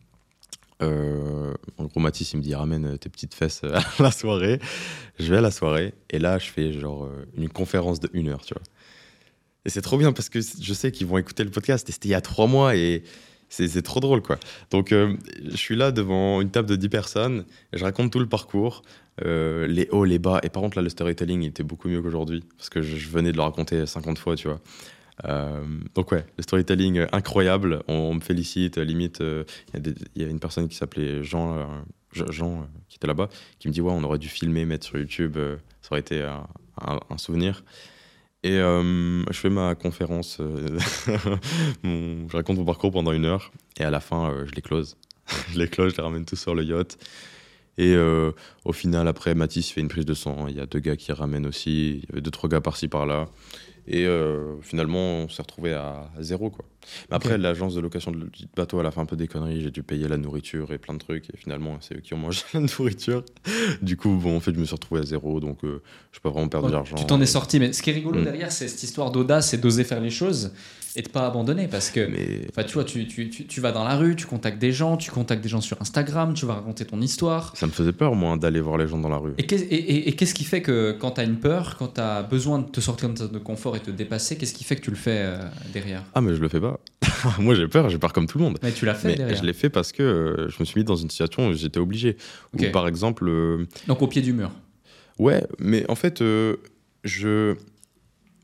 A: En gros, Mathis, il me dit, ramène tes petites fesses à la soirée. Je vais à la soirée. Et là, je fais genre une conférence de 1 heure, tu vois. Et c'est trop bien parce que je sais qu'ils vont écouter le podcast. Et c'était il y a 3 mois et c'est trop drôle, quoi. Donc, je suis là devant une table de 10 personnes. Et je raconte tout le parcours, les hauts, les bas. Et par contre, là, le storytelling, il était beaucoup mieux qu'aujourd'hui parce que je venais de le raconter 50 fois, tu vois. Donc, ouais, le storytelling incroyable. On me félicite. Limite, il y a une personne qui s'appelait Jean, qui était là-bas, qui me dit, ouais, on aurait dû filmer, mettre sur YouTube. Ça aurait été un souvenir. Et je fais ma conférence, je raconte mon parcours pendant 1 heure, et à la fin, je les close. Je les ramène tous sur le yacht. Et au final, après, Mathis fait une prise de sang. Il y a 2 gars qui ramènent aussi. Il y avait 2-3 gars par-ci, par-là. Et finalement, on s'est retrouvé à 0, quoi. Mais après, l'agence de location de bateau, elle a fait un peu des conneries. J'ai dû payer la nourriture et plein de trucs. Et finalement, c'est eux qui ont mangé la nourriture. Du coup, bon, en fait, je me suis retrouvé à 0. Donc, je peux pas vraiment perdre de l'argent.
B: Tu t'en es sorti. Mais ce qui est rigolo derrière, c'est cette histoire d'audace et d'oser faire les choses et de pas abandonner. Parce que, tu vois, tu vas dans la rue, tu contactes des gens sur Instagram, tu vas raconter ton histoire.
A: Ça me faisait peur, moi, d'aller voir les gens dans la rue.
B: Et qu'est-ce qui fait que quand tu as une peur, quand tu as besoin de te sortir de ton confort et te dépasser, qu'est-ce qui fait que tu le fais derrière?
A: Ah, mais je le fais pas. Moi, j'ai peur comme tout le monde.
B: Mais tu l'as fait derrière.
A: Je l'ai fait parce que je me suis mis dans une situation où j'étais obligé. Ou par exemple.
B: Donc au pied du mur.
A: Ouais, mais en fait,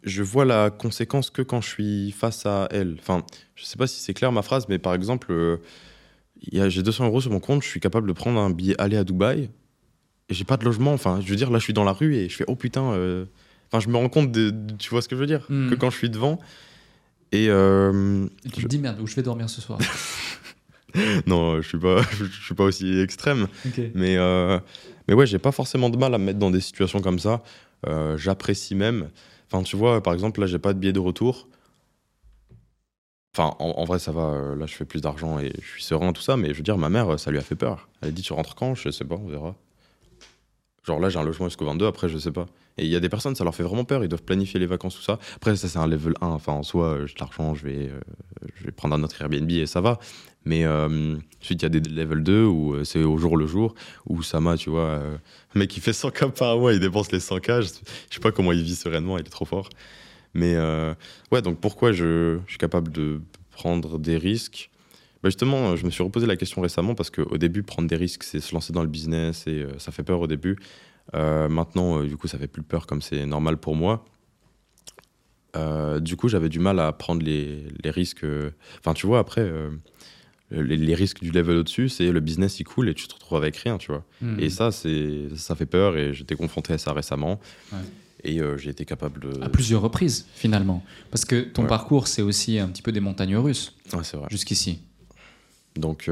A: je vois la conséquence que quand je suis face à elle. Enfin, je sais pas si c'est clair ma phrase, mais par exemple, j'ai 200 € sur mon compte, je suis capable de prendre un billet aller à Dubaï et j'ai pas de logement. Enfin, je veux dire, là, je suis dans la rue et je fais oh putain. Enfin, je me rends compte tu vois ce que je veux dire, que quand je suis devant. Et
B: tu te dis merde, où je vais dormir ce soir.
A: Non, je suis pas aussi extrême.
B: Okay.
A: Mais ouais, j'ai pas forcément de mal à me mettre dans des situations comme ça. J'apprécie même. Enfin, tu vois, par exemple, là, j'ai pas de billet de retour. Enfin, en vrai, ça va. Là, je fais plus d'argent et je suis serein, tout ça. Mais je veux dire, ma mère, ça lui a fait peur. Elle a dit, tu rentres quand? Je sais pas, on verra. Genre là, j'ai un logement jusqu'au 22, après, je sais pas. Et il y a des personnes, ça leur fait vraiment peur. Ils doivent planifier les vacances, tout ça. Après, ça, c'est un level 1. Enfin, en soi, j'ai de l'argent, je vais prendre un autre Airbnb et ça va. Mais ensuite, il y a des level 2 où c'est au jour le jour. Où Sama, tu vois, le mec, il fait 100K par mois, il dépense les 100K. Je sais pas comment il vit sereinement, il est trop fort. Mais ouais, donc pourquoi je suis capable de prendre des risques? Bah justement, je me suis reposé la question récemment parce qu'au début, prendre des risques, c'est se lancer dans le business et ça fait peur au début. Maintenant, du coup, ça fait plus peur comme c'est normal pour moi. Du coup, j'avais du mal à prendre les risques. Enfin, tu vois, après, les risques du level au-dessus, c'est le business, il coule et tu te retrouves avec rien, tu vois. Et ça fait peur et j'étais confronté à ça récemment. Ouais. Et j'ai été capable de...
B: À plusieurs reprises, finalement. Parce que ton parcours, c'est aussi un petit peu des montagnes russes.
A: Ouais, c'est vrai.
B: Jusqu'ici.
A: Donc,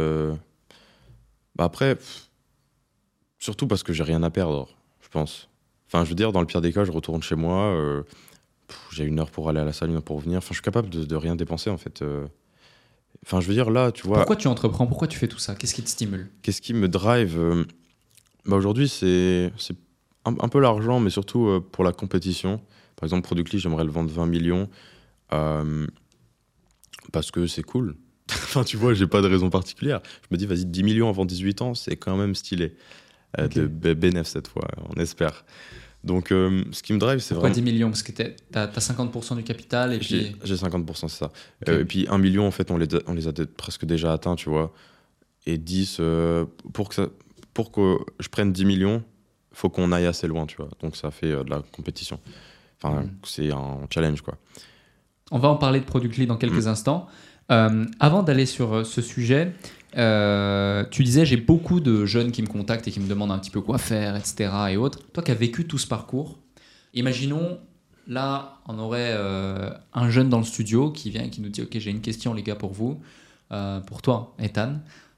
A: après, surtout parce que j'ai rien à perdre, je pense. Enfin, je veux dire, dans le pire des cas, je retourne chez moi. J'ai 1 heure pour aller à la salle, 1 heure pour revenir. Enfin, je suis capable de rien dépenser, en fait. Enfin, je veux dire, là, tu vois...
B: Pourquoi tu entreprends? Pourquoi tu fais tout ça? Qu'est-ce qui te stimule?
A: Qu'est-ce qui me drive? Aujourd'hui, c'est un peu l'argent, mais surtout pour la compétition. Par exemple, Productly, j'aimerais le vendre 20 millions parce que c'est cool. Enfin, tu vois, j'ai pas de raison particulière. Je me dis, vas-y, 10 millions avant 18 ans, c'est quand même stylé. De bénéf cette fois, on espère. Donc, ce qui me drive, c'est
B: Pourquoi
A: vraiment...
B: 10 millions? Parce que t'as 50% du capital et puis...
A: J'ai 50%, c'est ça. Et puis 1 million, en fait, on les a presque déjà atteints, tu vois. Et 10, pour que je prenne 10 millions, il faut qu'on aille assez loin, tu vois. Donc, ça fait de la compétition. Enfin, c'est un challenge, quoi.
B: On va en parler de Productly dans quelques instants. Avant d'aller sur ce sujet, tu disais, j'ai beaucoup de jeunes qui me contactent et qui me demandent un petit peu quoi faire, etc. et autres. Toi qui as vécu tout ce parcours, imaginons, là, on aurait un jeune dans le studio qui vient et qui nous dit « Ok, j'ai une question, les gars, pour vous, pour toi, Ethan.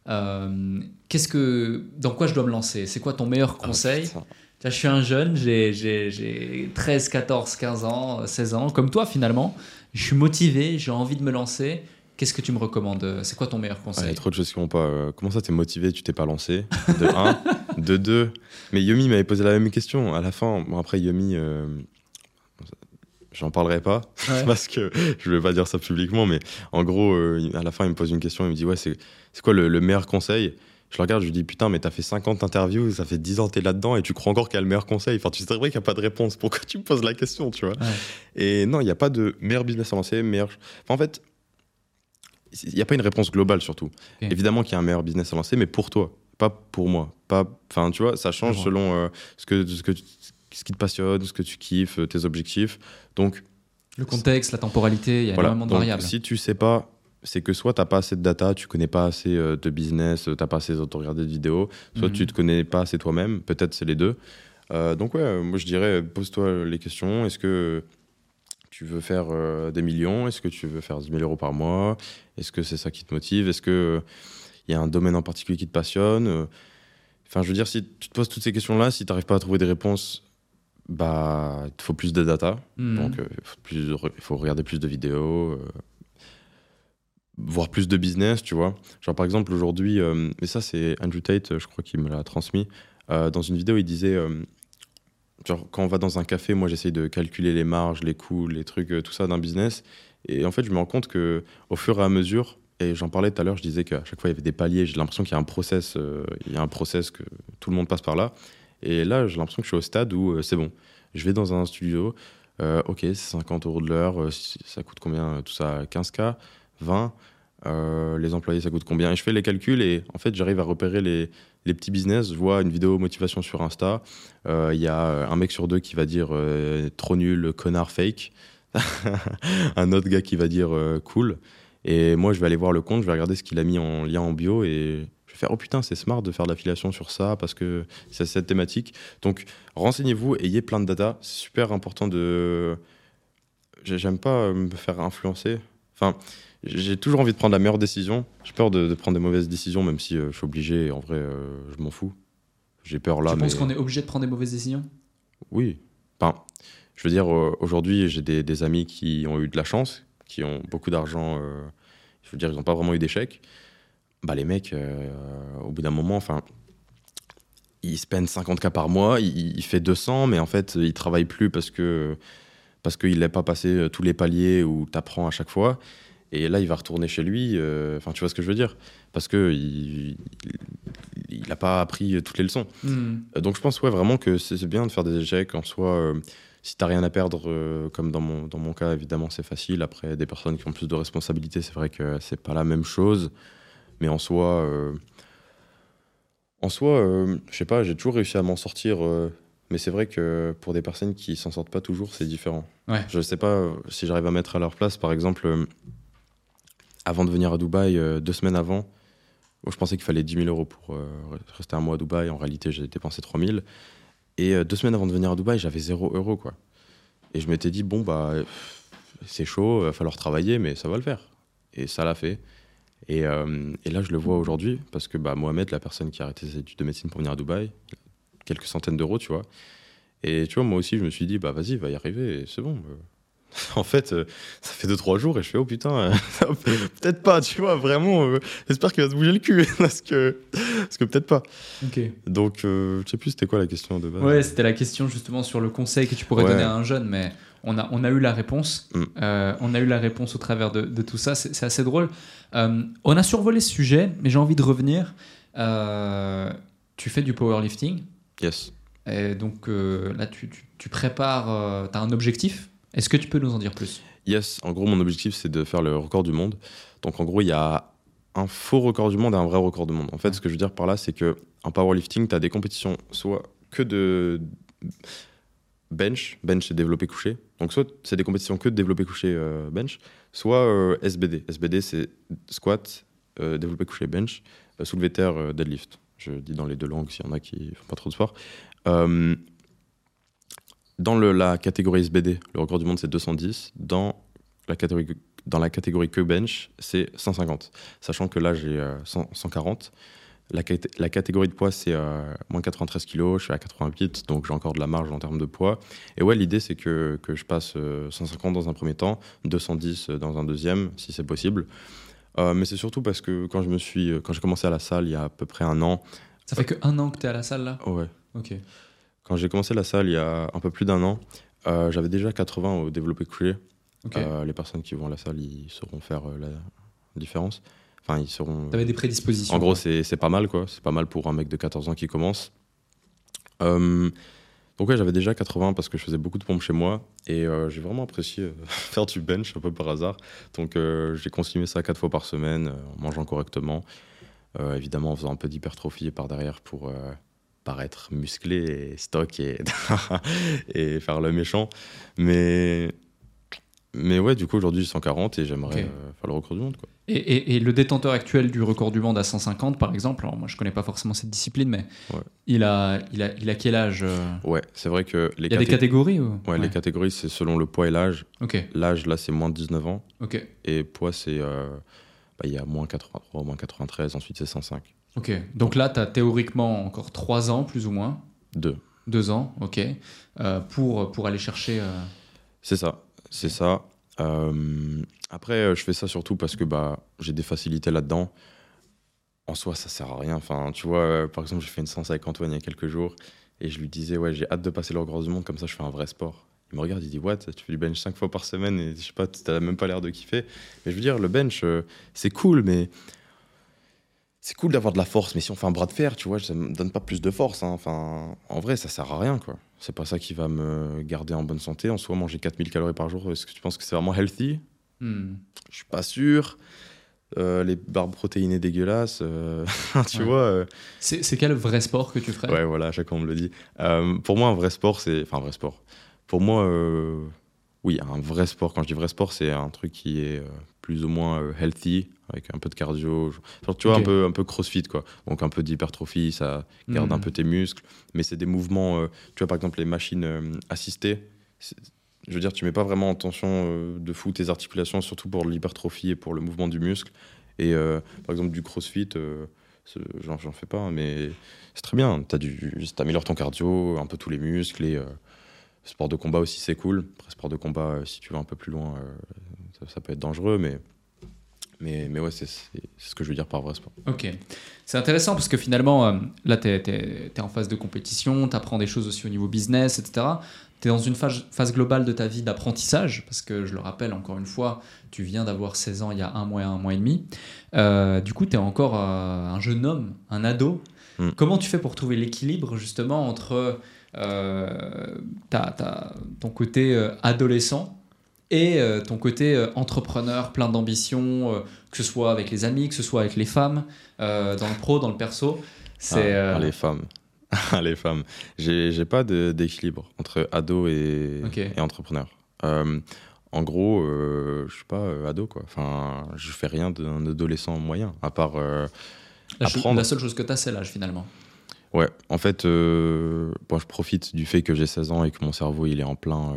B: Dans quoi je dois me lancer? C'est quoi ton meilleur conseil ?» Je suis un jeune, j'ai 13, 14, 15 ans, 16 ans, comme toi finalement. Je suis motivé, j'ai envie de me lancer. Qu'est-ce que tu me recommandes? C'est quoi ton meilleur conseil?
A: Il y a trop de choses qui vont pas. Comment ça, t'es motivé, tu t'es pas lancé? De 1. De 2. Mais Yomi m'avait posé la même question. À la fin, bon, après Yomi, j'en parlerai pas parce que je vais pas dire ça publiquement. Mais en gros, à la fin, il me pose une question. Il me dit ouais, c'est quoi le meilleur conseil? Je le regarde, je lui dis putain, mais t'as fait 50 interviews, ça fait 10 ans que t'es là-dedans et tu crois encore qu'il y a le meilleur conseil. Enfin, tu sais vrai qu'il n'y a pas de réponse. Pourquoi tu me poses la question, tu vois? Et non, il n'y a pas de meilleur business à lancer, meilleur. Enfin, en fait, il n'y a pas une réponse globale surtout. Évidemment qu'il y a un meilleur business à lancer, mais pour toi, pas pour moi. Enfin, tu vois, ça change selon ce qui te passionne, ce que tu kiffes, tes objectifs. Donc,
B: le contexte, la temporalité, il y a énormément de variables.
A: Si tu sais pas, c'est que soit tu n'as pas assez de data, tu connais pas assez de business, tu n'as pas assez regardé de vidéos, soit tu te connais pas assez toi-même, peut-être c'est les deux. Donc ouais, moi je dirais, pose-toi les questions. Est-ce que tu veux faire des millions? Est-ce que tu veux faire 10 000 € par mois? Est-ce que c'est ça qui te motive? Est-ce qu'il y a un domaine en particulier qui te passionne? Enfin, je veux dire, si tu te poses toutes ces questions-là, si tu n'arrives pas à trouver des réponses, bah, il te faut plus de data. Donc, il faut regarder plus de vidéos, voir plus de business, tu vois. Genre, par exemple, aujourd'hui, et ça, c'est Andrew Tate, je crois qu'il me l'a transmis. Dans une vidéo, il disait... genre, quand on va dans un café, moi, j'essaye de calculer les marges, les coûts, les trucs, tout ça d'un business. Et en fait, je me rends compte qu'au fur et à mesure, et j'en parlais tout à l'heure, je disais qu'à chaque fois, il y avait des paliers. J'ai l'impression qu'il y a un process, que tout le monde passe par là. Et là, j'ai l'impression que je suis au stade où c'est bon. Je vais dans un studio, ok, c'est 50 € de l'heure, ça coûte combien tout ça? 15K, 20 les employés, ça coûte combien? Et je fais les calculs et en fait, j'arrive à repérer les petits business, je vois une vidéo motivation sur Insta, il y a un mec sur 2 qui va dire trop nul, connard, fake. Un autre gars qui va dire cool. Et moi, je vais aller voir le compte, je vais regarder ce qu'il a mis en lien en bio et je vais faire oh putain, c'est smart de faire de l'affiliation sur ça parce que c'est cette thématique. Donc, renseignez-vous, ayez plein de data. C'est super important de. J'aime pas me faire influencer. Enfin, j'ai toujours envie de prendre la meilleure décision. J'ai peur de prendre des mauvaises décisions, même si je suis obligé. En vrai, je m'en fous. J'ai peur là.
B: Tu penses qu'on est obligé de prendre des mauvaises décisions ?
A: Oui. Enfin, je veux dire, aujourd'hui, j'ai des amis qui ont eu de la chance, qui ont beaucoup d'argent. Je veux dire, ils n'ont pas vraiment eu d'échecs. Bah, les mecs, au bout d'un moment, enfin, ils spendent 50K par mois, il fait 200, mais en fait, il ne travaille plus parce qu'il n'a pas passé tous les paliers où tu apprends à chaque fois. Et là, il va retourner chez lui. Enfin, tu vois ce que je veux dire ? Parce qu'il n'a pas appris toutes les leçons. Donc, je pense vraiment que c'est bien de faire des échecs en soi. Si tu n'as rien à perdre, comme dans mon cas, évidemment, c'est facile. Après, des personnes qui ont plus de responsabilités, c'est vrai que c'est pas la même chose. Mais en soi, je sais pas, j'ai toujours réussi à m'en sortir. Mais c'est vrai que pour des personnes qui s'en sortent pas toujours, c'est différent.
B: Ouais.
A: Je sais pas si j'arrive à mettre à leur place. Par exemple, avant de venir à Dubaï, 2 semaines avant, je pensais qu'il fallait 10 000 euros pour rester un mois à Dubaï. En réalité, j'ai dépensé 3 000. Et 2 semaines avant de venir à Dubaï, j'avais 0 euros, quoi. Et je m'étais dit, bon, bah, c'est chaud, il va falloir travailler, mais ça va le faire. Et ça l'a fait. Et là, je le vois aujourd'hui, parce que Mohamed, la personne qui a arrêté ses études de médecine pour venir à Dubaï, quelques centaines d'euros, tu vois. Et tu vois, moi aussi, je me suis dit, bah vas-y, va y arriver, et c'est bon. En fait, ça fait 2-3 jours, et je fais, oh putain, peut-être pas, tu vois, vraiment, j'espère qu'il va se bouger le cul, parce que peut-être pas.
B: Ok.
A: Donc, je sais plus, c'était quoi la question de base ?
B: Ouais, c'était la question justement sur le conseil que tu pourrais donner à un jeune, mais on a eu la réponse. On a eu la réponse au travers de tout ça. C'est assez drôle. On a survolé ce sujet, mais j'ai envie de revenir. Tu fais du powerlifting.
A: Yes.
B: Et donc là, tu prépares. Tu as un objectif. Est-ce que tu peux nous en dire plus ?
A: Yes. En gros, mon objectif, c'est de faire le record du monde. Donc, en gros, il y a un faux record du monde et un vrai record du monde. En fait, ce que je veux dire par là, c'est qu'en powerlifting, tu as des compétitions soit que de bench, c'est développé couché. Donc, soit c'est des compétitions que de développé couché bench, soit SBD. SBD, c'est squat, développé couché bench, soulevé terre, deadlift. Je dis dans les 2 langues s'il y en a qui font pas trop de sport. Dans la catégorie SBD, le record du monde, c'est 210. Dans la catégorie que bench, c'est 150. Sachant que là, j'ai 140. La catégorie de poids, c'est moins 93 kg. Je suis à 88, donc j'ai encore de la marge en termes de poids. Et ouais, l'idée, c'est que je passe 150 dans un premier temps, 210 dans un deuxième, si c'est possible. Mais c'est surtout parce que quand j'ai commencé à la salle il y a à peu près 1 an.
B: Ça fait que 1 an que tu es à la salle là ?
A: Ouais.
B: Ok.
A: Quand j'ai commencé la salle il y a un peu plus d'1 an, j'avais déjà 80 au développé couché. Okay. Les personnes qui vont à la salle, ils sauront faire la différence. Enfin, ils seront.
B: T'avais des prédispositions.
A: En gros, c'est pas mal, quoi. C'est pas mal pour un mec de 14 ans qui commence. Donc ouais, j'avais déjà 80 parce que je faisais beaucoup de pompes chez moi et j'ai vraiment apprécié faire du bench un peu par hasard. Donc j'ai continué ça 4 fois par semaine en mangeant correctement. Évidemment, en faisant un peu d'hypertrophie par derrière pour paraître musclé et stock et, et faire le méchant. Mais ouais, du coup, aujourd'hui, j'ai 140 et j'aimerais faire le record du monde, quoi.
B: Et le détenteur actuel du record du monde à 150, par exemple, alors moi, je connais pas forcément cette discipline, mais il a quel âge
A: Ouais, c'est vrai que...
B: Il y a des catégories ou...
A: Ouais, les catégories, c'est selon le poids et l'âge.
B: Okay.
A: L'âge, là, c'est moins de 19 ans.
B: Okay.
A: Et poids, c'est... il y a moins 83, moins 93, ensuite c'est 105.
B: Ok, donc là, tu as théoriquement encore 3 ans, plus ou moins. 2 ans, ok, pour aller chercher...
A: C'est ça. Après, je fais ça surtout parce que j'ai des facilités là-dedans. En soi, ça sert à rien. Enfin, tu vois, par exemple, j'ai fait une séance avec Antoine il y a quelques jours et je lui disais, ouais, j'ai hâte de passer le record du monde, comme ça je fais un vrai sport. Il me regarde, il dit, what, tu fais du bench 5 fois par semaine et je sais pas, t'as même pas l'air de kiffer. Mais je veux dire, le bench, c'est cool, mais... C'est cool d'avoir de la force, mais si on fait un bras de fer, tu vois, ça me donne pas plus de force. Hein. Enfin, en vrai, ça sert à rien, quoi. C'est pas ça qui va me garder en bonne santé. En soi, manger 4000 calories par jour, est-ce que tu penses que c'est vraiment healthy ? Je suis pas sûr. Les barres protéinées dégueulasses, tu
B: Ouais.
A: vois.
B: C'est quel vrai sport que tu ferais?
A: Ouais, voilà, à chaque fois on me le dit. Pour moi, un vrai sport, c'est. Enfin, un vrai sport. Pour moi, oui, un vrai sport. Quand je dis vrai sport, c'est un truc qui est plus ou moins healthy, avec un peu de cardio. Genre, tu vois,
B: Ok.
A: un peu crossfit, quoi. Donc, un peu d'hypertrophie, ça garde un peu tes muscles. Mais c'est des mouvements. Tu vois, par exemple, les machines assistées. Je veux dire, tu mets pas vraiment en tension de fou tes articulations, surtout pour l'hypertrophie et pour le mouvement du muscle. Et par exemple, du crossfit, j'en fais pas, hein, mais c'est très bien. T'améliores ton cardio, un peu tous les muscles. Et sport de combat aussi, c'est cool. Après, sport de combat, si tu vas un peu plus loin, ça peut être dangereux, mais ouais, c'est ce que je veux dire par vrai sport.
B: Ok. C'est intéressant parce que finalement, là, tu es en phase de compétition, tu apprends des choses aussi au niveau business, etc. Tu es dans une phase globale de ta vie d'apprentissage parce que, je le rappelle encore une fois, tu viens d'avoir 16 ans il y a un mois et demi. Du coup, tu es encore un jeune homme, un ado.
A: Mm.
B: Comment tu fais pour trouver l'équilibre justement entre ton côté adolescent et ton côté entrepreneur, plein d'ambition, que ce soit avec les amis, que ce soit avec les femmes, dans le pro, dans le perso. C'est
A: Les femmes. Les femmes. J'ai pas d'équilibre entre ado
B: Ok.
A: et entrepreneur. En gros, je suis pas ado, quoi. Enfin, je fais rien d'un adolescent moyen, à part apprendre.
B: La seule chose que tu as, c'est l'âge finalement.
A: Ouais, en fait, bon, je profite du fait que j'ai 16 ans et que mon cerveau il est en plein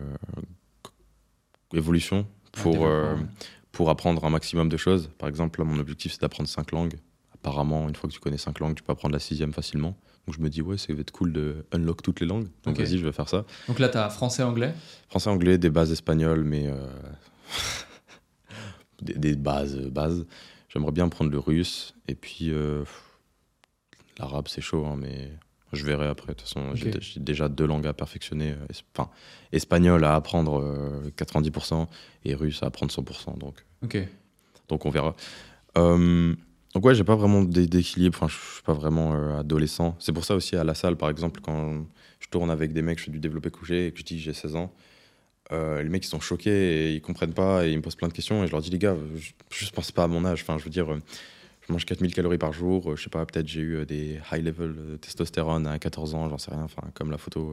A: évolution pour apprendre un maximum de choses. Par exemple, là, mon objectif c'est d'apprendre 5 langues. Apparemment, une fois que tu connais 5 langues, tu peux apprendre la 6e facilement. Donc je me dis, ouais, ça va être cool de unlock toutes les langues. Donc
B: Ok.
A: vas-y, je vais faire ça.
B: Donc là, tu as français, anglais.
A: Français, anglais, des bases espagnoles, mais des bases. J'aimerais bien prendre le russe. Et puis, l'arabe, c'est chaud, hein, mais je verrai après. De toute façon,
B: Ok.
A: j'ai déjà 2 langues à perfectionner. Enfin, espagnol à apprendre 90% et russe à apprendre 100%. Donc on verra. Donc ouais, j'ai pas vraiment d'équilibre. Enfin, je suis pas vraiment adolescent. C'est pour ça aussi à la salle, par exemple, quand je tourne avec des mecs, je fais du développé couché et que je dis que j'ai 16 ans, les mecs ils sont choqués et ils comprennent pas et ils me posent plein de questions et je leur dis les gars, je pense pas à mon âge. Enfin, je veux dire, je mange 4000 calories par jour. Je sais pas, peut-être j'ai eu des high level testostérone à 14 ans, j'en sais rien. Enfin, comme la photo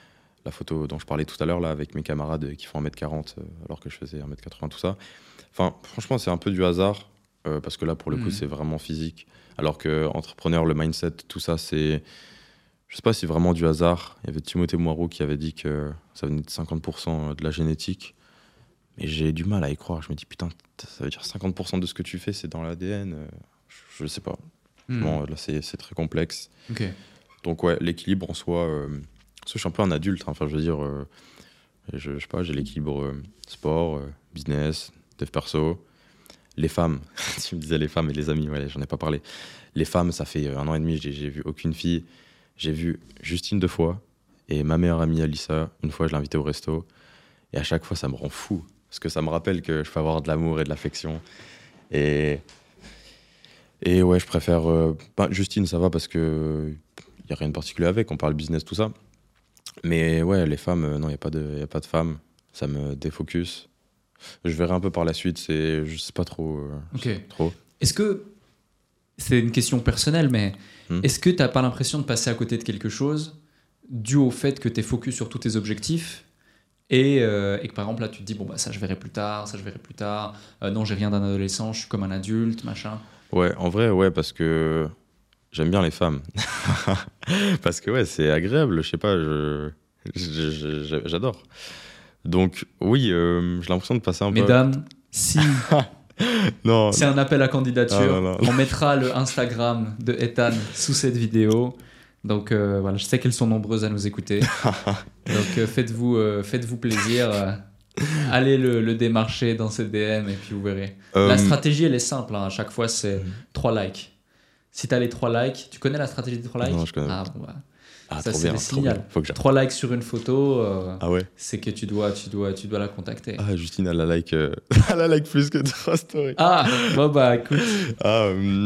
A: dont je parlais tout à l'heure là avec mes camarades qui font 1m40 alors que je faisais 1m80, tout ça. Enfin, franchement, c'est un peu du hasard. Parce que là, pour le coup, c'est vraiment physique. Alors que entrepreneur, le mindset, tout ça, c'est. Je sais pas si vraiment du hasard. Il y avait Timothée Moireau qui avait dit que ça venait de 50% de la génétique. Mais j'ai du mal à y croire. Je me dis, putain, ça veut dire 50% de ce que tu fais, c'est dans l'ADN. Je sais pas. Bon, là, c'est très complexe.
B: Ok.
A: Donc, ouais, l'équilibre en soi. Parce que je suis un peu un adulte. Enfin, je veux dire, je sais pas, j'ai l'équilibre sport, business, dev perso. Les femmes, tu me disais les femmes et les amis, ouais, j'en ai pas parlé. Les femmes, ça fait 1 an et demi, j'ai vu aucune fille. J'ai vu Justine 2 fois et ma meilleure amie Alissa, une fois je l'ai invitée au resto. Et à chaque fois, ça me rend fou. Parce que ça me rappelle que je peux avoir de l'amour et de l'affection. Et ouais, je préfère... Justine, ça va parce que y a rien de particulier avec, on parle business, tout ça. Mais ouais, les femmes, non, y a pas de femmes. Ça me défocus. Je verrai un peu par la suite, je sais pas trop.
B: Ok.
A: Trop.
B: Est-ce que, c'est une question personnelle, mais
A: Hmm.
B: est-ce que tu n'as pas l'impression de passer à côté de quelque chose dû au fait que tu es focus sur tous tes objectifs et que par exemple là tu te dis bon bah ça je verrai plus tard, non j'ai rien d'un adolescent, je suis comme un adulte, machin.
A: Ouais, en vrai, ouais, parce que j'aime bien les femmes. Parce que ouais, c'est agréable, je sais pas, j'adore. Donc oui, j'ai l'impression de passer un peu...
B: Mesdames, si
A: Non,
B: c'est un appel à candidature,
A: Ah, non.
B: on mettra le Instagram de Ethan sous cette vidéo. Donc voilà, je sais qu'elles sont nombreuses à nous écouter. Donc faites-vous plaisir. Allez le démarcher dans ses DM et puis vous verrez. La stratégie, elle est simple. Hein. À chaque fois, c'est 3 likes. Si tu as les 3 likes, tu connais la stratégie des 3 likes?
A: Non, je connais
B: Ah, bon, bah,
A: Ah,
B: ça,
A: trop
B: c'est
A: bien,
B: des
A: trop bien.
B: signaux.
A: Faut que j'aille.
B: 3 likes sur une photo,
A: Ah ouais.
B: c'est que tu dois la contacter.
A: Ah, Justine, elle a like, elle a like plus que 3 stories.
B: Ah, bon bah écoute.
A: Ah,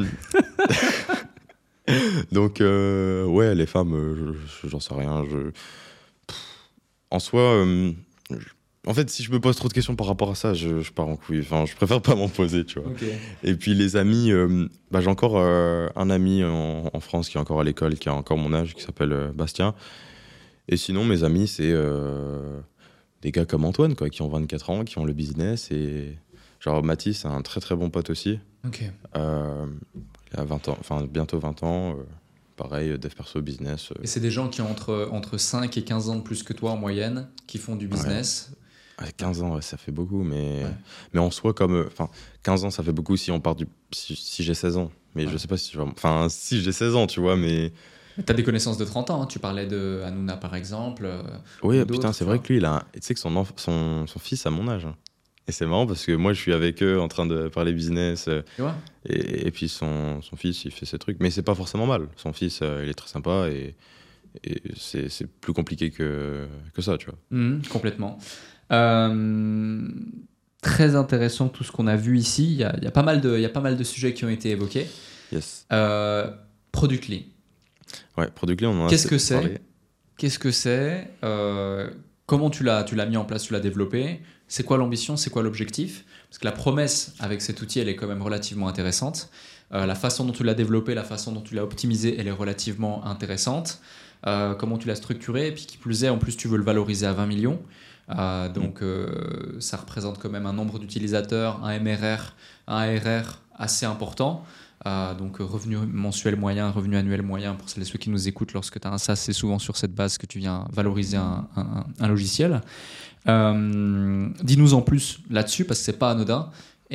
A: donc, ouais, les femmes, j'en sais rien. En soi, En fait, si je me pose trop de questions par rapport à ça, je pars en couille. Enfin, je préfère pas m'en poser, tu vois.
B: Ok.
A: Et puis les amis, j'ai encore un ami en France qui est encore à l'école, qui a encore mon âge, qui s'appelle Bastien. Et sinon, mes amis, c'est des gars comme Antoine, quoi, qui ont 24 ans, qui ont le business. Et genre Mathis, c'est un très très bon pote aussi.
B: Ok.
A: Il a 20 ans, enfin bientôt 20 ans. Pareil, dev perso, business.
B: Et c'est des gens qui ont entre 5 et 15 ans de plus que toi en moyenne, qui font du business.
A: Ouais, 15 ans, ouais, ça fait beaucoup, mais
B: Ouais.
A: en soi, 15 ans, ça fait beaucoup si on part si j'ai 16 ans. Mais je sais pas si tu vois. Enfin, si j'ai 16 ans, tu vois, mais.
B: Tu as des connaissances de 30 ans, hein. Tu parlais de Hanouna par exemple.
A: Oui,
B: ou
A: putain,
B: d'autres,
A: c'est
B: tu
A: vrai
B: vois.
A: que lui, tu sais que son fils a mon âge. Et c'est marrant parce que moi, je suis avec eux en train de parler business.
B: Tu vois.
A: Et puis son fils, il fait ses trucs. Mais c'est pas forcément mal. Son fils, il est très sympa et c'est plus compliqué que ça, tu vois.
B: Complètement. Très intéressant tout ce qu'on a vu ici. Il y a pas mal de sujets qui ont été évoqués.
A: Yes.
B: Product.ly.
A: Ouais, Product.ly, on en a
B: Qu'est-ce que
A: assez parlé.
B: c'est? Qu'est-ce que c'est? Comment tu l'as mis en place, tu l'as développé? C'est quoi l'ambition? C'est quoi l'objectif? Parce que la promesse avec cet outil, elle est quand même relativement intéressante. La façon dont tu l'as développé, la façon dont tu l'as optimisé, elle est relativement intéressante. Comment tu l'as structuré, et puis qui plus est, en plus tu veux le valoriser à 20 millions. Donc ça représente quand même un nombre d'utilisateurs, un MRR, un ARR assez important. Donc revenu mensuel moyen, revenu annuel moyen pour celles et ceux qui nous écoutent lorsque tu as un SaaS, c'est souvent sur cette base que tu viens valoriser un logiciel. Dis-nous en plus là-dessus parce que c'est pas anodin.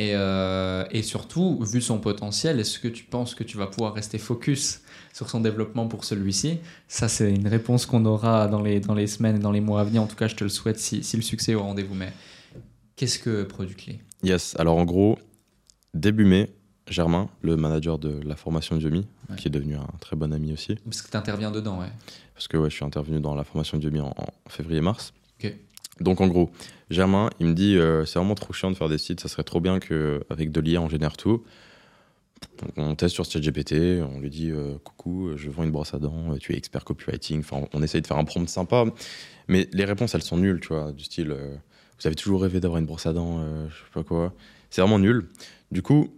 B: Et surtout, vu son potentiel, est-ce que tu penses que tu vas pouvoir rester focus sur son développement pour celui-ci? Ça, c'est une réponse qu'on aura dans les semaines et dans les mois à venir. En tout cas, je te le souhaite si le succès est au rendez-vous. Mais qu'est-ce que Product.ly?
A: Yes, alors en gros, début mai, Germain, le manager de la formation Udemy, qui est devenu un très bon ami aussi.
B: Parce que tu interviens dedans, ouais.
A: Parce que je suis intervenu dans la formation Udemy en février-mars.
B: Ok.
A: Donc en gros, Germain, il me dit c'est vraiment trop chiant de faire des sites, ça serait trop bien qu'avec de l'IA on génère tout. Donc, on teste sur ChatGPT, on lui dit coucou, je vends une brosse à dents, tu es expert copywriting. Enfin, on essaye de faire un prompt sympa, mais les réponses elles sont nulles, tu vois, du style vous avez toujours rêvé d'avoir une brosse à dents, je sais pas quoi. C'est vraiment nul. Du coup,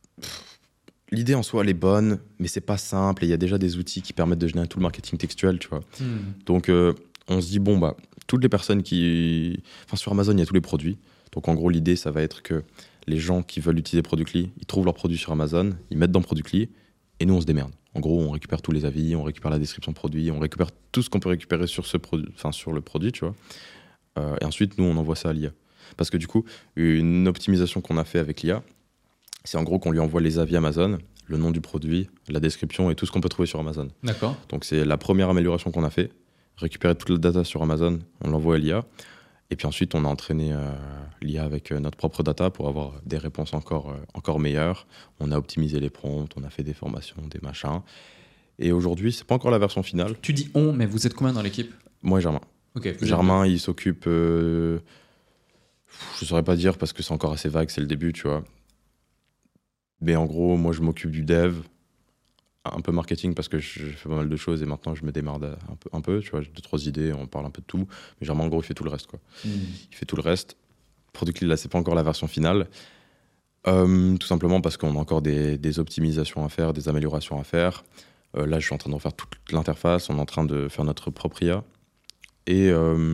A: l'idée en soi elle est bonne, mais c'est pas simple et il y a déjà des outils qui permettent de générer tout le marketing textuel, tu vois. Donc on se dit bon bah toutes les personnes sur Amazon il y a tous les produits. Donc en gros l'idée ça va être que les gens qui veulent utiliser Product.ly, ils trouvent leurs produits sur Amazon, ils mettent dans Product.ly et nous on se démerde. En gros on récupère tous les avis, on récupère la description produit, on récupère tout ce qu'on peut récupérer sur le produit, tu vois. Et ensuite nous on envoie ça à l'IA. Parce que du coup une optimisation qu'on a fait avec l'IA, c'est en gros qu'on lui envoie les avis Amazon, le nom du produit, la description et tout ce qu'on peut trouver sur Amazon.
B: D'accord.
A: Donc c'est la première amélioration qu'on a fait. Récupérer toute la data sur Amazon, on l'envoie à l'IA. Et puis ensuite, on a entraîné l'IA avec notre propre data pour avoir des réponses encore meilleures. On a optimisé les prompts, on a fait des formations, des machins. Et aujourd'hui, c'est pas encore la version finale.
B: Tu dis on, mais vous êtes combien dans l'équipe?
A: Moi et Germain.
B: Ok.
A: Germain, il s'occupe... je saurais pas dire parce que c'est encore assez vague, c'est le début, tu vois. Mais en gros, moi, je m'occupe du dev, un peu marketing parce que je fais pas mal de choses et maintenant je me démarre un peu, tu vois, j'ai 2-3 idées, on parle un peu de tout, mais Germain en gros il fait tout le reste, quoi. Il fait tout le reste. Product.ly là c'est pas encore la version finale, tout simplement parce qu'on a encore des optimisations à faire, des améliorations à faire. Là je suis en train de refaire toute l'interface, on est en train de faire notre propre IA et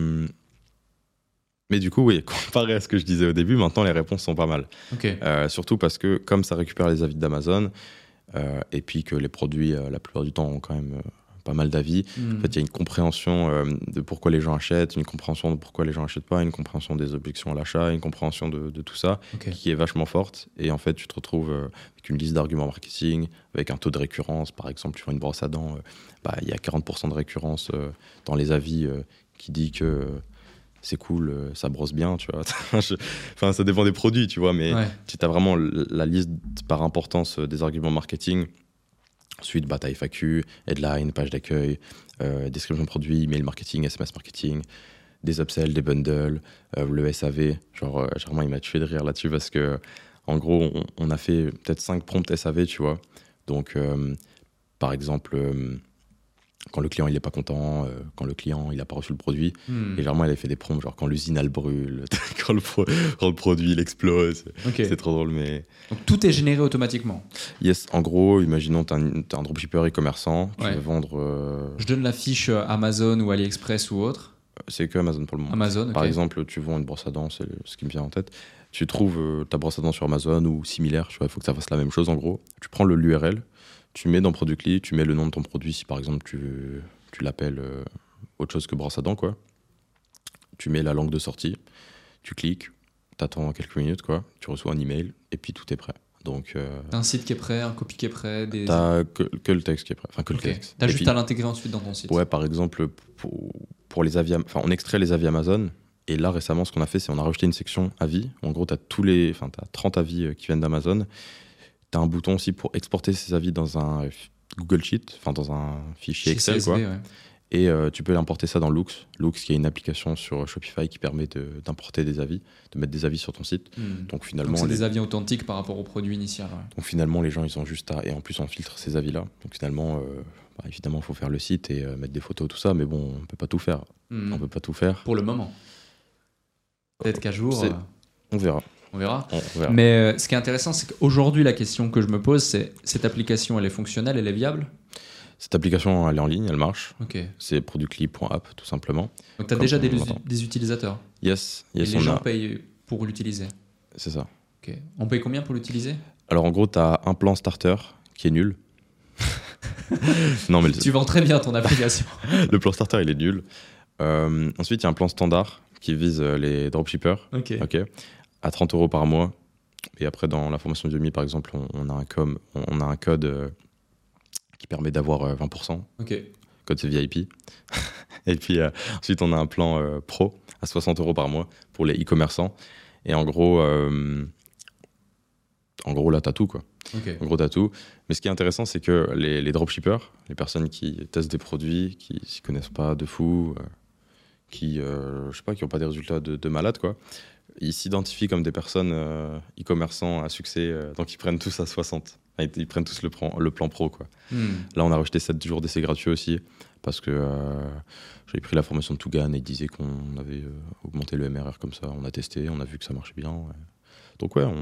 A: mais du coup oui, comparé à ce que je disais au début, maintenant les réponses sont pas mal.
B: Ok.
A: Surtout parce que comme ça récupère les avis d'Amazon, et puis que les produits, la plupart du temps, ont quand même pas mal d'avis. En fait, il y a une compréhension de pourquoi les gens achètent, une compréhension de pourquoi les gens n'achètent pas, une compréhension des objections à l'achat, une compréhension de tout ça, qui est vachement forte. Et en fait, tu te retrouves avec une liste d'arguments marketing, avec un taux de récurrence. Par exemple, tu vends une brosse à dents, il y a 40% de récurrence dans les avis qui dit que... c'est cool, ça brosse bien, tu vois. Enfin, ça dépend des produits, tu vois, mais tu as vraiment la liste par importance des arguments marketing. Ensuite, tu as FAQ, headline, page d'accueil, description produit, email marketing, SMS marketing, des upsells, des bundles, le SAV. Genre, Germain, il m'a tué de rire là-dessus parce que, en gros, on a fait peut-être 5 prompts SAV, tu vois. Donc, par exemple... quand le client il est pas content, quand le client il a pas reçu le produit. Et généralement, il avait fait des prompts, genre quand l'usine elle brûle, quand le produit il explose.
B: Ok.
A: C'est trop drôle, mais.
B: Donc tout est généré automatiquement.
A: Yes, en gros, imaginons t'as un dropshipper e-commerçant, tu
B: Ouais.
A: veux vendre.
B: Je donne la fiche Amazon ou AliExpress ou autre.
A: C'est que Amazon pour le moment.
B: Amazon, ok.
A: Par exemple, tu vends une brosse à dents, c'est ce qui me vient en tête. Tu trouves ta brosse à dents sur Amazon ou similaire, tu vois, il faut que ça fasse la même chose en gros. Tu prends l'URL, tu mets dans Product.ly, tu mets le nom de ton produit si par exemple tu l'appelles autre chose que brosse à dents, quoi. Tu mets la langue de sortie, tu cliques, t'attends quelques minutes, quoi. Tu reçois un email et puis tout est prêt. Donc,
B: T'as un site qui est prêt, un copy qui est prêt.
A: t'as que le texte qui est prêt. Enfin, que
B: Ok.
A: le texte.
B: T'as
A: Et
B: juste
A: puis-
B: à l'intégrer ensuite dans ton site.
A: Ouais, par exemple, pour les avis, enfin, on extrait les avis Amazon. Et là, récemment, ce qu'on a fait, c'est on a rajouté une section avis. En gros, t'as 30 avis qui viennent d'Amazon. T'as un bouton aussi pour exporter ces avis dans un Google Sheet, enfin dans un fichier Excel,
B: CSV,
A: quoi.
B: ouais.
A: Et tu peux importer ça dans Loox. Loox, qui est une application sur Shopify qui permet d'importer des avis, de mettre des avis sur ton site. Donc finalement,
B: Donc c'est
A: les,
B: des avis authentiques par rapport au produit initial. Ouais.
A: donc finalement, les gens, ils ont juste à... Et en plus, on filtre ces avis-là. Donc finalement, évidemment, il faut faire le site et mettre des photos, tout ça. Mais bon, on peut pas tout faire. On peut pas tout faire.
B: Pour le moment. Peut-être qu'à jour,
A: C'est- On verra.
B: on verra.
A: On verra.
B: Mais ce qui est intéressant, c'est qu'aujourd'hui, la question que je me pose, c'est cette application, elle est fonctionnelle, elle est viable?
A: Cette application, elle est en ligne, elle marche.
B: Ok.
A: C'est productly.app, tout simplement.
B: Donc tu as
A: Comme
B: déjà
A: on l'entend.
B: des utilisateurs.
A: Yes,
B: Et les
A: on
B: gens
A: a.
B: payent pour l'utiliser.
A: C'est ça.
B: Ok. On paye combien pour l'utiliser?
A: Alors en gros, tu as un plan starter qui est nul. Non, mais
B: Tu vends très bien ton application.
A: le plan starter, il est nul. Ensuite, il y a un plan standard qui vise les dropshippers.
B: Ok.
A: Ok, à 30 € par mois. Et après, dans la formation Udemy, par exemple, on a un code qui permet d'avoir 20%.
B: Ok.
A: Code c'est VIP. Et puis ensuite, on a un plan pro à 60 € par mois pour les e-commerçants. Et en gros, là, t'as tout, quoi.
B: Ok.
A: En gros, t'as tout. Mais ce qui est intéressant, c'est que les dropshippers, les personnes qui testent des produits, qui s'y connaissent pas de fou, qui n'ont pas des résultats de malade, quoi. Ils s'identifient comme des personnes e-commerçants à succès, donc ils prennent tous à 60. Enfin, ils prennent tous le plan pro, quoi. Là, on a rajouté 7 jours d'essai gratuits aussi, parce que j'avais pris la formation de Tougan et ils disaient qu'on avait augmenté le MRR comme ça. On a testé, on a vu que ça marchait bien. Ouais. Donc ouais,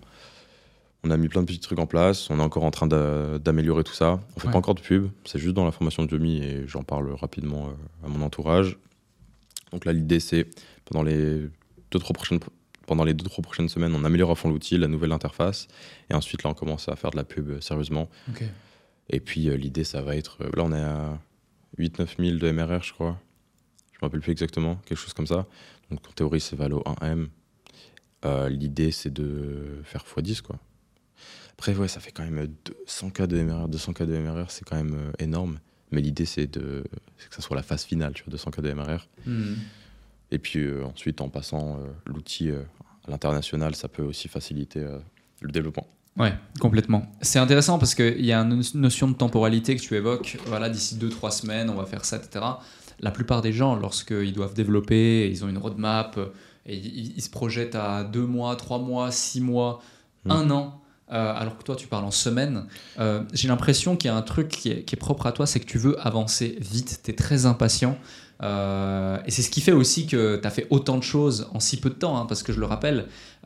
A: on a mis plein de petits trucs en place. On est encore en train d'améliorer tout ça. On fait
B: Ouais.
A: pas encore de pub, c'est juste dans la formation de Udemy et j'en parle rapidement à mon entourage. Donc là, l'idée, c'est pendant les 2-3 prochaines semaines, on améliore à fond l'outil, la nouvelle interface. Et ensuite, là, on commence à faire de la pub sérieusement.
B: Ok.
A: Et puis, l'idée, ça va être... là, on est à 8-9 000 de MRR, je crois. Je me rappelle plus exactement, quelque chose comme ça. Donc, en théorie, c'est valo 1M. L'idée, c'est de faire x10, quoi. Après, ouais, ça fait quand même 200K de MRR. 200K de MRR, c'est quand même énorme. Mais l'idée, c'est que ça soit la phase finale, tu vois, 200K de MRR. Et puis ensuite, en passant l'outil à l'international, ça peut aussi faciliter le développement.
B: Ouais, complètement. C'est intéressant parce qu'il y a une notion de temporalité que tu évoques. Voilà, d'ici 2-3 semaines, on va faire ça, etc. La plupart des gens, lorsqu'ils doivent développer, ils ont une roadmap et ils se projettent à 2 mois, 3 mois, 6 mois, 1 an. Alors que toi, tu parles en semaines. J'ai l'impression qu'il y a un truc qui est propre à toi, c'est que tu veux avancer vite. Tu es très impatient. Et c'est ce qui fait aussi que tu as fait autant de choses en si peu de temps, hein, parce que je le rappelle,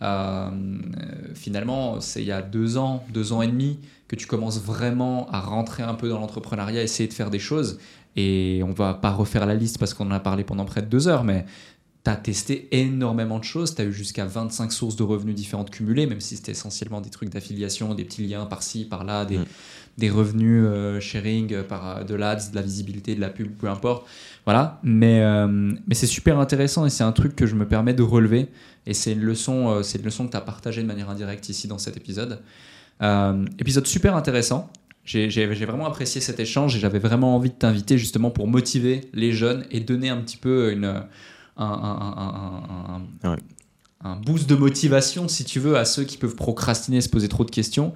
B: finalement, c'est il y a 2 ans et demi que tu commences vraiment à rentrer un peu dans l'entrepreneuriat, essayer de faire des choses. Et on va pas refaire la liste parce qu'on en a parlé pendant près de 2 heures, mais tu as testé énormément de choses. Tu as eu jusqu'à 25 sources de revenus différentes cumulées, même si c'était essentiellement des trucs d'affiliation, des petits liens par-ci, par-là, des revenus sharing, par de l'ads, de la visibilité, de la pub, peu importe. Voilà. Mais c'est super intéressant et c'est un truc que je me permets de relever. Et c'est une leçon que tu as partagée de manière indirecte ici dans cet épisode. Épisode super intéressant. J'ai vraiment apprécié cet échange et j'avais vraiment envie de t'inviter justement pour motiver les jeunes et donner un petit peu un boost de motivation, si tu veux, à ceux qui peuvent procrastiner et se poser trop de questions.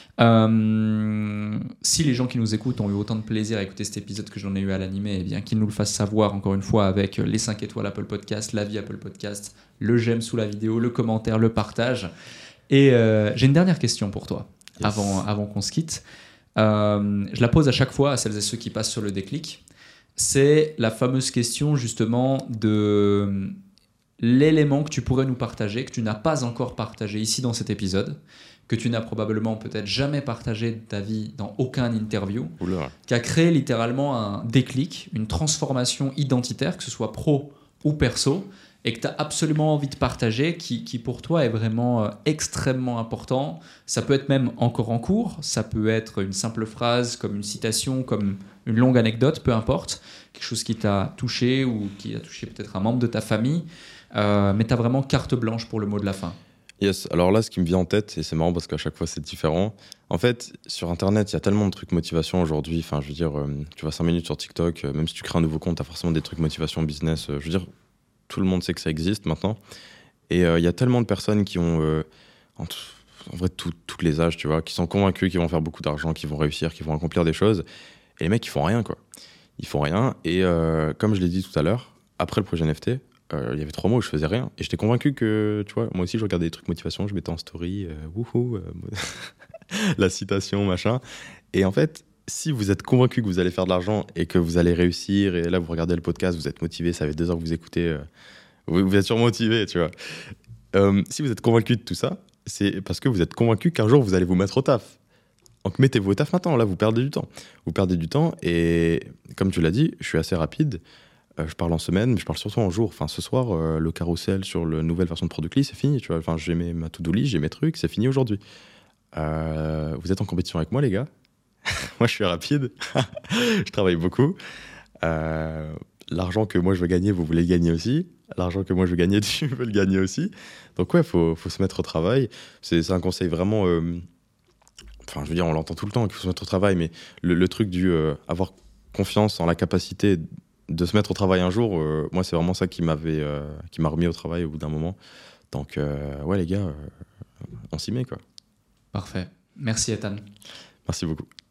B: Si les gens qui nous écoutent ont eu autant de plaisir à écouter cet épisode que j'en ai eu à l'animer, eh bien qu'ils nous le fassent savoir encore une fois avec les 5 étoiles Apple Podcast, l'avis Apple Podcast, le j'aime sous la vidéo, le commentaire, le partage. Et j'ai une dernière question pour toi,
A: Yes.
B: avant qu'on se quitte. Je la pose à chaque fois à celles et ceux qui passent sur le déclic. c'est la fameuse question justement de l'élément que tu pourrais nous partager, que tu n'as pas encore partagé ici dans cet épisode, que tu n'as probablement peut-être jamais partagé de ta vie dans aucun interview, qui a créé littéralement un déclic, une transformation identitaire, que ce soit pro ou perso, et que tu as absolument envie de partager, qui pour toi est vraiment extrêmement important. Ça peut être même encore en cours, ça peut être une simple phrase, comme une citation, comme une longue anecdote, peu importe, quelque chose qui t'a touché ou qui a touché peut-être un membre de ta famille, mais tu as vraiment carte blanche pour le mot de la fin.
A: Yes, alors là, ce qui me vient en tête, et c'est marrant parce qu'à chaque fois c'est différent. En fait, sur Internet, il y a tellement de trucs motivation aujourd'hui. Enfin, je veux dire, tu vas 5 minutes sur TikTok, même si tu crées un nouveau compte, tu as forcément des trucs motivation business. Je veux dire, tout le monde sait que ça existe maintenant. Et il y a tellement de personnes qui ont, en vrai, tous les âges, tu vois, qui sont convaincus qu'ils vont faire beaucoup d'argent, qu'ils vont réussir, qu'ils vont accomplir des choses. Et les mecs, ils font rien, quoi. Ils font rien. Et comme je l'ai dit tout à l'heure, après le projet NFT, il y avait 3 mois où je faisais rien. Et j'étais convaincu que, tu vois, moi aussi, je regardais des trucs motivation, je mettais en story, la citation, machin. Et en fait, si vous êtes convaincu que vous allez faire de l'argent et que vous allez réussir, et là, vous regardez le podcast, vous êtes motivé, ça fait 2 heures que vous écoutez, vous êtes surmotivé, tu vois. Si vous êtes convaincu de tout ça, c'est parce que vous êtes convaincu qu'un jour, vous allez vous mettre au taf. Donc, mettez-vous au taf maintenant. Là, vous perdez du temps. Vous perdez du temps et, comme tu l'as dit, je suis assez rapide. Je parle en semaine, mais je parle surtout en jour. Enfin, ce soir, le carrousel sur la nouvelle version de Product.ly, c'est fini. Tu vois. Enfin, j'ai ma to-do list, j'ai mes trucs, c'est fini aujourd'hui. Vous êtes en compétition avec moi, les gars. Moi, je suis rapide. Je travaille beaucoup. L'argent que moi, je veux gagner, vous voulez le gagner aussi. L'argent que moi, je veux gagner, tu veux le gagner aussi. Donc, ouais, faut se mettre au travail. C'est un conseil vraiment... Enfin, je veux dire, on l'entend tout le temps qu'il faut se mettre au travail, mais le truc du avoir confiance en la capacité de se mettre au travail un jour, moi, c'est vraiment ça qui m'a remis au travail au bout d'un moment. Donc, ouais, les gars, on s'y met, quoi.
B: Parfait. Merci, Ethan.
A: Merci beaucoup.